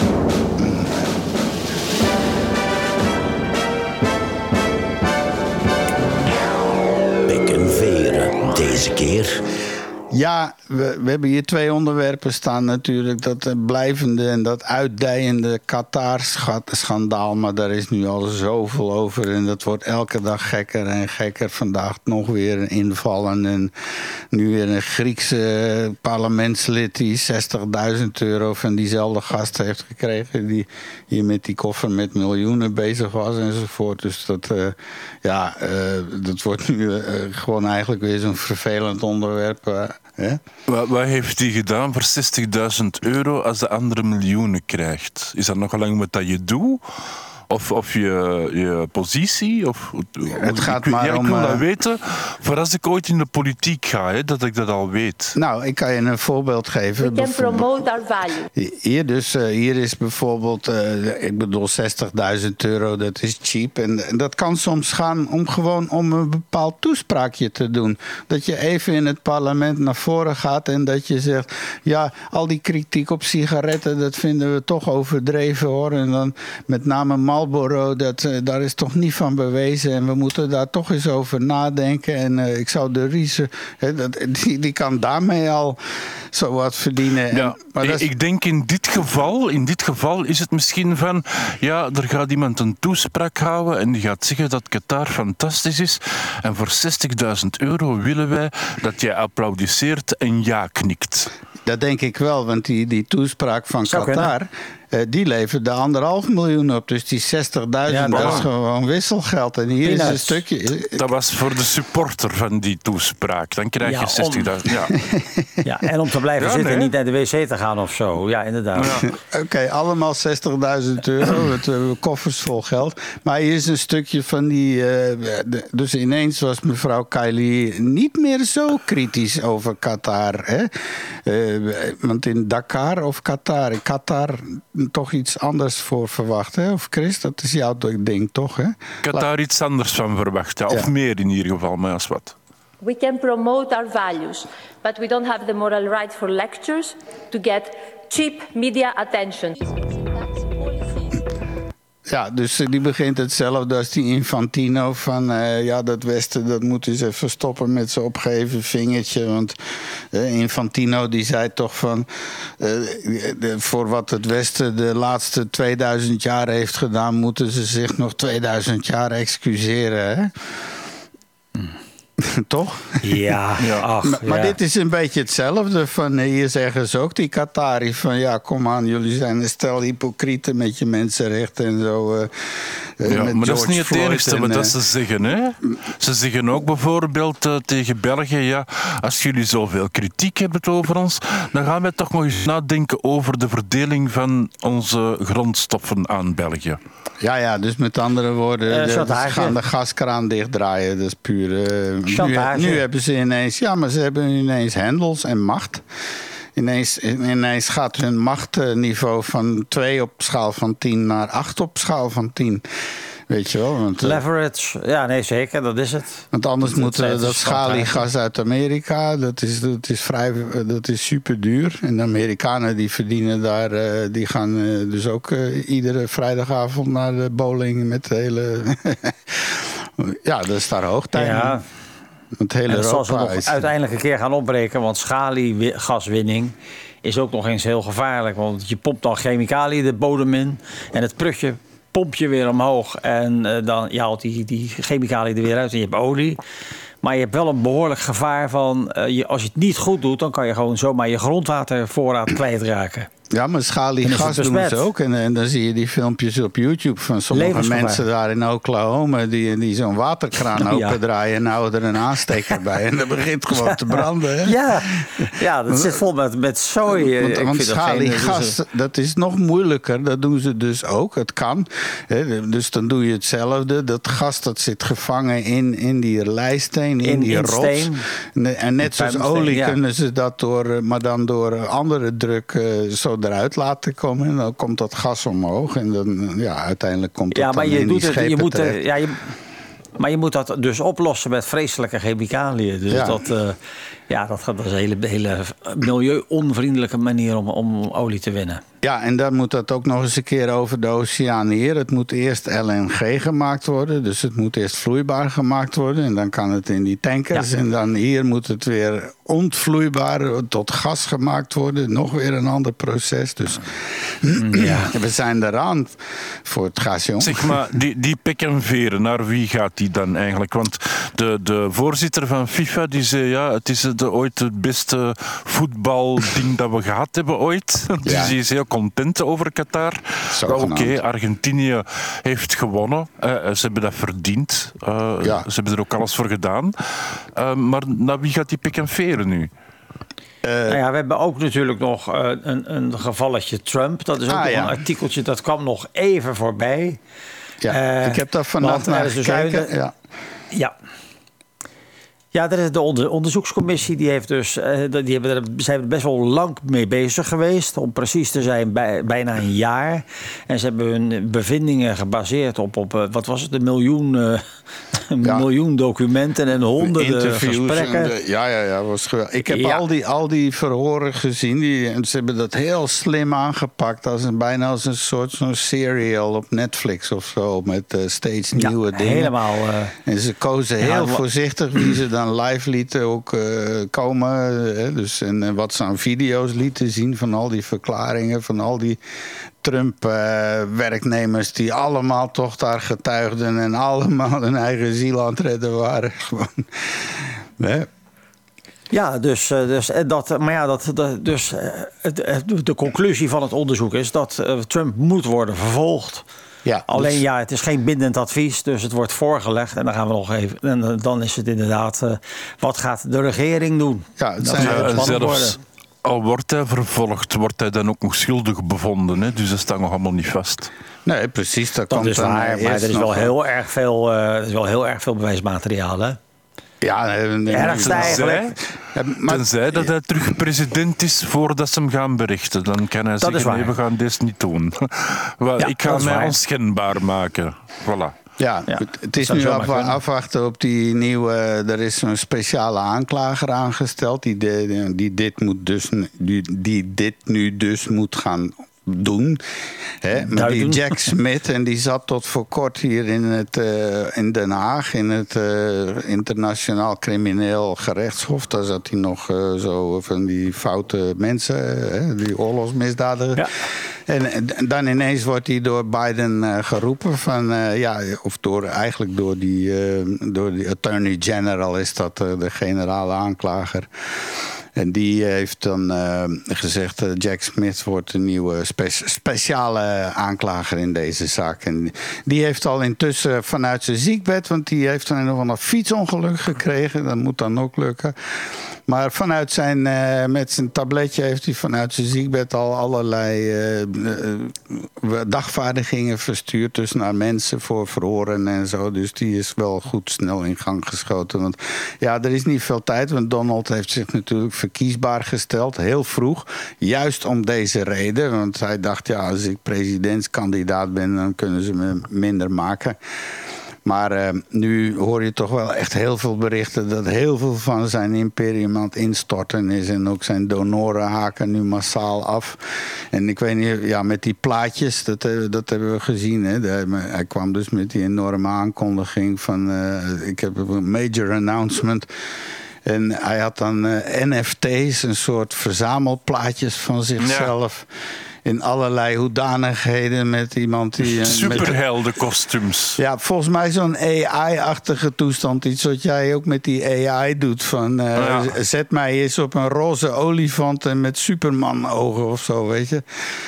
Deze keer. Ja, we, we hebben hier twee onderwerpen staan natuurlijk. Dat blijvende en dat uitdijende Qatar-schandaal. Maar daar is nu al zoveel over. En dat wordt elke dag gekker en gekker. Vandaag nog weer een invallen. En nu weer een Griekse parlementslid die zestigduizend euro van diezelfde gast heeft gekregen. Die hier met die koffer met miljoenen bezig was enzovoort. Dus dat, uh, ja, uh, dat wordt nu uh, gewoon eigenlijk weer zo'n vervelend onderwerp. Uh, Ja? Wat, wat heeft hij gedaan voor zestigduizend euro als de andere miljoenen krijgt? Is dat nog lang wat dat je doet? Of, of je, je positie? Of, het gaat ik, maar ja, om... Ik wil uh, dat weten voor als ik ooit in de politiek ga, hè, dat ik dat al weet. Nou, ik kan je een voorbeeld geven. We can promote our value. Hier, dus, uh, hier is bijvoorbeeld, uh, ik bedoel zestigduizend euro, dat is cheap. En, en dat kan soms gaan om gewoon om een bepaald toespraakje te doen. Dat je even in het parlement naar voren gaat en dat je zegt... ja, al die kritiek op sigaretten, dat vinden we toch overdreven, hoor. En dan met name Mal Marlboro, dat, uh, daar is toch niet van bewezen. En we moeten daar toch eens over nadenken. En uh, ik zou de Riese, uh, dat, die, die kan daarmee al zo wat verdienen. Ja, en, maar dat is... Ik denk in dit geval, in dit geval is het misschien van, ja, er gaat iemand een toespraak houden en die gaat zeggen dat Qatar fantastisch is. En voor zestigduizend euro willen wij dat jij applaudisseert en ja knikt. Dat denk ik wel, want die, die toespraak van Zo Qatar, uh, die leverde anderhalf miljoen op. Dus die zestigduizend, ja, dat is gewoon wisselgeld. En hier Peanuts. Is een stukje... Dat was voor de supporter van die toespraak. Dan krijg je ja, zestigduizend. Ja. ja, en om te blijven ja, zitten en nee. niet naar de wc te gaan of zo. Ja, inderdaad. Ja. Oké, okay, allemaal zestigduizend euro. Met uh, koffers vol geld. Maar hier is een stukje van die... Uh, de, dus ineens was mevrouw Kylie niet meer zo kritisch over Qatar. Hè? Uh, want in Dakar of Qatar... Qatar toch iets anders voor verwacht, hè? Of Chris, dat is jouw ding toch, hè? Qatar iets anders van verwacht, ja. Of ja. meer in ieder geval, maar als wat. We can promote our values, but we don't have the moral right for lectures to get cheap media attention. Ja, dus die begint hetzelfde als die Infantino van... Uh, ja, dat Westen, dat moet eens even stoppen met zijn opgeheven vingertje. Want uh, Infantino die zei toch van... Uh, de, voor wat het Westen de laatste tweeduizend jaar heeft gedaan... moeten ze zich nog tweeduizend jaar excuseren, hè? Hmm. Toch? Ja, ja, ach, maar, maar ja. dit is een beetje hetzelfde. Van, hier zeggen ze ook, die Qatari, van ja, kom aan, jullie zijn een stel hypocrieten met je mensenrechten en zo. Uh, ja, met maar George dat is niet het Floyd enigste en, uh, dat ze zeggen. Hè? Ze zeggen ook bijvoorbeeld uh, tegen België, ja, als jullie zoveel kritiek hebben over ons, dan gaan wij toch nog eens nadenken over de verdeling van onze grondstoffen aan België. Ja, ja, dus met andere woorden, uh, de, ze gaan de gaskraan dichtdraaien. Dat is puur... Uh, nu, nu hebben ze ineens... Ja, maar ze hebben ineens hendels en macht. Ineens, ineens gaat hun machtniveau van twee op schaal van tien naar acht op schaal van tien. Weet je wel? Want, leverage, ja, nee, zeker, dat is het. Want anders moet dat, dat schaliegas uit Amerika, dat is, dat is, vrij, dat is super duur. En de Amerikanen die verdienen daar, die gaan dus ook uh, iedere vrijdagavond naar de bowling met de hele... ja, dat is daar hoogtij. Ja. Het hele en dat zal ze nog is... uiteindelijk een keer gaan opbreken, want schaliegaswinning is ook nog eens heel gevaarlijk. Want je pompt dan chemicaliën de bodem in en het prutje pomp je weer omhoog en uh, dan je haalt die, die chemicaliën er weer uit en je hebt olie. Maar je hebt wel een behoorlijk gevaar van, uh, je, als je het niet goed doet, dan kan je gewoon zomaar je grondwatervoorraad kwijtraken. Ja, maar schaliegas doen ze ook. En, en dan zie je die filmpjes op YouTube van sommige mensen daar in Oklahoma... die, die zo'n waterkraan oh, ja. opendraaien en houden er een aansteker bij. En dat begint gewoon ja. te branden. Hè? Ja. ja, dat zit vol met, met zooi. Want, want schaliegas, dat, dat is nog moeilijker. Dat doen ze dus ook. Het kan. Hè? Dus dan doe je hetzelfde. Dat gas dat zit gevangen in, in die leisteen, in, in die in rots. Steen. En net zoals olie ja. kunnen ze dat door... maar dan door andere druk... Uh, zo eruit laten komen en dan komt dat gas omhoog en dan ja uiteindelijk komt dat ja, maar dan je in doet die het, je moet, uh, ja, je, maar je moet dat dus oplossen met vreselijke chemicaliën. Dus ja. dat, uh, ja, dat, dat is een hele, hele milieu-onvriendelijke manier om, om olie te winnen. Ja, en dan moet dat ook nog eens een keer over de oceaan hier. Het moet eerst L N G gemaakt worden. Dus het moet eerst vloeibaar gemaakt worden. En dan kan het in die tankers. Ja. En dan hier moet het weer ontvloeibaar tot gas gemaakt worden. Nog weer een ander proces. Dus ja. we zijn eraan voor het gas, jongen. Zeg maar, die, die pek en veren, naar wie gaat die dan eigenlijk? Want de, de voorzitter van FIFA die zei, ja, het is de, ooit het beste voetbalding dat we gehad hebben ooit. Dus ja. die is heel content over Qatar. Oké, okay, Argentinië heeft gewonnen. Uh, ze hebben dat verdiend. Uh, ja. Ze hebben er ook alles voor gedaan. Uh, maar naar wie gaat die pik en veren nu? Uh, nou ja, we hebben ook natuurlijk nog uh, een, een gevalletje Trump. Dat is ook ah, nog ja. een artikeltje, dat kwam nog even voorbij. Ja, uh, ik heb daar vannacht naar gekeken. Dus ja. ja. Ja, dat is de onder, onderzoekscommissie. Die, heeft dus, uh, die hebben er, zijn er best wel lang mee bezig geweest. Om precies te zijn, bij, bijna een jaar. En ze hebben hun bevindingen gebaseerd op, op uh, wat was het, een miljoen uh, Een ja. miljoen documenten en honderden interviews gesprekken. En de, ja, ja, ja, was geweldig. Ik heb ja. al, die, al die verhoren gezien. Die, en ze hebben dat heel slim aangepakt. Als een, bijna als een soort zo'n serial op Netflix of zo. Met uh, steeds ja, nieuwe dingen. Helemaal. Uh, en ze kozen heel ja, voorzichtig wie ze dan live lieten ook uh, komen. Hè, dus, en uh, wat ze aan video's lieten zien van al die verklaringen. Van al die Trump-werknemers uh, die allemaal toch daar getuigden en allemaal hun eigen ziel aan het redden waren. Gewoon. Nee. Ja, dus, dus, dat, maar ja, dat, dat, dus de conclusie van het onderzoek is dat Trump moet worden vervolgd. Ja, Alleen dus... ja, het is geen bindend advies, dus het wordt voorgelegd. En dan gaan we nog even. En dan is het inderdaad, uh, wat gaat de regering doen? Ja, het zijn ja, zelfs. Worden. Al wordt hij vervolgd, wordt hij dan ook nog schuldig bevonden. Hè? Dus dat staat nog allemaal niet vast. Nee, precies. Dat, dat komt is waar, maar er is, wel heel erg veel, uh, er is wel heel erg veel bewijsmateriaal, hè? Ja, ergste eigenlijk. Maar, tenzij dat hij terug president is voordat ze hem gaan berichten. Dan kan hij dat zeggen, nee, we gaan dit niet doen. Wel, ja, ik ga mij onschendbaar maken. Voilà. Ja, ja, het is nu af, afwachten op die nieuwe. Er is een speciale aanklager aangesteld die, de, die, dit, moet dus, die, die dit nu dus moet gaan doen. Hè? Maar die Jack Smith, en die zat tot voor kort hier in, het, uh, in Den Haag, in het uh, internationaal crimineel gerechtshof. Daar zat hij nog uh, zo van die foute mensen, hè? Die oorlogsmisdadigers. Ja. En, en dan ineens wordt hij door Biden uh, geroepen van, uh, ja, of door, eigenlijk door die, uh, door die attorney general is dat uh, de generale aanklager. En die heeft dan uh, gezegd, uh, Jack Smith wordt een nieuwe spe- speciale aanklager in deze zaak. En die heeft al intussen vanuit zijn ziekbed, want die heeft een of ander fietsongeluk gekregen. Dat moet dan ook lukken. Maar vanuit zijn, uh, met zijn tabletje heeft hij vanuit zijn ziekbed al allerlei uh, uh, dagvaardigingen verstuurd. Dus naar mensen voor verhoren en zo. Dus die is wel goed snel in gang geschoten. Want ja, er is niet veel tijd. Want Donald heeft zich natuurlijk verkiesbaar gesteld. Heel vroeg. Juist om deze reden. Want hij dacht, ja, als ik presidentskandidaat ben, dan kunnen ze me minder maken. Maar uh, nu hoor je toch wel echt heel veel berichten dat heel veel van zijn imperium aan het instorten is. En ook zijn donoren haken nu massaal af. En ik weet niet, ja, met die plaatjes, dat, dat hebben we gezien. Hè. De, hij kwam dus met die enorme aankondiging van, uh, ik heb een major announcement. En hij had dan uh, N F T's, een soort verzamelplaatjes van zichzelf. Ja. In allerlei hoedanigheden met iemand die... Superheldenkostuums. Ja, volgens mij zo'n A I-achtige toestand. Iets wat jij ook met die A I doet. Van, uh, ja. Zet mij eens op een roze olifant en met Superman-ogen of zo, weet je.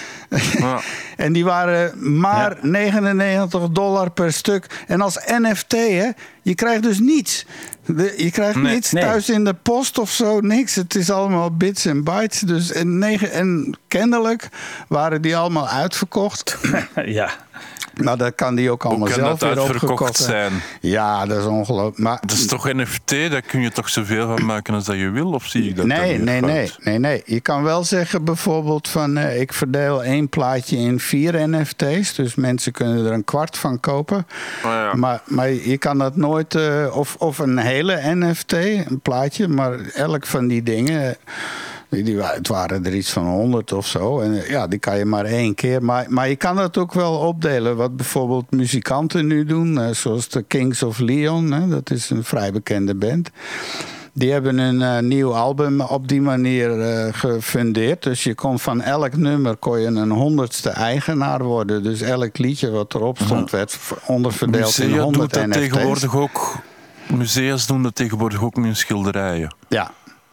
Ja. En die waren maar ja. negenennegentig dollar per stuk. En als N F T, hè, je krijgt dus niets. De, je krijgt nee, niets nee. thuis in de post of zo, niks. Het is allemaal bits en bytes. Dus en, negen, en kennelijk waren die allemaal uitverkocht. Ja. Nou, dat kan die ook allemaal zelf weer opgekocht zijn. Ja, dat is ongelooflijk. Maar dat is toch N F T, daar kun je toch zoveel van maken als dat je wil? Of zie ik dat nee, nee, nee, nee, nee. Je kan wel zeggen bijvoorbeeld van, uh, ik verdeel één plaatje in vier N F T's. Dus mensen kunnen er een kwart van kopen. Oh ja. maar, maar je kan dat nooit, uh, of, of een hele N F T, een plaatje. Maar elk van die dingen... Die, het waren er iets van honderd of zo. En ja, die kan je maar één keer. Maar, maar je kan dat ook wel opdelen. Wat bijvoorbeeld muzikanten nu doen. Zoals de Kings of Leon. Hè, dat is een vrij bekende band. Die hebben een uh, nieuw album op die manier uh, gefundeerd. Dus je kon van elk nummer kon je een honderdste eigenaar worden. Dus elk liedje wat erop stond werd onderverdeeld Musea in honderd doet dat N F T's. Tegenwoordig ook, musea's doen dat tegenwoordig ook in schilderijen. Ja.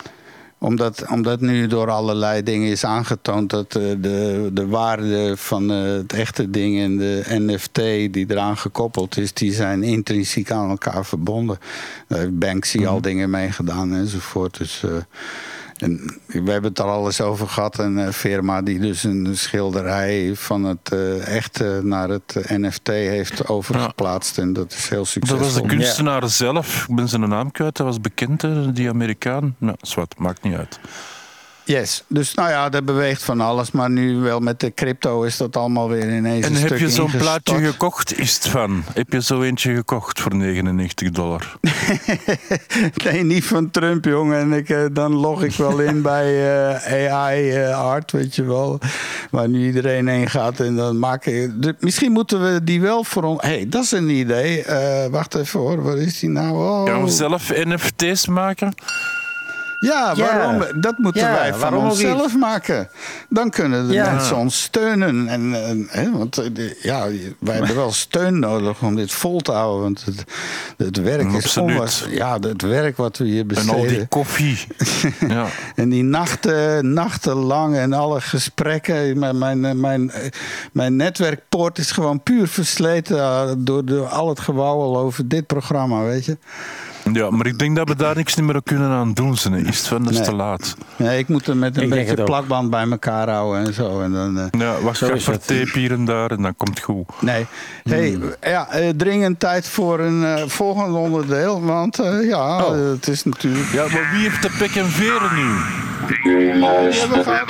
Omdat, omdat nu door allerlei dingen is aangetoond dat de, de, de waarde van het echte ding en de N F T die eraan gekoppeld is, die zijn intrinsiek aan elkaar verbonden. Daar heeft Banksy mm-hmm. al dingen mee gedaan enzovoort. Dus, uh, en we hebben het er al eens over gehad. Een uh, firma die dus een schilderij van het uh, echte naar het uh, N F T heeft overgeplaatst. Ja. En dat is heel succesvol. Dat was de kunstenaar ja. zelf. Ik ben zijn naam kwijt. Dat was bekend, die Amerikaan. Nou, zwart, maakt niet uit. Yes, dus nou ja, dat beweegt van alles. Maar nu wel met de crypto is dat allemaal weer ineens en een stuk heb je zo'n ingestort. plaatje gekocht, is het van? Heb je zo eentje gekocht voor negenennegentig dollar? Nee, niet van Trump, jongen. En ik, uh, dan log ik wel in bij uh, A I uh, Art, weet je wel. Waar nu iedereen heen gaat. En dan maken. De, misschien moeten we die wel voor ons. Hé, hey, dat is een idee. Uh, wacht even hoor, waar is die nou? Oh. Gaan we zelf N F T's maken? Ja, Ja. waarom? Dat moeten Ja, wij van waarom ook onszelf niet? maken. Dan kunnen de Ja. mensen ons steunen. En, en, hè, want uh, de- ja, wij hebben wel steun nodig om dit vol te houden. Want het, het werk is Absoluut. onwas. Ja, het werk wat we hier En besteden. al die koffie. Ja. En die nachten, nachtenlang en alle gesprekken. Mijn, mijn, mijn, mijn netwerkpoort is gewoon puur versleten uh, door, door al het gewauwel over dit programma, weet je. Ja, maar ik denk dat we daar niks meer kunnen aan doen. Zijn. Is het van, dat is Nee. te laat. Nee, ik moet er met een Ik denk beetje het ook. plakband bij elkaar houden en zo. En dan, uh, Ja, wat Zo is het. tape hier en daar en dan komt het goed. nee. Hey, ja, uh, dringend tijd voor een uh, volgend onderdeel. Want uh, ja, Oh. uh, het is natuurlijk... Ja, maar wie heeft de pek en veren nu? U luistert naar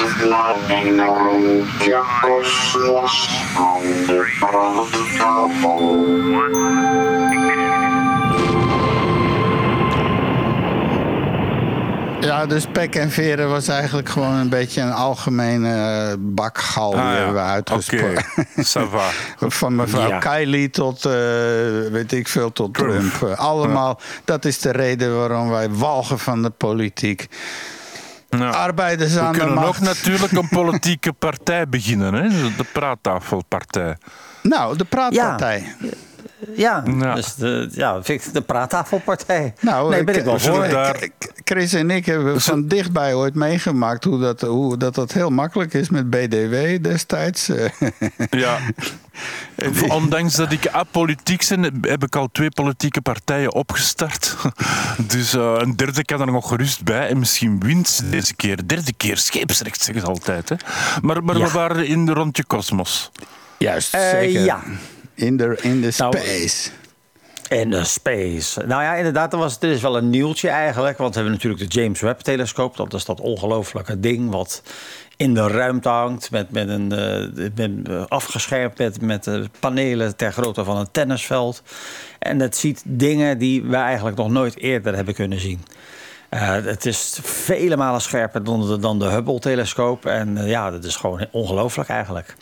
Jakkers los van de praattafel. Ja, dus pek en veren was eigenlijk gewoon een beetje een algemene uh, bakgal die Ah, ja. hebben we Oké, uitgesproken. ça va. Van mevrouw Ja. Kylie tot, uh, weet ik veel, tot Trump. Uh, allemaal, dat is de reden waarom wij walgen van de politiek. Ja. Arbeiders We aan de kunnen ook macht. natuurlijk een politieke partij beginnen, hè? De praattafelpartij. Nou, de praatpartij. Ja, Ja. dus de, ja, vind ik de praattafelpartij. Nou, nee, ben ik wel we zullen voor. daar- K- K- Chris en ik hebben van dichtbij ooit meegemaakt hoe dat, hoe dat, dat heel makkelijk is met B D W destijds. Ja. Ondanks dat ik apolitiek ben, heb ik al twee politieke partijen opgestart. Dus uh, een derde kan er nog gerust bij. En misschien wint ze deze keer. Derde keer scheepsrecht, zeggen ze altijd. Hè. Maar, maar Ja. we waren in de rondje kosmos. Juist, Eh, zeker. ja. In de, in de Nou, space. In de space. Nou ja, inderdaad, er was, dit is wel een nieuwtje eigenlijk. Want we hebben natuurlijk de James Webb-telescoop. Dat is dat ongelofelijke ding wat in de ruimte hangt. Met, met een, uh, met, uh, afgeschermd met, met uh, panelen ter grootte van een tennisveld. En dat ziet dingen die we eigenlijk nog nooit eerder hebben kunnen zien. Uh, het is vele malen scherper dan de, dan de Hubble-telescoop. En uh, ja, dat is gewoon ongelooflijk eigenlijk.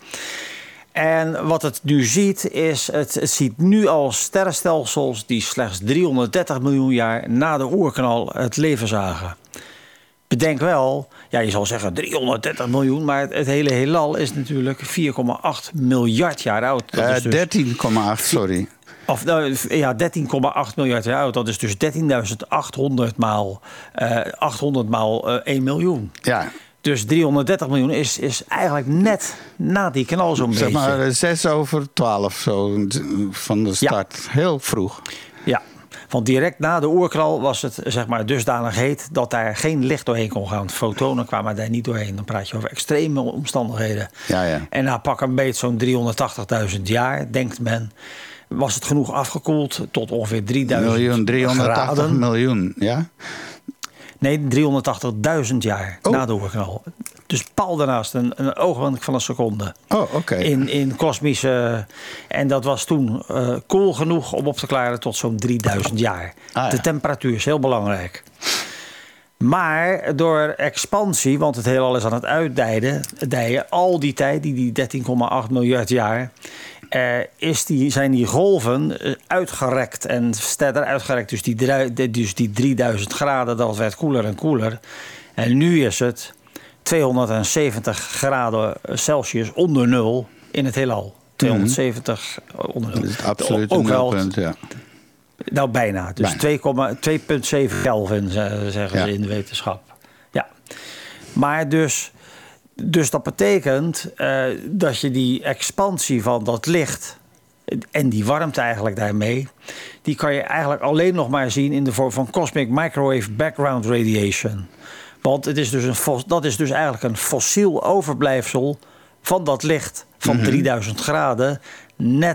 En wat het nu ziet, is het, het ziet nu al sterrenstelsels die slechts driehonderddertig miljoen jaar na de oerknal het leven zagen. Bedenk wel, ja, je zal zeggen driehonderddertig miljoen, maar het, het hele heelal is natuurlijk vier komma acht miljard jaar oud. Dat Uh, is dus, dertien komma acht, sorry. of, nou, ja, dertien komma acht miljard jaar oud. Dat is dus dertienduizend achthonderd maal, uh, achthonderd maal uh, één miljoen. Ja, Dus driehonderddertig miljoen is, is eigenlijk net na die knal zo'n zeg beetje. maar uh, zes over twaalf zo van de start. Heel vroeg. Ja, want direct na de oerknal was het zeg maar dusdanig heet dat daar geen licht doorheen kon gaan. Fotonen kwamen daar niet doorheen. Dan praat je over extreme omstandigheden. Ja, ja. En na pak een beet zo'n driehonderdtachtigduizend jaar, denkt men, was het genoeg afgekoeld tot ongeveer drieduizend Miljoen, driehonderdtachtig graden. miljoen, ja? Nee, driehonderdtachtigduizend jaar Oh. na de oerknal. Dus pal daarnaast, een, een oogwenk van een seconde. Oh, oké. Okay. In, in kosmische... En dat was toen uh, koel genoeg om op te klaren tot zo'n drieduizend jaar. Ah, ja. De temperatuur is heel belangrijk. Maar door expansie, want het heelal is aan het uitdijen... dijen, al die tijd, die, die dertien komma acht miljard jaar... Uh, is die, zijn die golven uh, uitgerekt en sterker uitgerekt. Dus die, dus die drieduizend graden, dat werd koeler en koeler. En nu is het tweehonderdzeventig graden Celsius onder nul in het heelal. tweehonderdzeventig mm-hmm. onder nul. Dat is het absolute nulpunt, ja. Nou, bijna. Dus twee komma zeven Kelvin, zeggen ja. ze in de wetenschap. Ja. Maar dus... Dus dat betekent uh, dat je die expansie van dat licht en die warmte eigenlijk daarmee... die kan je eigenlijk alleen nog maar zien in de vorm van cosmic microwave background radiation. Want het is dus een, dat is dus eigenlijk een fossiel overblijfsel van dat licht van mm-hmm. drieduizend graden... net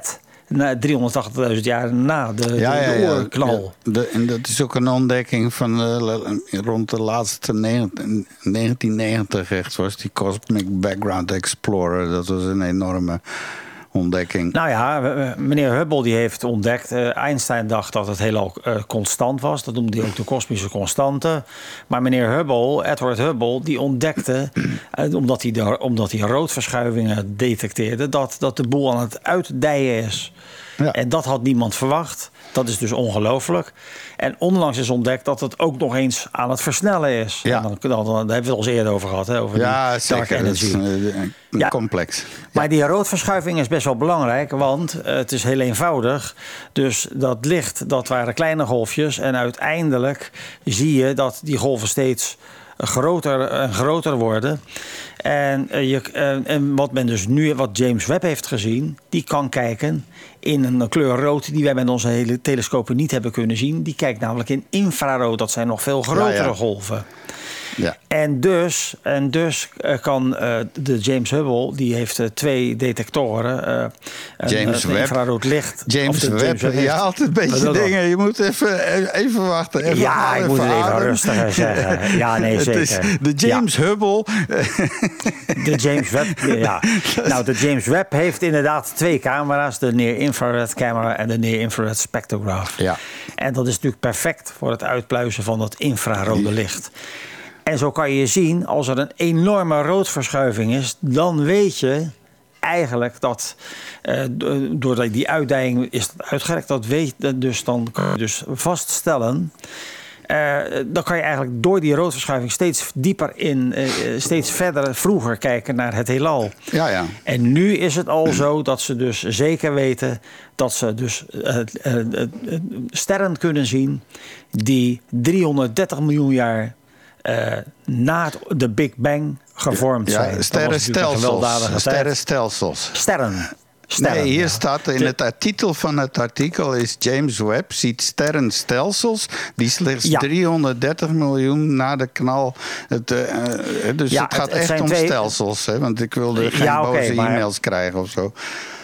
driehonderdtachtigduizend jaar na de, de, ja, ja, ja. de oorknal. Ja, de, en dat is ook een ontdekking van uh, rond de laatste negentien negentig. Echt, was die Cosmic Background Explorer. Dat was een enorme ontdekking. Nou ja, meneer Hubble die heeft ontdekt. Uh, Einstein dacht dat het heelal uh, constant was. Dat noemde hij ook de kosmische constante. Maar meneer Hubble, Edward Hubble, die ontdekte, uh, omdat hij de, omdat hij roodverschuivingen detecteerde, dat, dat de boel aan het uitdijen is. Ja. En dat had niemand verwacht. Dat is dus ongelooflijk. En onlangs is ontdekt dat het ook nog eens aan het versnellen is. Ja. Dan, dan, dan, daar hebben we het al eens eerder over gehad. Hè, over ja, die zeker. dark energy. Dat is, uh, ja. complex. Maar ja. die roodverschuiving is best wel belangrijk. Want uh, het is heel eenvoudig. Dus dat licht, dat waren kleine golfjes. En uiteindelijk zie je dat die golven steeds groter en groter worden. En, uh, je, uh, en wat men dus nu, wat James Webb heeft gezien, die kan kijken in een kleur rood die wij met onze hele telescopen niet hebben kunnen zien. Die kijkt namelijk in infrarood. Dat zijn nog veel grotere ja, ja. golven. Ja. En dus, en dus uh, kan uh, de James Hubble, die heeft uh, twee detectoren. Uh, James een, Webb. Infrarood licht. James Webb, James Webb je haalt een beetje dingen. Je moet even, even wachten. Even ja, even ik moet het even adem. rustiger zeggen. Ja, nee, zeker. Het is de James ja. Hubble. De James Webb, ja. Nou, de James Webb heeft inderdaad twee camera's. De near-infrared camera en de near-infrared spectrograph. Ja. En dat is natuurlijk perfect voor het uitpluizen van dat infrarode licht. En zo kan je zien, als er een enorme roodverschuiving is, dan weet je eigenlijk dat uh, door die uitdijing is dat uitgerekt. Dat weet je dus, dan kan je dus vaststellen. Uh, dan kan je eigenlijk door die roodverschuiving steeds dieper in, uh, steeds verder, vroeger kijken naar het heelal. Ja, ja. En nu is het al zo dat ze dus zeker weten dat ze dus uh, uh, uh, sterren kunnen zien die driehonderddertig miljoen jaar Uh, na de Big Bang gevormd ja, zijn. Sterrenstelsels. Sterrenstelsels. Sterren. Sterren. Nee, hier ja. staat in het titel van het artikel is James Webb ziet sterrenstelsels die slechts ja. driehonderddertig miljoen na de knal. Het, uh, dus ja, het gaat het, het echt om twee... stelsels, hè, want ik wilde geen ja, okay, boze e-mails maar... krijgen of zo.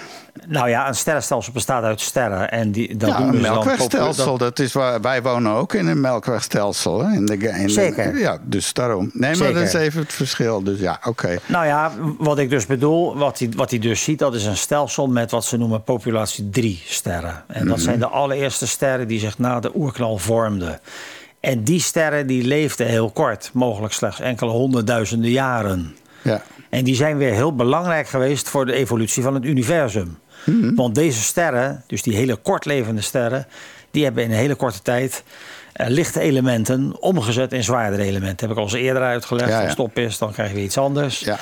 Nou ja, een sterrenstelsel bestaat uit sterren. En die, dat ja, doen een melkwegstelsel. Dat... dat is waar, wij wonen ook in een melkwegstelsel. Hè? In de, in Zeker. De, ja, dus daarom. Nee, Zeker. maar dat is even het verschil. Dus ja, oké. Okay. Nou ja, wat ik dus bedoel, wat hij wat dus ziet, dat is een stelsel met wat ze noemen populatie drie sterren. En dat mm-hmm. zijn de allereerste sterren die zich na de oerknal vormden. En die sterren die leefden heel kort, mogelijk slechts enkele honderdduizenden jaren. Ja. En die zijn weer heel belangrijk geweest voor de evolutie van het universum. Mm-hmm. Want deze sterren, dus die hele kortlevende sterren, die hebben in een hele korte tijd uh, lichte elementen omgezet in zwaardere elementen. Dat heb ik al eens eerder uitgelegd. Ja, ja. Als stop is, dan krijg je iets anders. Ja.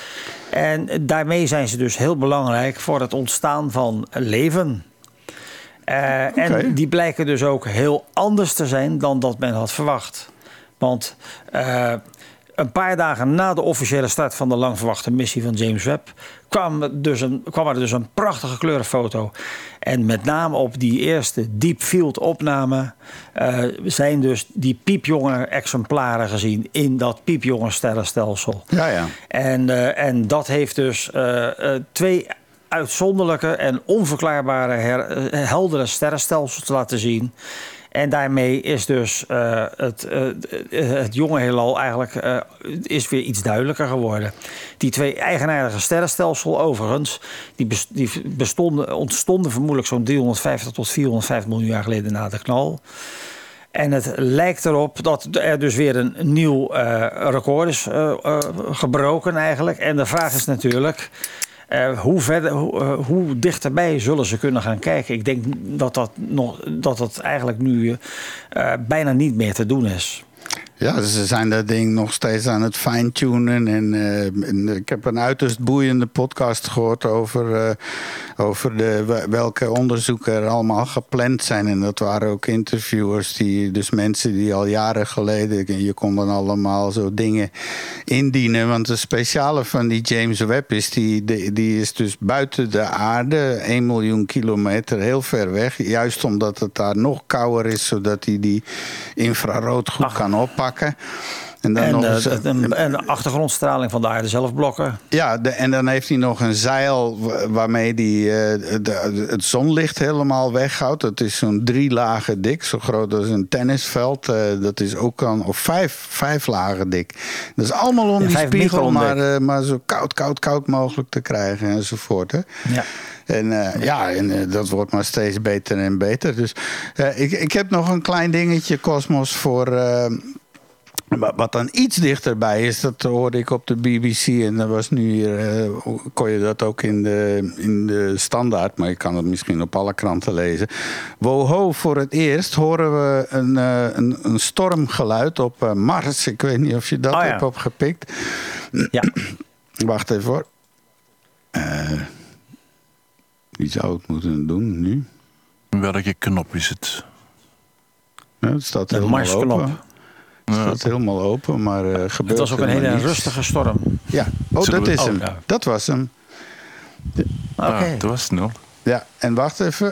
En daarmee zijn ze dus heel belangrijk voor het ontstaan van leven. Uh, okay. En die blijken dus ook heel anders te zijn dan dat men had verwacht. Want Uh, Een paar dagen na de officiële start van de lang verwachte missie van James Webb kwam, dus een, kwam er dus een prachtige kleurenfoto. En met name op die eerste deep field opname uh, zijn dus die piepjonge exemplaren gezien in dat piepjonge sterrenstelsel. Ja, ja. En, uh, en dat heeft dus uh, uh, twee uitzonderlijke en onverklaarbare her, uh, heldere sterrenstelsels laten zien. En daarmee is dus uh, het, uh, het jonge heelal eigenlijk uh, is weer iets duidelijker geworden. Die twee eigenaardige sterrenstelsels overigens, die bestonden, ontstonden vermoedelijk zo'n driehonderdvijftig tot vierhonderdvijftig miljoen jaar geleden na de knal. En het lijkt erop dat er dus weer een nieuw uh, record is uh, uh, gebroken eigenlijk. En de vraag is natuurlijk, Uh, hoe, verder, hoe, uh, hoe dichterbij zullen ze kunnen gaan kijken? Ik denk dat dat, nog, dat, dat eigenlijk nu uh, bijna niet meer te doen is. Ja, ze zijn dat ding nog steeds aan het fine-tunen. En, uh, en ik heb een uiterst boeiende podcast gehoord over, uh, over de, welke onderzoeken er allemaal gepland zijn. En dat waren ook interviewers, die, dus mensen die al jaren geleden, je kon dan allemaal zo dingen indienen. Want het speciale van die James Webb is, die, die, die is dus buiten de aarde, één miljoen kilometer, heel ver weg. Juist omdat het daar nog kouder is, zodat hij die infrarood goed Ach. kan oppakken. En, dan en, nog eens, uh, en, en de achtergrondstraling van de aarde zelf blokken. Ja, de, en dan heeft hij nog een zeil waarmee hij uh, de, het zonlicht helemaal weghoudt. Dat is zo'n drie lagen dik, zo groot als een tennisveld. Uh, dat is ook al, of vijf, vijf lagen dik. Dat is allemaal om ja, die spiegel maar, uh, maar zo koud, koud, koud mogelijk te krijgen enzovoort. Hè. Ja. En uh, ja, en uh, dat wordt maar steeds beter en beter. Dus uh, ik, ik heb nog een klein dingetje, Cosmos, voor... Uh, wat dan iets dichterbij is, dat hoorde ik op de B B C. En dat was nu hier, uh, kon je dat ook in de, in de standaard, maar je kan het misschien op alle kranten lezen. Woho, voor het eerst horen we een, uh, een, een stormgeluid op uh, Mars. Ik weet niet of je dat oh, ja. hebt opgepikt. Ja. Wacht even hoor. Uh, wie zou het moeten doen nu? Welke knop is het? Ja, het staat helemaal open. Het staat helemaal open, maar uh, gebeurt Het was ook een hele niets. rustige storm. Ja, oh, dat is hem. Oh, ja. Dat was hem. Ja. Oké. Okay. Ah, dat was snel. Ja, en wacht even.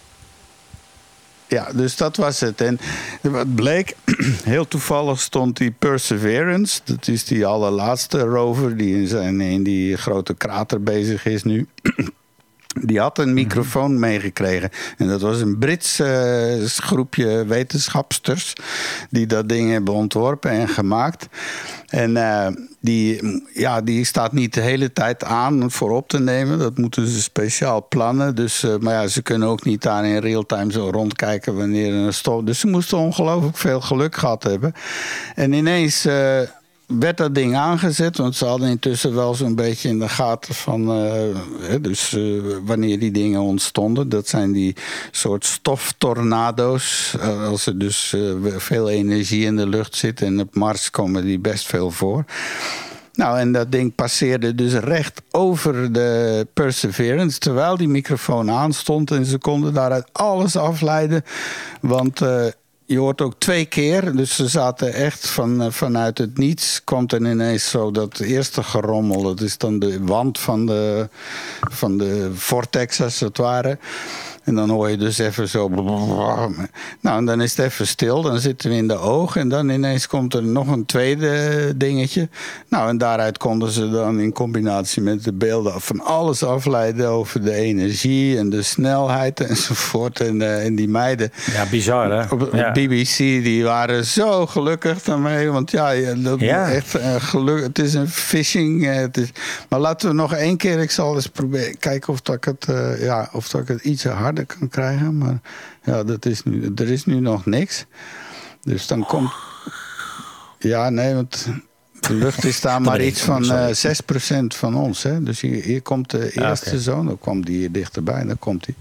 Ja, dus dat was het. En wat bleek, heel toevallig stond die Perseverance. Dat is die allerlaatste rover die in, zijn, in die grote krater bezig is nu. Die had een microfoon meegekregen. En dat was een Brits uh, groepje wetenschapsters die dat ding hebben ontworpen en gemaakt. En uh, die, ja, die staat niet de hele tijd aan voor op te nemen. Dat moeten ze speciaal plannen. Dus, uh, maar ja, ze kunnen ook niet daar in real-time zo rondkijken wanneer er een stof... Dus ze moesten ongelooflijk veel geluk gehad hebben. En ineens... Uh, werd dat ding aangezet, want ze hadden intussen wel zo'n beetje in de gaten van... Uh, dus uh, wanneer die dingen ontstonden, dat zijn die soort stoftornado's. Uh, als er dus uh, veel energie in de lucht zit en op Mars komen die best veel voor. Nou, en dat ding passeerde dus recht over de Perseverance, terwijl die microfoon aanstond. En ze konden daaruit alles afleiden, want... Uh, Je hoort ook twee keer, dus ze zaten echt van, vanuit het niets. Komt er ineens zo dat eerste gerommel, dat is dan de wand van de, van de vortex als het ware. En dan hoor je dus even zo... Nou, en dan is het even stil, dan zitten we in de oog. En dan ineens komt er nog een tweede dingetje. Nou, en daaruit konden ze dan in combinatie met de beelden... van alles afleiden over de energie en de snelheid enzovoort. En, uh, en die meiden... Ja, bizar, hè? Op, op ja. B B C, die waren zo gelukkig daarmee. Want ja, dat ja. echt uh, geluk, het is een phishing. Uh, het is, maar laten we nog één keer... Ik zal eens proberen kijken of dat ik het, uh, ja, of dat ik het iets harder kan krijgen, maar ja, dat is nu, er is nu nog niks. Dus dan komt... Ja, nee, want de lucht is daar maar iets van uh, zes procent van ons. Hè? Dus hier, hier komt de eerste ah, okay. zoon, dan kwam die hier dichterbij, dan komt die.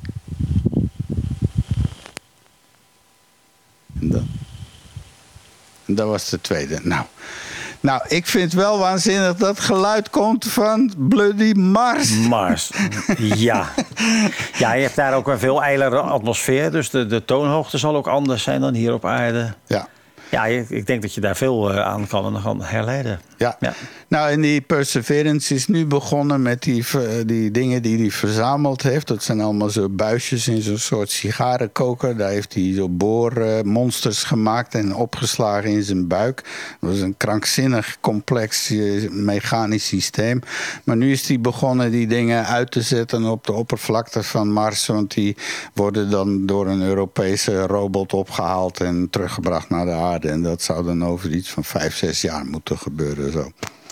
En dan. En dat was de tweede. Nou... Nou, ik vind wel waanzinnig dat geluid komt van bloody Mars. Mars, ja. Ja, je hebt daar ook een veel ijlere atmosfeer. Dus de, de toonhoogte zal ook anders zijn dan hier op aarde. Ja. Ja, ik denk dat je daar veel aan kan, kan herleiden. Ja. ja. Nou, en die Perseverance is nu begonnen met die, die dingen die hij verzameld heeft. Dat zijn allemaal zo buisjes in zo'n soort sigarenkoker. Daar heeft hij zo boormonsters gemaakt en opgeslagen in zijn buik. Dat was een krankzinnig complex mechanisch systeem. Maar nu is hij begonnen die dingen uit te zetten op de oppervlakte van Mars. Want die worden dan door een Europese robot opgehaald en teruggebracht naar de aarde. En dat zou dan over iets van vijf, zes jaar moeten gebeuren. Zo.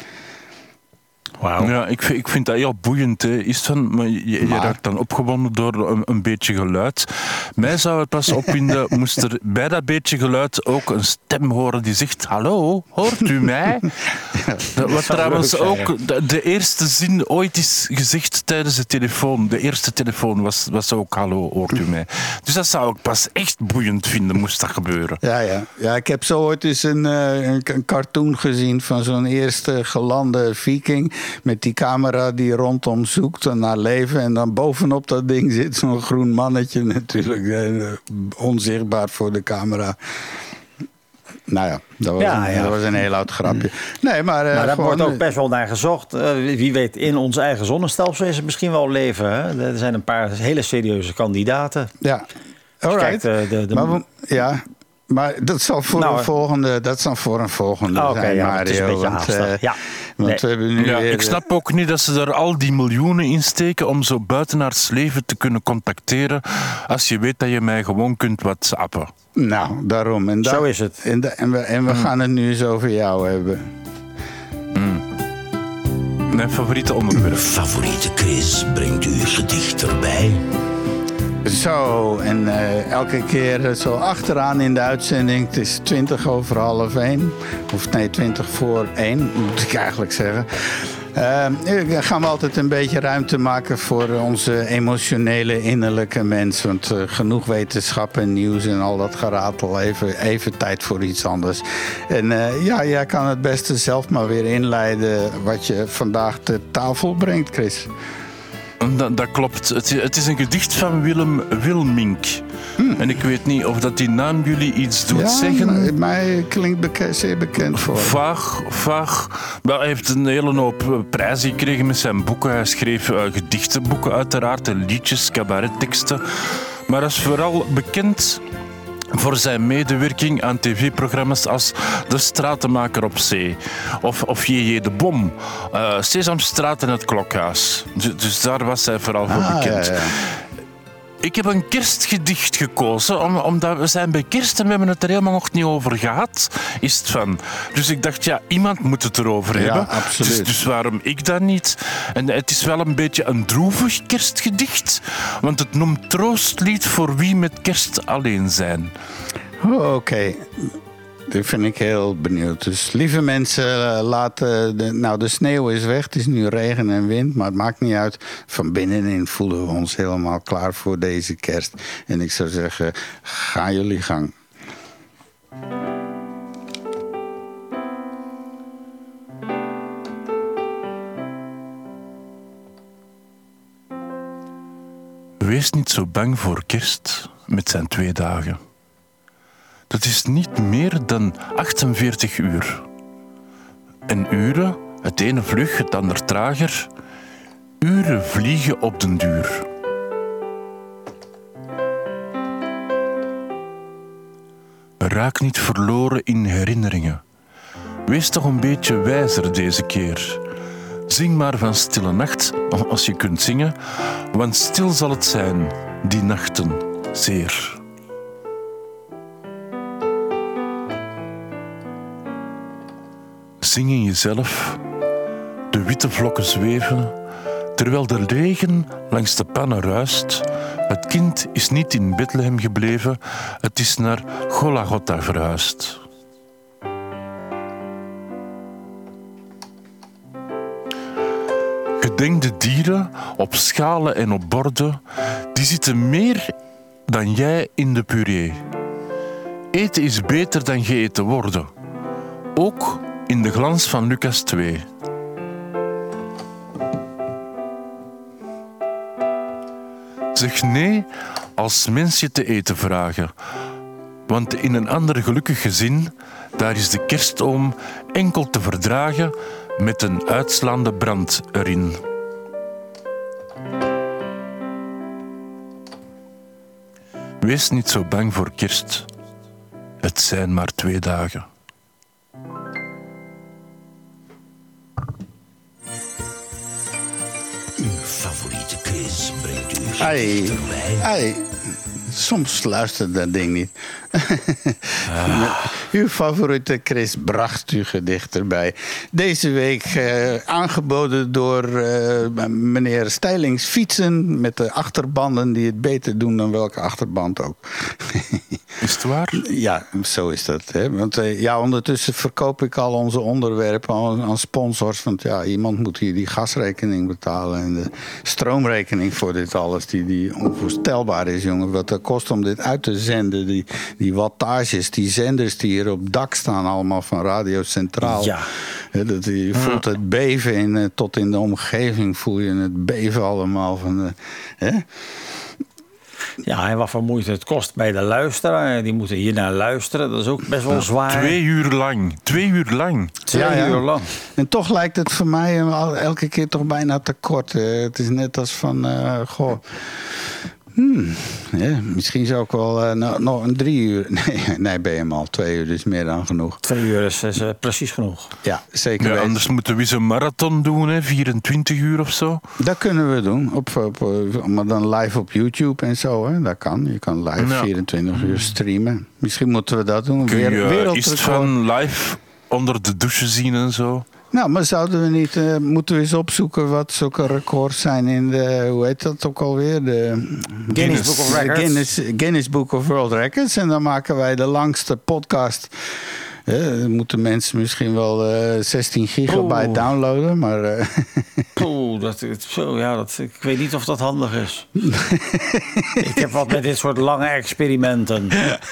Wow. Ja, ik, ik vind dat heel boeiend. Hè. Is van, maar je, je maar... raakt dan opgewonden door een, een beetje geluid. Mij zou het pas opwinden, moest er bij dat beetje geluid ook een stem horen die zegt: hallo, hoort u mij? Ja, wat trouwens ook de, de eerste zin ooit is gezegd tijdens de telefoon. De eerste telefoon was, was ook: hallo, hoort u mij? Dus dat zou ik pas echt boeiend vinden, moest dat gebeuren. Ja, ja. ja ik heb zo ooit eens een, een, een cartoon gezien van zo'n eerste gelande viking. Met die camera die rondom zoekt naar leven. En dan bovenop dat ding zit zo'n groen mannetje natuurlijk. Eh, onzichtbaar voor de camera. Nou ja, dat was, ja, een, ja. Dat was een heel oud grapje. Nee, maar, uh, maar daar gewoon... wordt ook best wel naar gezocht. Uh, wie weet, in ons eigen zonnestelsel is het misschien wel leven. Hè? Er zijn een paar hele serieuze kandidaten. Ja, alright. Kijkt, uh, de, de... Maar we, ja... Maar dat zal voor nou, een volgende, dat zal voor een volgende oh, okay, zijn, ja, Mario. Het is een beetje want, uh, ja. want nee. we hebben nu ja, weer, ik snap ook niet dat ze er al die miljoenen in steken om zo buitenaards leven te kunnen contacteren als je weet dat je mij gewoon kunt whatsappen. Nou, daarom. En da- zo is het. En, da- en we, en we mm. gaan het nu eens over jou hebben. Mm. Mijn favoriete onderwerp. Favoriete Chris brengt uw gedicht erbij. Zo, en uh, elke keer zo achteraan in de uitzending. Het is twintig over half één. Of nee, twintig voor één, moet ik eigenlijk zeggen. Uh, gaan we altijd een beetje ruimte maken voor onze emotionele, innerlijke mens. Want uh, genoeg wetenschap en nieuws en al dat geratel. Even, even tijd voor iets anders. En uh, ja, jij kan het beste zelf maar weer inleiden wat je vandaag ter tafel brengt, Chris. Dat, dat klopt. Het, het is een gedicht van Willem Wilmink. Hmm. En ik weet niet of dat die naam jullie iets doet ja, zeggen. Mij klinkt beke- zeer bekend voor. Vaag, vaag. Wel, hij heeft een hele hoop prijzen gekregen met zijn boeken. Hij schreef uh, gedichtenboeken uiteraard, en liedjes, cabaretteksten. Maar hij is vooral bekend voor zijn medewerking aan tv-programma's als De Stratenmaker op Zee of, of J J de Bom, uh, Sesamstraat en Het Klokhuis. Dus, dus daar was hij vooral voor ah, bekend. Ja, ja. Ik heb een kerstgedicht gekozen, om, omdat we zijn bij kerst en we hebben het er helemaal nog niet over gehad. Is het van. Dus ik dacht, ja, iemand moet het erover ja, hebben. Absoluut. Dus, dus waarom ik dat niet? En het is wel een beetje een droevig kerstgedicht, want het noemt troostlied voor wie met kerst alleen zijn. Oh, oké. Okay. Dat vind ik heel benieuwd. Dus lieve mensen, laten de, nou, de sneeuw is weg. Het is nu regen en wind, maar het maakt niet uit. Van binnenin voelen we ons helemaal klaar voor deze kerst. En ik zou zeggen, ga jullie gang. Wees niet zo bang voor kerst met zijn twee dagen. Dat is niet meer dan achtenveertig uur. En uren, het ene vlug, het ander trager. Uren vliegen op den duur. Raak niet verloren in herinneringen. Wees toch een beetje wijzer deze keer. Zing maar van Stille Nacht, als je kunt zingen, want stil zal het zijn, die nachten, zeer. Zing in jezelf, de witte vlokken zweven, terwijl de regen langs de pannen ruist. Het kind is niet in Bethlehem gebleven, het is naar Golgotha verhuisd. Gedenk de dieren op schalen en op borden, die zitten meer dan jij in de puree. Eten is beter dan gegeten worden, ook in de glans van Lucas twee. Zeg nee als mensen je te eten vragen, want in een ander gelukkig gezin, daar is de kerstoom enkel te verdragen met een uitslaande brand erin. Wees niet zo bang voor kerst. Het zijn maar twee dagen. Uw favoriete quiz brengt u Ai, ai. Soms luistert dat ding niet. Ah. Uw favoriete Chris bracht uw gedicht erbij. Deze week uh, aangeboden door uh, meneer Steilings fietsen met de achterbanden die het beter doen dan welke achterband ook. Is het waar? Ja, zo is dat. Hè? Want uh, ja, ondertussen verkoop ik al onze onderwerpen aan, aan sponsors. Want ja, iemand moet hier die gasrekening betalen en de stroomrekening voor dit alles die, die onvoorstelbaar is, jongen. Wat het kost om dit uit te zenden, die, die wattages, die zenders die hier op dak staan, allemaal van Radio Centraal. Ja. He, dat, je voelt het beven in, tot in de omgeving voel je het beven allemaal van de, hè? Ja, en wat voor moeite het kost bij de luisteraar. Die moeten hier naar luisteren. Dat is ook best wel zwaar. Twee uur lang. Twee uur lang. Twee ja, ja. uur lang. En toch lijkt het voor mij elke keer toch bijna te kort. Het is net als van, uh, goh... Hmm, ja, misschien zou ik wel uh, no, nog een drie uur... Nee, nee, ben je hem al. Twee uur is meer dan genoeg. Twee uur is, is uh, precies genoeg. Ja, zeker ja, anders moeten we eens een marathon doen, hè? vierentwintig uur of zo. Dat kunnen we doen, op, op, op, maar dan live op YouTube en zo. Hè? Dat kan. Je kan live ja. vierentwintig uur streamen. Misschien moeten we dat doen. Kun je uh, iets van live onder de douche zien en zo? Nou, maar zouden we niet... Uh, moeten we eens opzoeken wat zulke records zijn in de... Hoe heet dat ook alweer? De Guinness Book of Records. Guinness, Guinness Book of World Records. En dan maken wij de langste podcast. Uh, dan moeten mensen misschien wel uh, zestien gigabyte Oeh. downloaden, maar... Uh, Oeh, dat, zo, ja, dat, ik weet niet of dat handig is. Ik heb wat met dit soort lange experimenten.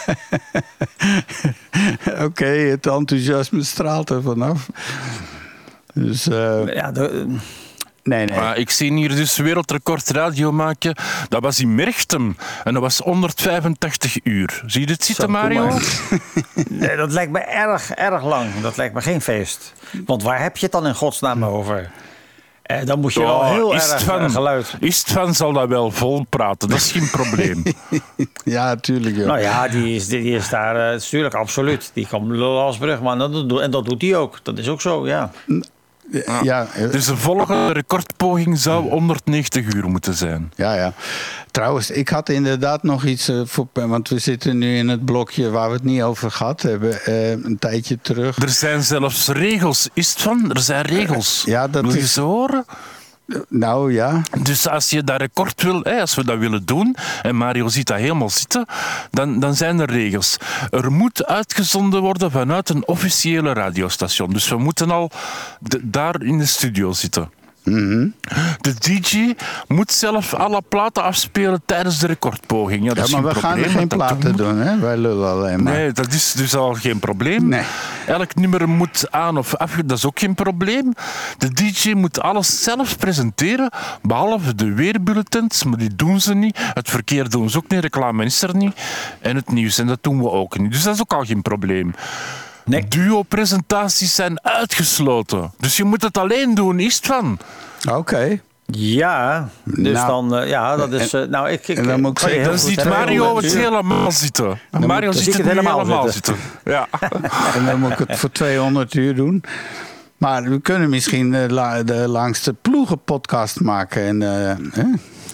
Oké, okay, het enthousiasme straalt er vanaf. Dus, uh... ja, de, nee, nee. Maar ik zie hier dus wereldrecord radio maken. Dat was in Merchtem. En dat was honderdvijfentachtig uur. Zie je dit zitten, Zo, Mario? Nee, dat lijkt me erg, erg lang. Dat lijkt me geen feest. Want waar heb je het dan in godsnaam over? Eh, dan moet je oh, wel heel erg van, geluid... Istvan zal dat wel vol praten. Dat is geen probleem. Ja, tuurlijk. Ja. Nou ja, die is, die is daar... Uh, natuurlijk, absoluut. Die komt lullen als brugman. En dat doet hij ook. Dat is ook zo, ja. Ja. Ja. Dus de volgende recordpoging zou honderdnegentig uur moeten zijn. Ja, ja. Trouwens, ik had inderdaad nog iets... Uh, voor, want we zitten nu in het blokje waar we het niet over gehad hebben. Uh, een tijdje terug. Er zijn zelfs regels. Is het van? Er zijn regels. Ja, dat wil je is... ze horen? Nou, ja. Dus als je dat record wil, als we dat willen doen, en Mario ziet dat helemaal zitten, dan, dan zijn er regels. Er moet uitgezonden worden vanuit een officiële radiostation. Dus we moeten al de, daar in de studio zitten. Mm-hmm. De D J moet zelf alle platen afspelen tijdens de recordpoging. Ja, dat ja, maar is we probleem, gaan er geen platen doen, hè? Wij lullen alleen maar. Nee, dat is dus al geen probleem. Nee. Elk nummer moet aan of af, dat is ook geen probleem. De D J moet alles zelf presenteren, behalve de weerbulletins, maar die doen ze niet. Het verkeer doen ze ook niet, reclame is er niet. En het nieuws, en dat doen we ook niet. Dus dat is ook al geen probleem. Nee. Duo-presentaties zijn uitgesloten. Dus je moet het alleen doen, is het van. Oké. Okay. Ja, dus nou, dan... Uh, ja, dat is... Uh, nou, ik, ik, en dan moet ik zeggen, dan ziet Mario het helemaal zitten. Dan Mario moet, ziet het, het helemaal, helemaal zitten. zitten. Ja. En dan moet ik het voor tweehonderd uur doen. Maar we kunnen misschien de, la, de langste ploegenpodcast maken. En, uh,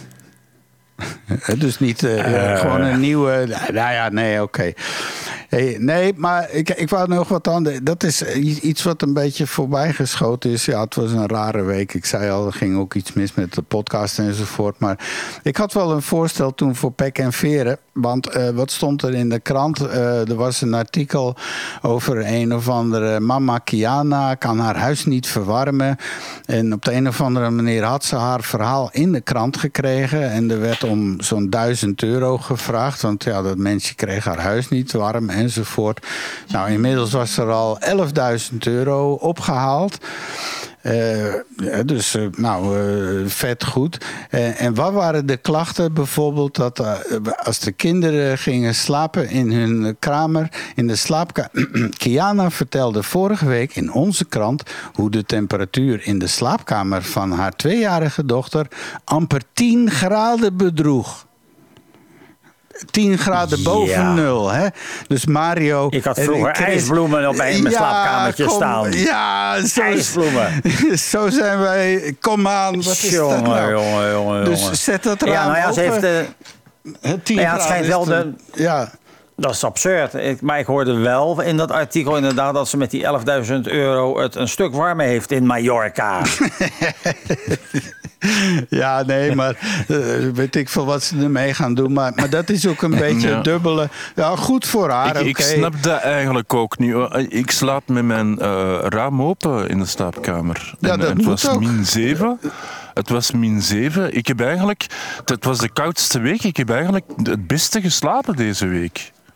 huh? Dus niet uh, uh, gewoon een nieuwe... Nou ja, nee, oké. Okay. Hey, nee, maar ik, ik wou nog wat anders. Dat is iets wat een beetje voorbij geschoten is. Ja, het was een rare week. Ik zei al, er ging ook iets mis met de podcast enzovoort. Maar ik had wel een voorstel toen voor Pek en Veren. Want uh, wat stond er in de krant? Uh, er was een artikel over een of andere mama Kiana kan haar huis niet verwarmen. En op de een of andere manier had ze haar verhaal in de krant gekregen. En er werd om zo'n duizend euro gevraagd. Want ja, dat mensje kreeg haar huis niet warm enzovoort. Nou, inmiddels was er al elfduizend euro opgehaald. Uh, dus uh, nou, uh, vet goed. Uh, en wat waren de klachten? Bijvoorbeeld dat uh, als de kinderen gingen slapen in hun kamer, in de slaapkamer. Kiana vertelde vorige week in onze krant hoe de temperatuur in de slaapkamer van haar tweejarige dochter amper tien graden bedroeg. tien graden boven ja. nul. Hè? Dus Mario... Ik had vroeger kreeg... ijsbloemen op mijn ja, slaapkamertje kom, staan. Ja, zo, ijsbloemen. Zo zijn wij. Kom aan, wat is jongen, dat nou? Jongen, jongen, dus jongen. zet dat raam ja, nou ja, ze heeft de... tien nou ja, het schijnt wel de... Ja. Dat is absurd. Ik, maar ik hoorde wel in dat artikel inderdaad dat ze met die elfduizend euro het een stuk warmer heeft in Mallorca. Ja, nee, maar uh, weet ik veel wat ze ermee gaan doen. Maar, maar dat is ook een beetje ja. dubbele... Ja, goed voor haar, Ik, okay. ik snap dat eigenlijk ook niet. Ik slaap met mijn uh, raam open in de slaapkamer. Ja, en, dat en moet het was ook. min zeven. Het was min zeven. Ik heb eigenlijk... Het was de koudste week. Ik heb eigenlijk het beste geslapen deze week.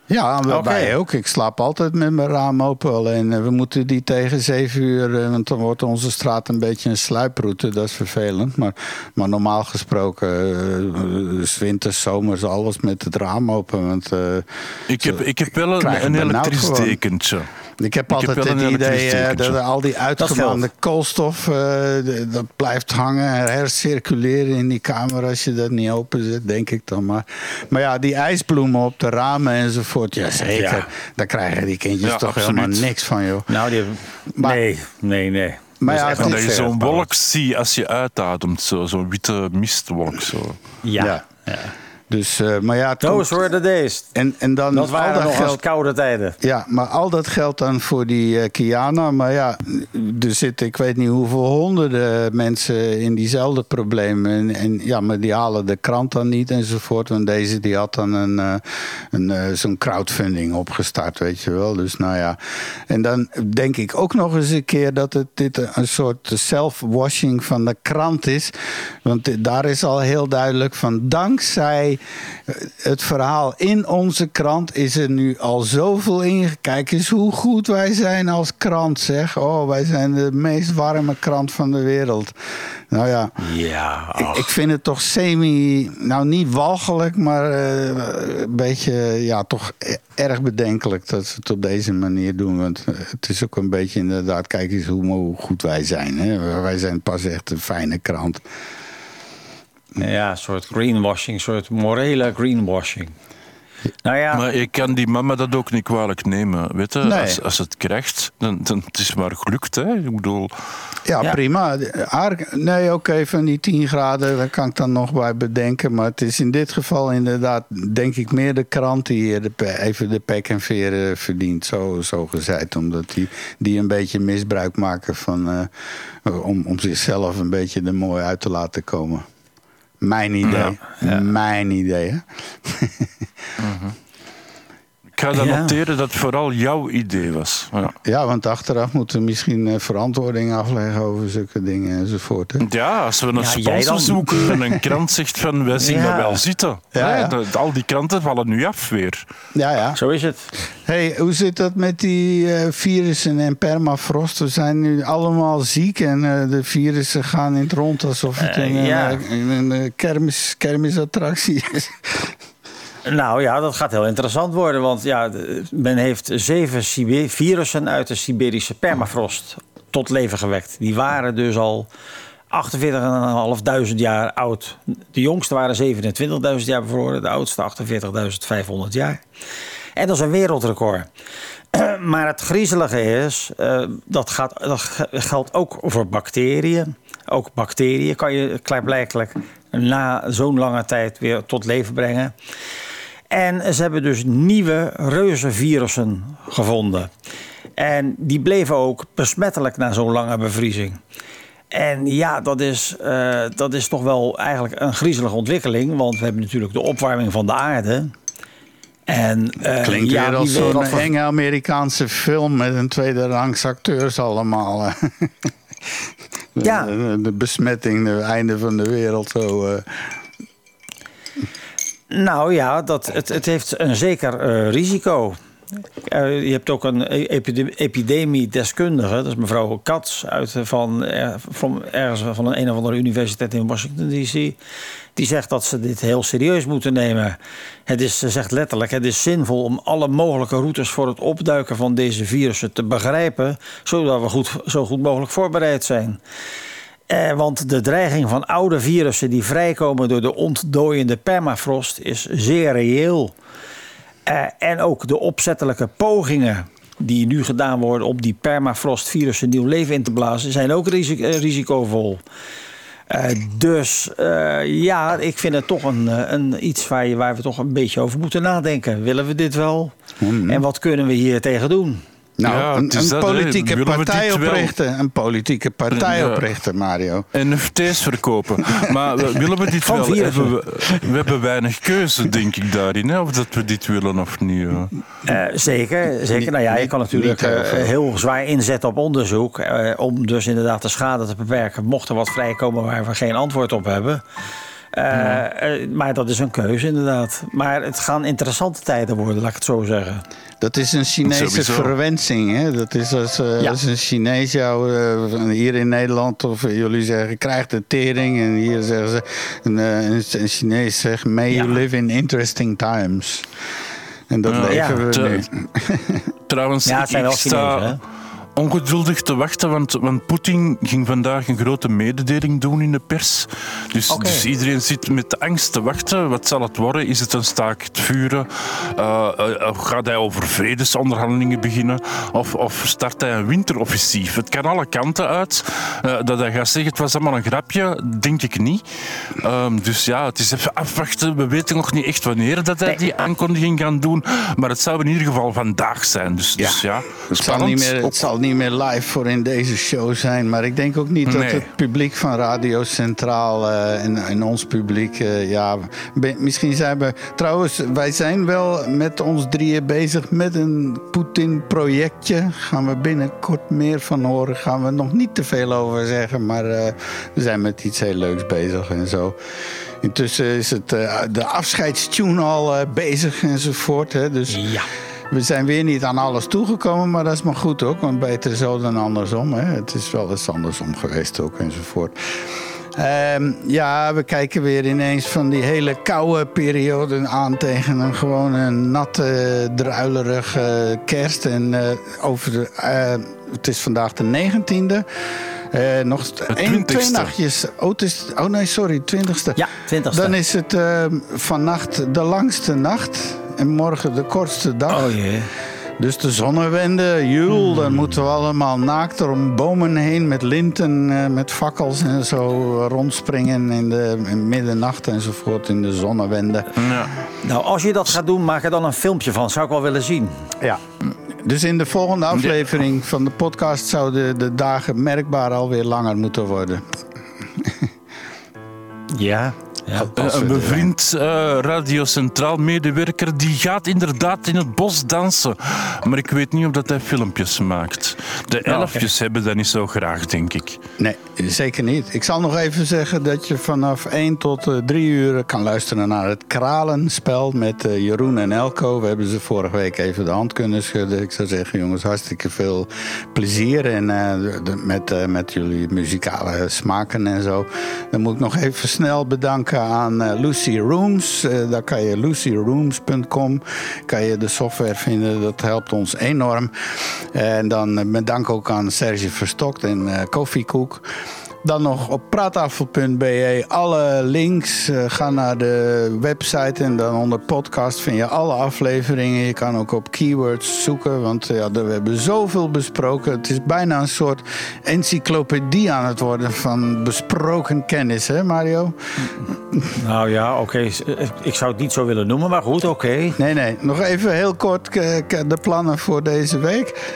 Ja, wij okay. ook. Ik slaap altijd met mijn raam open. Alleen we moeten die tegen zeven uur... want dan wordt onze straat een beetje een sluiproute. Dat is vervelend. Maar, maar normaal gesproken... Uh, 's winters, zomers, alles met het raam open. Want, uh, ik, heb, ik heb wel een, een elektrisch dekentje. Ik heb altijd ik heb het idee uh, dat al die uitgemaande koolstof... Uh, dat blijft hangen en hercirculeren in die kamer... als je dat niet openzet, denk ik dan maar. Maar ja, die ijsbloemen op de ramen enzovoort... ja, zeker. Ja. Daar krijgen die kindjes ja, toch absoluut. helemaal niks van, joh. Nou, die hebben... maar, nee, nee, nee. Maar ja, dat je zo'n wolk ziet als je uitademt. Zo, zo'n witte mistwolk. Zo. Ja, ja. ja. Dus, uh, maar ja, Those were the days. En, en dan dat waren al dat nog geld, eens koude tijden. Ja, maar al dat geldt dan voor die uh, Kiana. Maar ja, er zitten ik weet niet hoeveel honderden mensen in diezelfde problemen. En, en ja, maar die halen de krant dan niet enzovoort. Want deze die had dan een, uh, een, uh, zo'n crowdfunding opgestart, weet je wel. Dus nou ja. En dan denk ik ook nog eens een keer dat het dit een soort self-washing van de krant is. Want daar is al heel duidelijk van dankzij het verhaal in onze krant is er nu al zoveel in. Kijk eens hoe goed wij zijn als krant, zeg. Oh, wij zijn de meest warme krant van de wereld. Nou ja, ja ik, ik vind het toch semi, nou niet walgelijk, maar uh, een beetje, ja, toch erg bedenkelijk dat ze het op deze manier doen. Want het is ook een beetje inderdaad, kijk eens hoe, hoe goed wij zijn. Hè? Wij zijn pas echt een fijne krant. Ja, een soort greenwashing, een soort morele greenwashing. Nou ja. Maar ik kan die mama dat ook niet kwalijk nemen. Weet je? Nee. Als, als het krijgt, dan, dan het is maar gelukt. Hè? Ik bedoel... Ja, ja. prima. Nee, oké, okay, van die tien graden, daar kan ik dan nog bij bedenken. Maar het is in dit geval inderdaad, denk ik, meer de krant die de, even de pek en veren verdient. Zo, zo gezegd, omdat die, die een beetje misbruik maken van, uh, om, om zichzelf een beetje er mooi uit te laten komen. Mijn idee. Ja, ja. Mijn idee, hè? uh-huh. Ik ga dan ja. noteren dat het vooral jouw idee was. Ja, ja, want achteraf moeten we misschien verantwoording afleggen over zulke dingen enzovoort. Hè? Ja, als we een ja, sponsor zoeken en een krant zegt van wij zien ja. dat wel zitten. Ja, ja. Ja, al die kranten vallen nu af weer. Ja, ja. Zo is het. Hey, hoe zit dat met die uh, virussen en permafrost? We zijn nu allemaal ziek en uh, de virussen gaan in het rond alsof het uh, een, ja. uh, een, een, een kermis, kermisattractie is. Nou ja, dat gaat heel interessant worden. Want ja, men heeft zeven Sibe- virussen uit de Siberische permafrost tot leven gewekt. Die waren dus al achtenveertigduizend jaar oud. De jongste waren zevenentwintigduizend jaar bevroren. De oudste achtenveertigduizend vijfhonderd jaar. En dat is een wereldrecord. Maar het griezelige is, uh, dat, gaat, dat geldt ook voor bacteriën. Ook bacteriën kan je klaarblijkelijk na zo'n lange tijd weer tot leven brengen. En ze hebben dus nieuwe reuzenvirussen gevonden. En die bleven ook besmettelijk na zo'n lange bevriezing. En ja, dat is, uh, dat is toch wel eigenlijk een griezelige ontwikkeling. Want we hebben natuurlijk de opwarming van de aarde. En, uh, Klinkt ja, weer als zo'n voor... enge Amerikaanse film met een tweede rangs acteurs allemaal. de, ja. de, de besmetting, het einde van de wereld. Zo, uh. Nou ja, dat, het, het heeft een zeker uh, risico. Uh, je hebt ook een epidemie, epidemiedeskundige, dat is mevrouw Katz uit van, er, van, ergens van een, een of andere universiteit in Washington D C. Die zegt dat ze dit heel serieus moeten nemen. Het is, ze zegt letterlijk, het is zinvol om alle mogelijke routes voor het opduiken van deze virussen te begrijpen, zodat we goed, zo goed mogelijk voorbereid zijn. Eh, want de dreiging van oude virussen die vrijkomen door de ontdooiende permafrost is zeer reëel. Uh, en ook de opzettelijke pogingen die nu gedaan worden om die permafrostvirussen nieuw leven in te blazen, zijn ook risico, uh, risicovol. Uh, dus uh, ja, ik vind het toch een, een iets waar, je, waar we toch een beetje over moeten nadenken. Willen we dit wel? Mm-hmm. En wat kunnen we hier tegen doen? Nou, ja, een, een, politieke partij oprichten, een politieke partij ja. oprichten, Mario. En N F T's verkopen. Maar willen we dit wel? Hebben we, we hebben weinig keuze, denk ik, daarin. Hè? Of dat we dit willen of niet. Uh, zeker, zeker. Nou ja, je kan natuurlijk uh, heel zwaar inzetten op onderzoek. Uh, om dus inderdaad de schade te beperken. Mocht er wat vrijkomen waar we geen antwoord op hebben. Uh, ja. uh, maar dat is een keuze inderdaad. Maar het gaan interessante tijden worden, laat ik het zo zeggen. Dat is een Chinese Sowieso. verwensing. Hè? Dat is als, uh, ja. als een Chinees jou uh, hier in Nederland of uh, jullie zeggen krijg de tering. En hier zeggen ze, een, uh, een Chinees zegt may ja. you live in interesting times. En dat ja. leven ja. we Te, nu. Trouwens, ja, het zijn ik, wel ik sta Chinezen, ongeduldig te wachten, want, want Poetin ging vandaag een grote mededeling doen in de pers. Dus, okay. dus iedereen zit met angst te wachten. Wat zal het worden? Is het een staakt het vuren? Uh, uh, gaat hij over vredesonderhandelingen beginnen? Of, of start hij een winteroffensief? Het kan alle kanten uit. Uh, dat hij gaat zeggen, het was allemaal een grapje, denk ik niet. Um, dus ja, het is even afwachten. We weten nog niet echt wanneer dat hij die aankondiging gaat doen. Maar het zou in ieder geval vandaag zijn. Dus ja, dus, ja het zal niet meer... Het zal niet meer live voor in deze show zijn. Maar ik denk ook niet nee. dat het publiek van Radio Centraal uh, en, en ons publiek... Uh, ja, be, misschien zijn we... Trouwens, wij zijn wel met ons drieën bezig met een Poetin-projectje. Gaan we binnenkort meer van horen. Gaan we nog niet te veel over zeggen. Maar uh, we zijn met iets heel leuks bezig en zo. Intussen is het uh, de afscheidstune al uh, bezig enzovoort. Hè, dus... Ja. We zijn weer niet aan alles toegekomen, maar dat is maar goed ook. Want beter zo dan andersom. Hè. Het is wel eens andersom geweest ook enzovoort. Um, ja, we kijken weer ineens van die hele koude periode aan tegen een gewoon een natte, druilerige kerst. En uh, over de, uh, het is vandaag de negentiende. Uh, nog één, twee nachtjes. Oh, het is, oh nee, sorry, twintigste. Ja, twintigste. Dan is het uh, vannacht de langste nacht. En morgen de kortste dag. Oh jee. Dus de zonnewende, jul, hmm. dan moeten we allemaal naakt om bomen heen met linten, uh, met fakkels en zo rondspringen in de in middernacht enzovoort in de zonnewende. Ja. Nou, als je dat gaat doen, maak er dan een filmpje van. Zou ik wel willen zien. Ja. Dus in de volgende aflevering van de podcast zouden de dagen merkbaar alweer langer moeten worden. Ja. Ja, een bevriend uh, Radio Centraal medewerker die gaat inderdaad in het bos dansen. Maar ik weet niet of dat hij filmpjes maakt. De elfjes oh, okay. hebben dat niet zo graag, denk ik. Nee, zeker niet. Ik zal nog even zeggen dat je vanaf één tot drie uur kan luisteren naar het Kralenspel met uh, Jeroen en Elko. We hebben ze vorige week even de hand kunnen schudden. Ik zou zeggen, jongens, hartstikke veel plezier en, uh, de, met, uh, met jullie muzikale smaken en zo. Dan moet ik nog even snel bedanken aan uh, Lucy Rooms. Uh, daar kan je lucy rooms punt com kan je de software vinden. Dat helpt ons enorm. Uh, en dan uh, met dank ook aan Serge Verstokt en uh, Koffiekoek. Dan nog op praattafel punt b e alle links. Uh, ga naar de website en dan onder podcast vind je alle afleveringen. Je kan ook op keywords zoeken, want uh, ja, we hebben zoveel besproken. Het is bijna een soort encyclopedie aan het worden van besproken kennis, hè Mario? Nou ja, oké. Okay. Ik zou het niet zo willen noemen, maar goed, oké. Okay. Nee, nee. Nog even heel kort uh, de plannen voor deze week.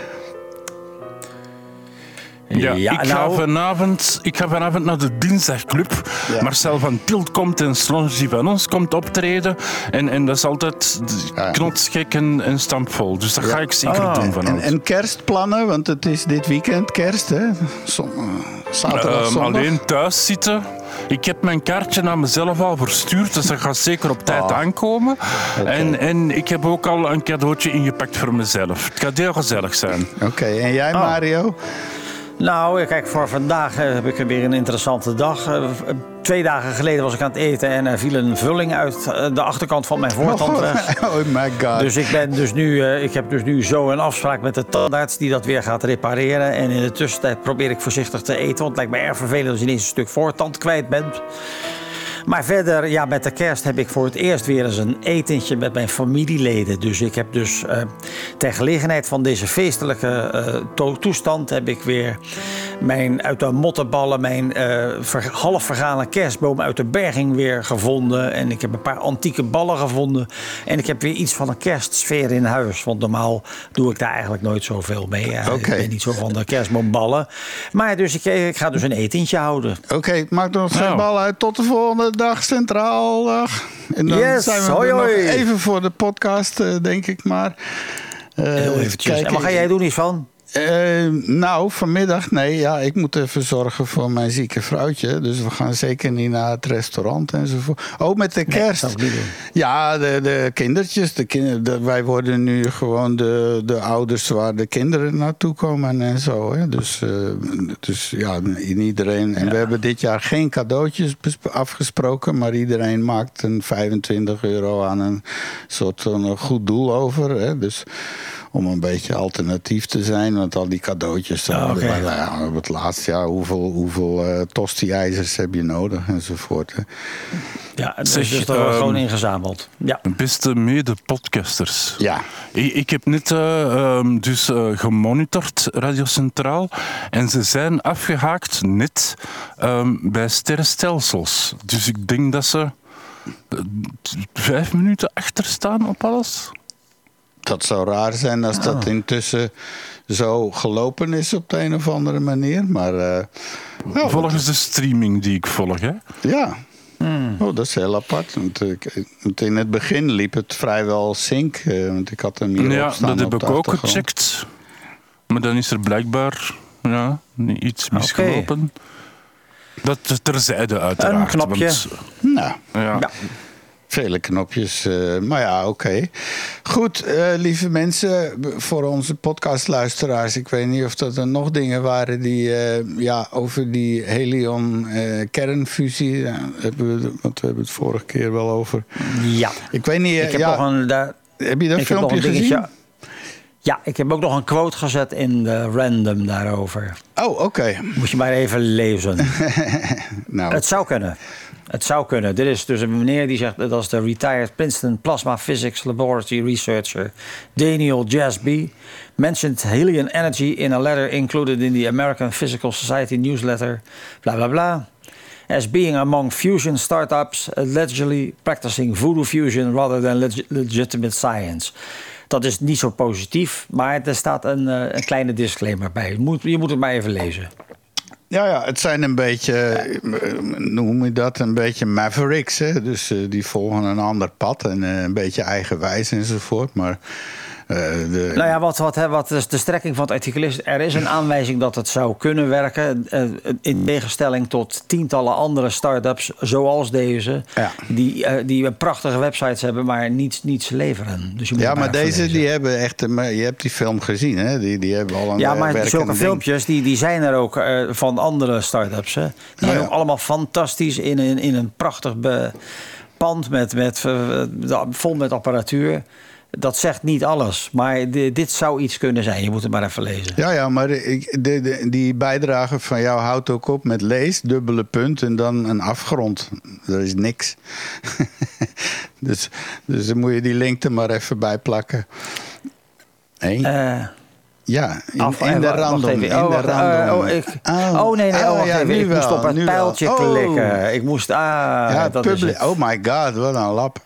Ja, ja, ik, ga nou... vanavond, ik ga vanavond naar de Dinsdagclub. Ja. Marcel van Tielt komt en Slonge die van ons komt optreden. En, en dat is altijd ja. knotsgek en, en stampvol. Dus dat ja. ga ik zeker ah, doen vanavond. En, en kerstplannen, want het is dit weekend kerst, hè? Som, zaterdag, um, alleen thuis zitten. Ik heb mijn kaartje naar mezelf al verstuurd, dus dat gaat zeker op tijd oh. aankomen. Okay. En, en ik heb ook al een cadeautje ingepakt voor mezelf. Het gaat heel gezellig zijn. Oké, okay. En jij, oh. Mario? Nou, kijk, voor vandaag heb ik weer een interessante dag. Twee dagen geleden was ik aan het eten en er viel een vulling uit de achterkant van mijn voortand weg. Oh my god. Dus ik, ben dus nu, ik heb dus nu zo een afspraak met de tandarts die dat weer gaat repareren. En in de tussentijd probeer ik voorzichtig te eten, want het lijkt me erg vervelend als je ineens een stuk voortand kwijt bent. Maar verder, ja, met de kerst heb ik voor het eerst weer eens een etentje met mijn familieleden. Dus ik heb dus uh, ter gelegenheid van deze feestelijke uh, to- toestand... heb ik weer mijn uit de mottenballen, mijn uh, ver- half vergane kerstboom uit de berging weer gevonden. En ik heb een paar antieke ballen gevonden. En ik heb weer iets van een kerstsfeer in huis. Want normaal doe ik daar eigenlijk nooit zoveel mee. Ja. Okay. Ik ben niet zo van de kerstboomballen. Maar dus ik, ik ga dus een etentje houden. Oké, okay, maak nog geen oh. bal uit. Tot de volgende dag Centraal. Dag. En dan yes, zijn we hoi, nog hoi. even voor de podcast, uh, denk ik maar. Uh, Heel eventjes. En wat ga jij doen, iets van? Uh, nou, vanmiddag, nee, ja, ik moet even zorgen voor mijn zieke vrouwtje. Dus we gaan zeker niet naar het restaurant enzovoort. Oh, met de kerst. Nee, dat niet doen. Ja, de, de kindertjes. De kinder, de, wij worden nu gewoon de, de ouders waar de kinderen naartoe komen en zo. Hè. Dus, uh, dus ja, in iedereen. En ja. we hebben dit jaar geen cadeautjes afgesproken, maar iedereen maakt een vijfentwintig euro aan een soort een goed doel over. Hè. Dus om een beetje alternatief te zijn, want al die cadeautjes. Oh, okay. ja, op het laatste jaar, hoeveel, hoeveel uh, tosti-ijzers heb je nodig enzovoort. Hè. Ja, het is dus toch um, gewoon ingezameld. Ja. Beste mede-podcasters. Ja. Ik, ik heb net uh, um, dus uh, gemonitord Radio Centraal en ze zijn afgehaakt net um, bij sterrenstelsels. Dus ik denk dat ze uh, vijf minuten achter staan op alles. Dat zou raar zijn als dat oh. intussen zo gelopen is op de een of andere manier. Maar, uh, nou, volgens de streaming die ik volg, hè? Ja. Hmm. Oh, dat is heel apart. Want, uh, want in het begin liep het vrijwel sync. Uh, want ik had hem hier ja, opstaan. Dat heb ik ook gecheckt. Maar dan is er blijkbaar ja, iets misgelopen. Okay. Dat terzijde uiteraard. Een knopje. Want, nou, ja. ja. Vele knopjes, uh, maar ja, oké. Okay. Goed, uh, lieve mensen, voor onze podcastluisteraars. Ik weet niet of dat er nog dingen waren die uh, ja, over die helium-kernfusie. Uh, hebben we, want we hebben het vorige keer wel over. Ja. Ik weet niet. Uh, ik heb, ja, nog een, daar, heb je dat ik filmpje heb nog een gezien? Ja, ik heb ook nog een quote gezet in de random daarover. Oh, oké. Okay. Moet je maar even lezen. nou. Het zou kunnen. Het zou kunnen. Dit is dus een meneer die zegt, dat is de retired Princeton Plasma Physics Laboratory researcher Daniel Jasby, mentioned helium energy in a letter included in the American Physical Society newsletter, bla bla bla, as being among fusion startups allegedly practicing voodoo fusion rather than leg- legitimate science. Dat is niet zo positief, maar er staat een, een kleine disclaimer bij. Je moet, je moet het maar even lezen. Ja, ja, het zijn een beetje, noem je dat, een beetje mavericks. Hè? Dus uh, die volgen een ander pad en uh, een beetje eigenwijs enzovoort. Maar uh, de... Nou ja, wat, wat, wat is de strekking van het artikel is, er is een aanwijzing dat het zou kunnen werken. Uh, in tegenstelling tot tientallen andere start-ups zoals deze. Ja. Die, uh, die prachtige websites hebben, maar niets, niets leveren. Dus je moet ja, maar deze lezen. Die hebben echt, je hebt die film gezien, hè? Die, die hebben al een ja, maar zulke ding. filmpjes, die, die zijn er ook uh, van andere start-ups. Hè? Die oh, zijn ja. ook allemaal fantastisch in, in, in een prachtig be, pand met, met, uh, vol met apparatuur. Dat zegt niet alles, maar de, dit zou iets kunnen zijn. Je moet het maar even lezen. Ja, ja, maar de, de, de, die bijdrage van jou houdt ook op met lees, dubbele punt en dan een afgrond. Er is niks. dus, dus dan moet je die link er maar even bij plakken. Nee? Uh, ja, in, af, in de random. In oh, de random. Uh, oh, ik, oh, oh nee, nee, oh, wacht oh, ja, even. Ik moest wel, op het pijltje wel. klikken. Oh. Ik moest, ah, ja, dat publi- is het. Oh my god, wat een lap.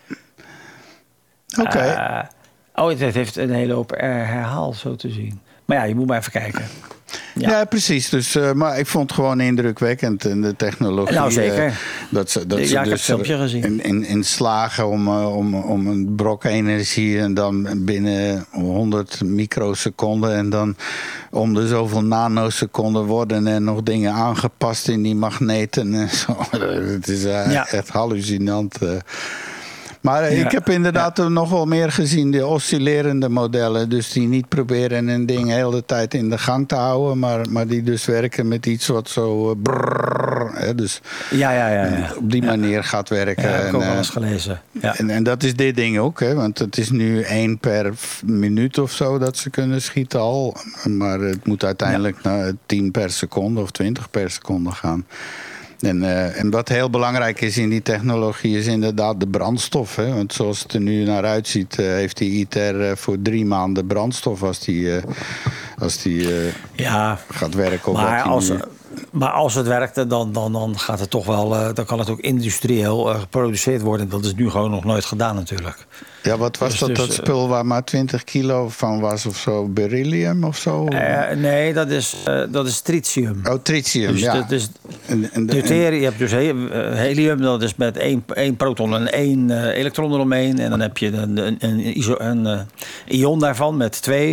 Oké. Okay. Uh, oh, het heeft een hele hoop herhaald, zo te zien. Maar ja, je moet maar even kijken. Ja, ja precies. Dus, uh, maar ik vond het gewoon indrukwekkend. En de technologie. Nou, zeker. Uh, dat ze, dat ja, ze ik dus heb het filmpje gezien. In, in, in slagen om, uh, om, om een brok energie en dan binnen honderd microseconden en dan om de zoveel nanoseconden worden er nog dingen aangepast in die magneten en zo. Het is uh, ja. echt hallucinant. Uh. Maar ja, ik heb inderdaad ja. nog wel meer gezien, de oscillerende modellen. Dus die niet proberen een ding de hele tijd in de gang te houden. Maar, maar die dus werken met iets wat zo brrrr, hè, dus ja, ja, ja, ja. op die manier ja. gaat werken. Ja, heb ik ook en, wel eens gelezen. Ja. En, en dat is dit ding ook, hè, want het is nu één per minuut of zo dat ze kunnen schieten al. Maar het moet uiteindelijk ja. naar tien per seconde of twintig per seconde gaan. En, uh, en wat heel belangrijk is in die technologie is inderdaad de brandstof. Hè? Want zoals het er nu naar uitziet, uh, heeft die I T E R uh, voor drie maanden brandstof als die, uh, als die uh, ja, gaat werken. Maar als, nu... maar als het werkte, dan, dan, dan gaat het toch wel, uh, dan kan het ook industrieel uh, geproduceerd worden. Dat is nu gewoon nog nooit gedaan natuurlijk. Ja, wat was dus, dat, dus, dat spul waar maar twintig kilo van was of zo? Beryllium of zo? Uh, nee, dat is, uh, dat is tritium. Oh, tritium, dus ja. Dat is en, en, deuterium, je hebt dus helium, dat is met één, één proton en één uh, elektron eromheen. En dan heb je een, een, een, iso, een uh, ion daarvan met twee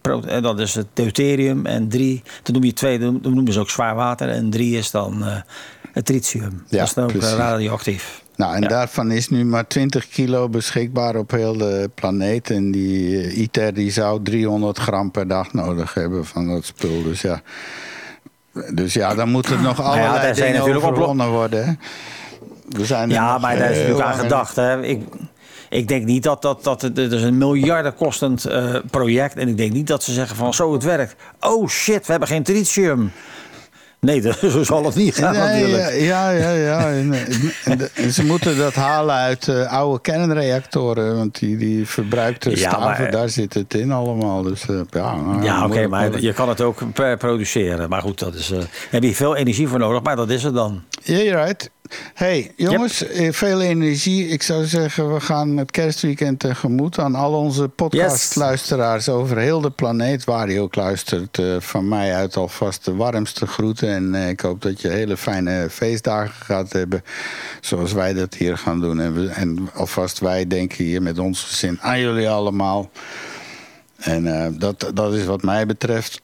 Uh, dat is het deuterium. En drie, dan noem je twee, dan noemen ze ook zwaar water. En drie is dan uh, het tritium. Ja, dat is dan ook precies. radioactief. Nou, en ja. daarvan is nu maar twintig kilo beschikbaar op heel de planeet. En die uh, ITER die zou driehonderd gram per dag nodig hebben van dat spul. Dus ja, dus ja dan moeten er nog allerlei nou ja, dingen natuurlijk overwonnen oplo- worden. Hè? We zijn ja, maar daar is natuurlijk aan gedacht. Hè. Ik, ik denk niet dat dat... dat het, het is een miljardenkostend uh, project. En ik denk niet dat ze zeggen van zo het werkt. Oh shit, we hebben geen tritium. Nee, dat, zo zal het niet gaan nee, natuurlijk. Ja, ja, ja. En, en, de, en ze moeten dat halen uit uh, oude kernreactoren. Want die, die verbruikte staven, ja, maar, daar zit het in allemaal. Dus, uh, ja, nou, ja oké, okay, maar je kan het ook produceren. Maar goed, dat is, uh, heb je veel energie voor nodig. Maar dat is het dan. Ja, yeah, right. Hey, jongens, yep. veel energie. Ik zou zeggen, we gaan het kerstweekend tegemoet aan al onze podcastluisteraars yes. over heel de planeet waar je ook luistert. Uh, van mij uit alvast de warmste groeten. En uh, ik hoop dat je hele fijne feestdagen gaat hebben. Zoals wij dat hier gaan doen. En, we, en alvast wij denken hier met ons gezin aan jullie allemaal. En uh, dat, dat is wat mij betreft.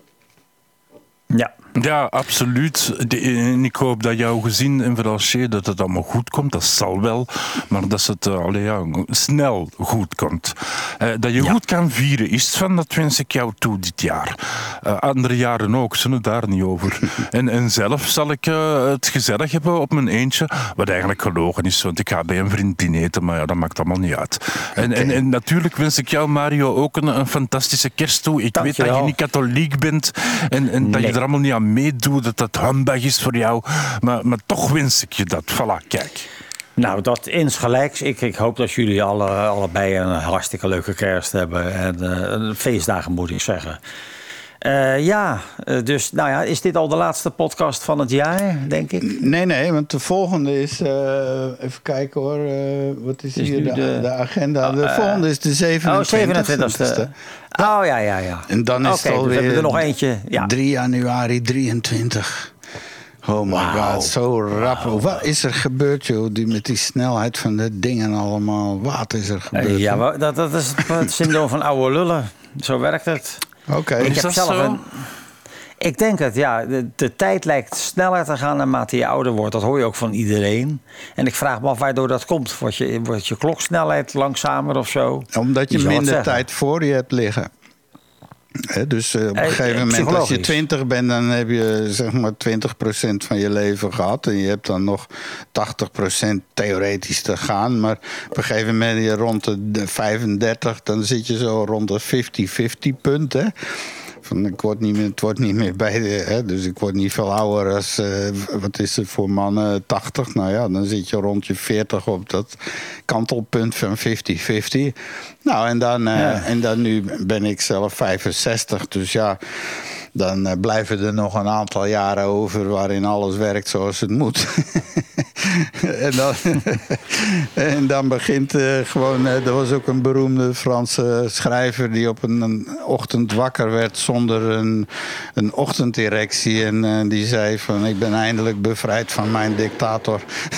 Ja. Ja, absoluut. En ik hoop dat jouw gezin en vooral Shea, dat het allemaal goed komt. Dat zal wel. Maar dat het uh, allee, ja, snel goed komt. Uh, dat je ja. goed kan vieren is van, dat wens ik jou toe dit jaar. Uh, andere jaren ook, zullen we daar niet over. en, en zelf zal ik uh, het gezellig hebben op mijn eentje. Wat eigenlijk gelogen is, want ik ga bij een vriendin eten. Maar ja, dat maakt allemaal niet uit. En, okay. en, en natuurlijk wens ik jou, Mario, ook een, een fantastische kerst toe. Ik Dank weet je dat wel. je niet katholiek bent. En, en nee. dat je er allemaal niet aan meedoen, dat dat humbug is voor jou. Maar, maar toch wens ik je dat. Voilà, kijk. Nou, dat insgelijks. Ik, ik hoop dat jullie alle, allebei een hartstikke leuke kerst hebben. En uh, feestdagen, moet ik zeggen. Uh, ja, dus nou ja, is dit al de laatste podcast van het jaar, denk ik? Nee, nee, want de volgende is... Uh, even kijken hoor, uh, wat is, is hier de, de, de agenda? De uh, volgende is de zevenentwintigste. Oh, ja, ja, ja. En dan is okay, het alweer dus er nog eentje. Ja. drie januari drieëntwintig. Oh my wow. god, zo rap. Wow. Wat is er gebeurd, joh, die, met die snelheid van de dingen allemaal? Wat is er gebeurd? Uh, ja, maar dat, dat is het syndroom van oude lullen. Zo werkt het. Oké. Okay. Ik heb zelf een... Ik denk het, ja. De, de tijd lijkt sneller te gaan naarmate je ouder wordt. Dat hoor je ook van iedereen. En ik vraag me af waardoor dat komt. Wordt je, wordt je kloksnelheid langzamer of zo? Omdat je minder tijd voor je hebt liggen. He, dus uh, op een gegeven moment, als je twintig bent, dan heb je zeg maar twintig procent van je leven gehad. En je hebt dan nog tachtig procent theoretisch te gaan. Maar op een gegeven moment, je rond de vijfendertig, dan zit je zo rond de vijftig vijftig punt. Hè? Van, ik word niet meer, het wordt niet meer bij de... Hè, dus ik word niet veel ouder als... Uh, wat is het voor mannen? tachtig? Nou ja, dan zit je rond je veertig op dat kantelpunt van vijftig vijftig. Nou, en dan, uh, ja. en dan nu ben ik zelf vijfenzestig. Dus ja, dan uh, blijven er nog een aantal jaren over waarin alles werkt zoals het moet. en, dan, en dan begint uh, gewoon... Uh, er was ook een beroemde Franse schrijver die op een, een ochtend wakker werd zonder een, een ochtenderectie. En uh, die zei van, ik ben eindelijk bevrijd van mijn dictator.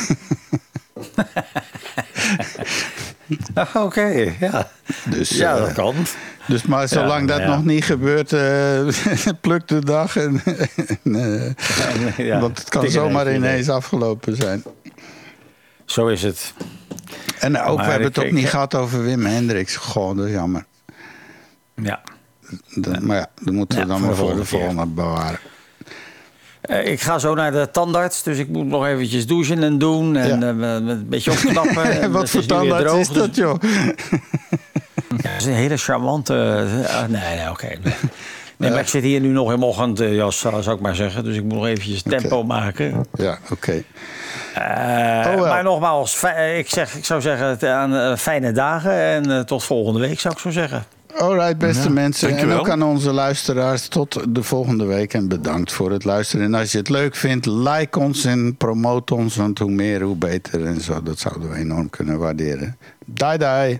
Oké, okay, ja. Dus, ja, dat kan. Dus maar zolang ja, dat ja. nog niet gebeurt, uh, pluk de dag. En, en, uh, ja, want het kan zomaar ineens afgelopen zijn. Zo is het. En ook, maar we hebben het ook ik, niet ik, gehad over Wim Hendricks. Goh, dat is jammer. Ja. Dat, maar ja, dat moeten we ja, dan maar voor de volgende bewaren. Uh, ik ga zo naar de tandarts, dus ik moet nog eventjes douchen en doen. En ja. uh, een beetje opknappen. Wat voor tandarts droog, is dat, joh? Dat is een hele charmante... Uh, nee, nee, oké. Okay. Nee, nee, maar ik zit hier nu nog in ochtendjas, zou ik maar zeggen. Dus ik moet nog eventjes tempo okay. maken. Ja, oké. Okay. Uh, oh, well. Maar nogmaals, ik, zeg, ik zou zeggen, aan uh, fijne dagen. En uh, tot volgende week, zou ik zo zeggen. Alright, beste ja, mensen. En ook aan onze luisteraars. Tot de volgende week. En bedankt voor het luisteren. En als je het leuk vindt, like ons en promote ons. Want hoe meer, hoe beter. En zo, dat zouden we enorm kunnen waarderen. Die, die.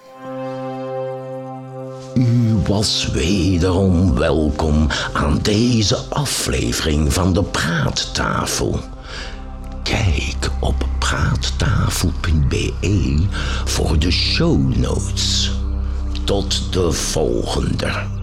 U was wederom welkom aan deze aflevering van de Praattafel. Kijk op praattafel punt b e voor de show notes. Tot de volgende.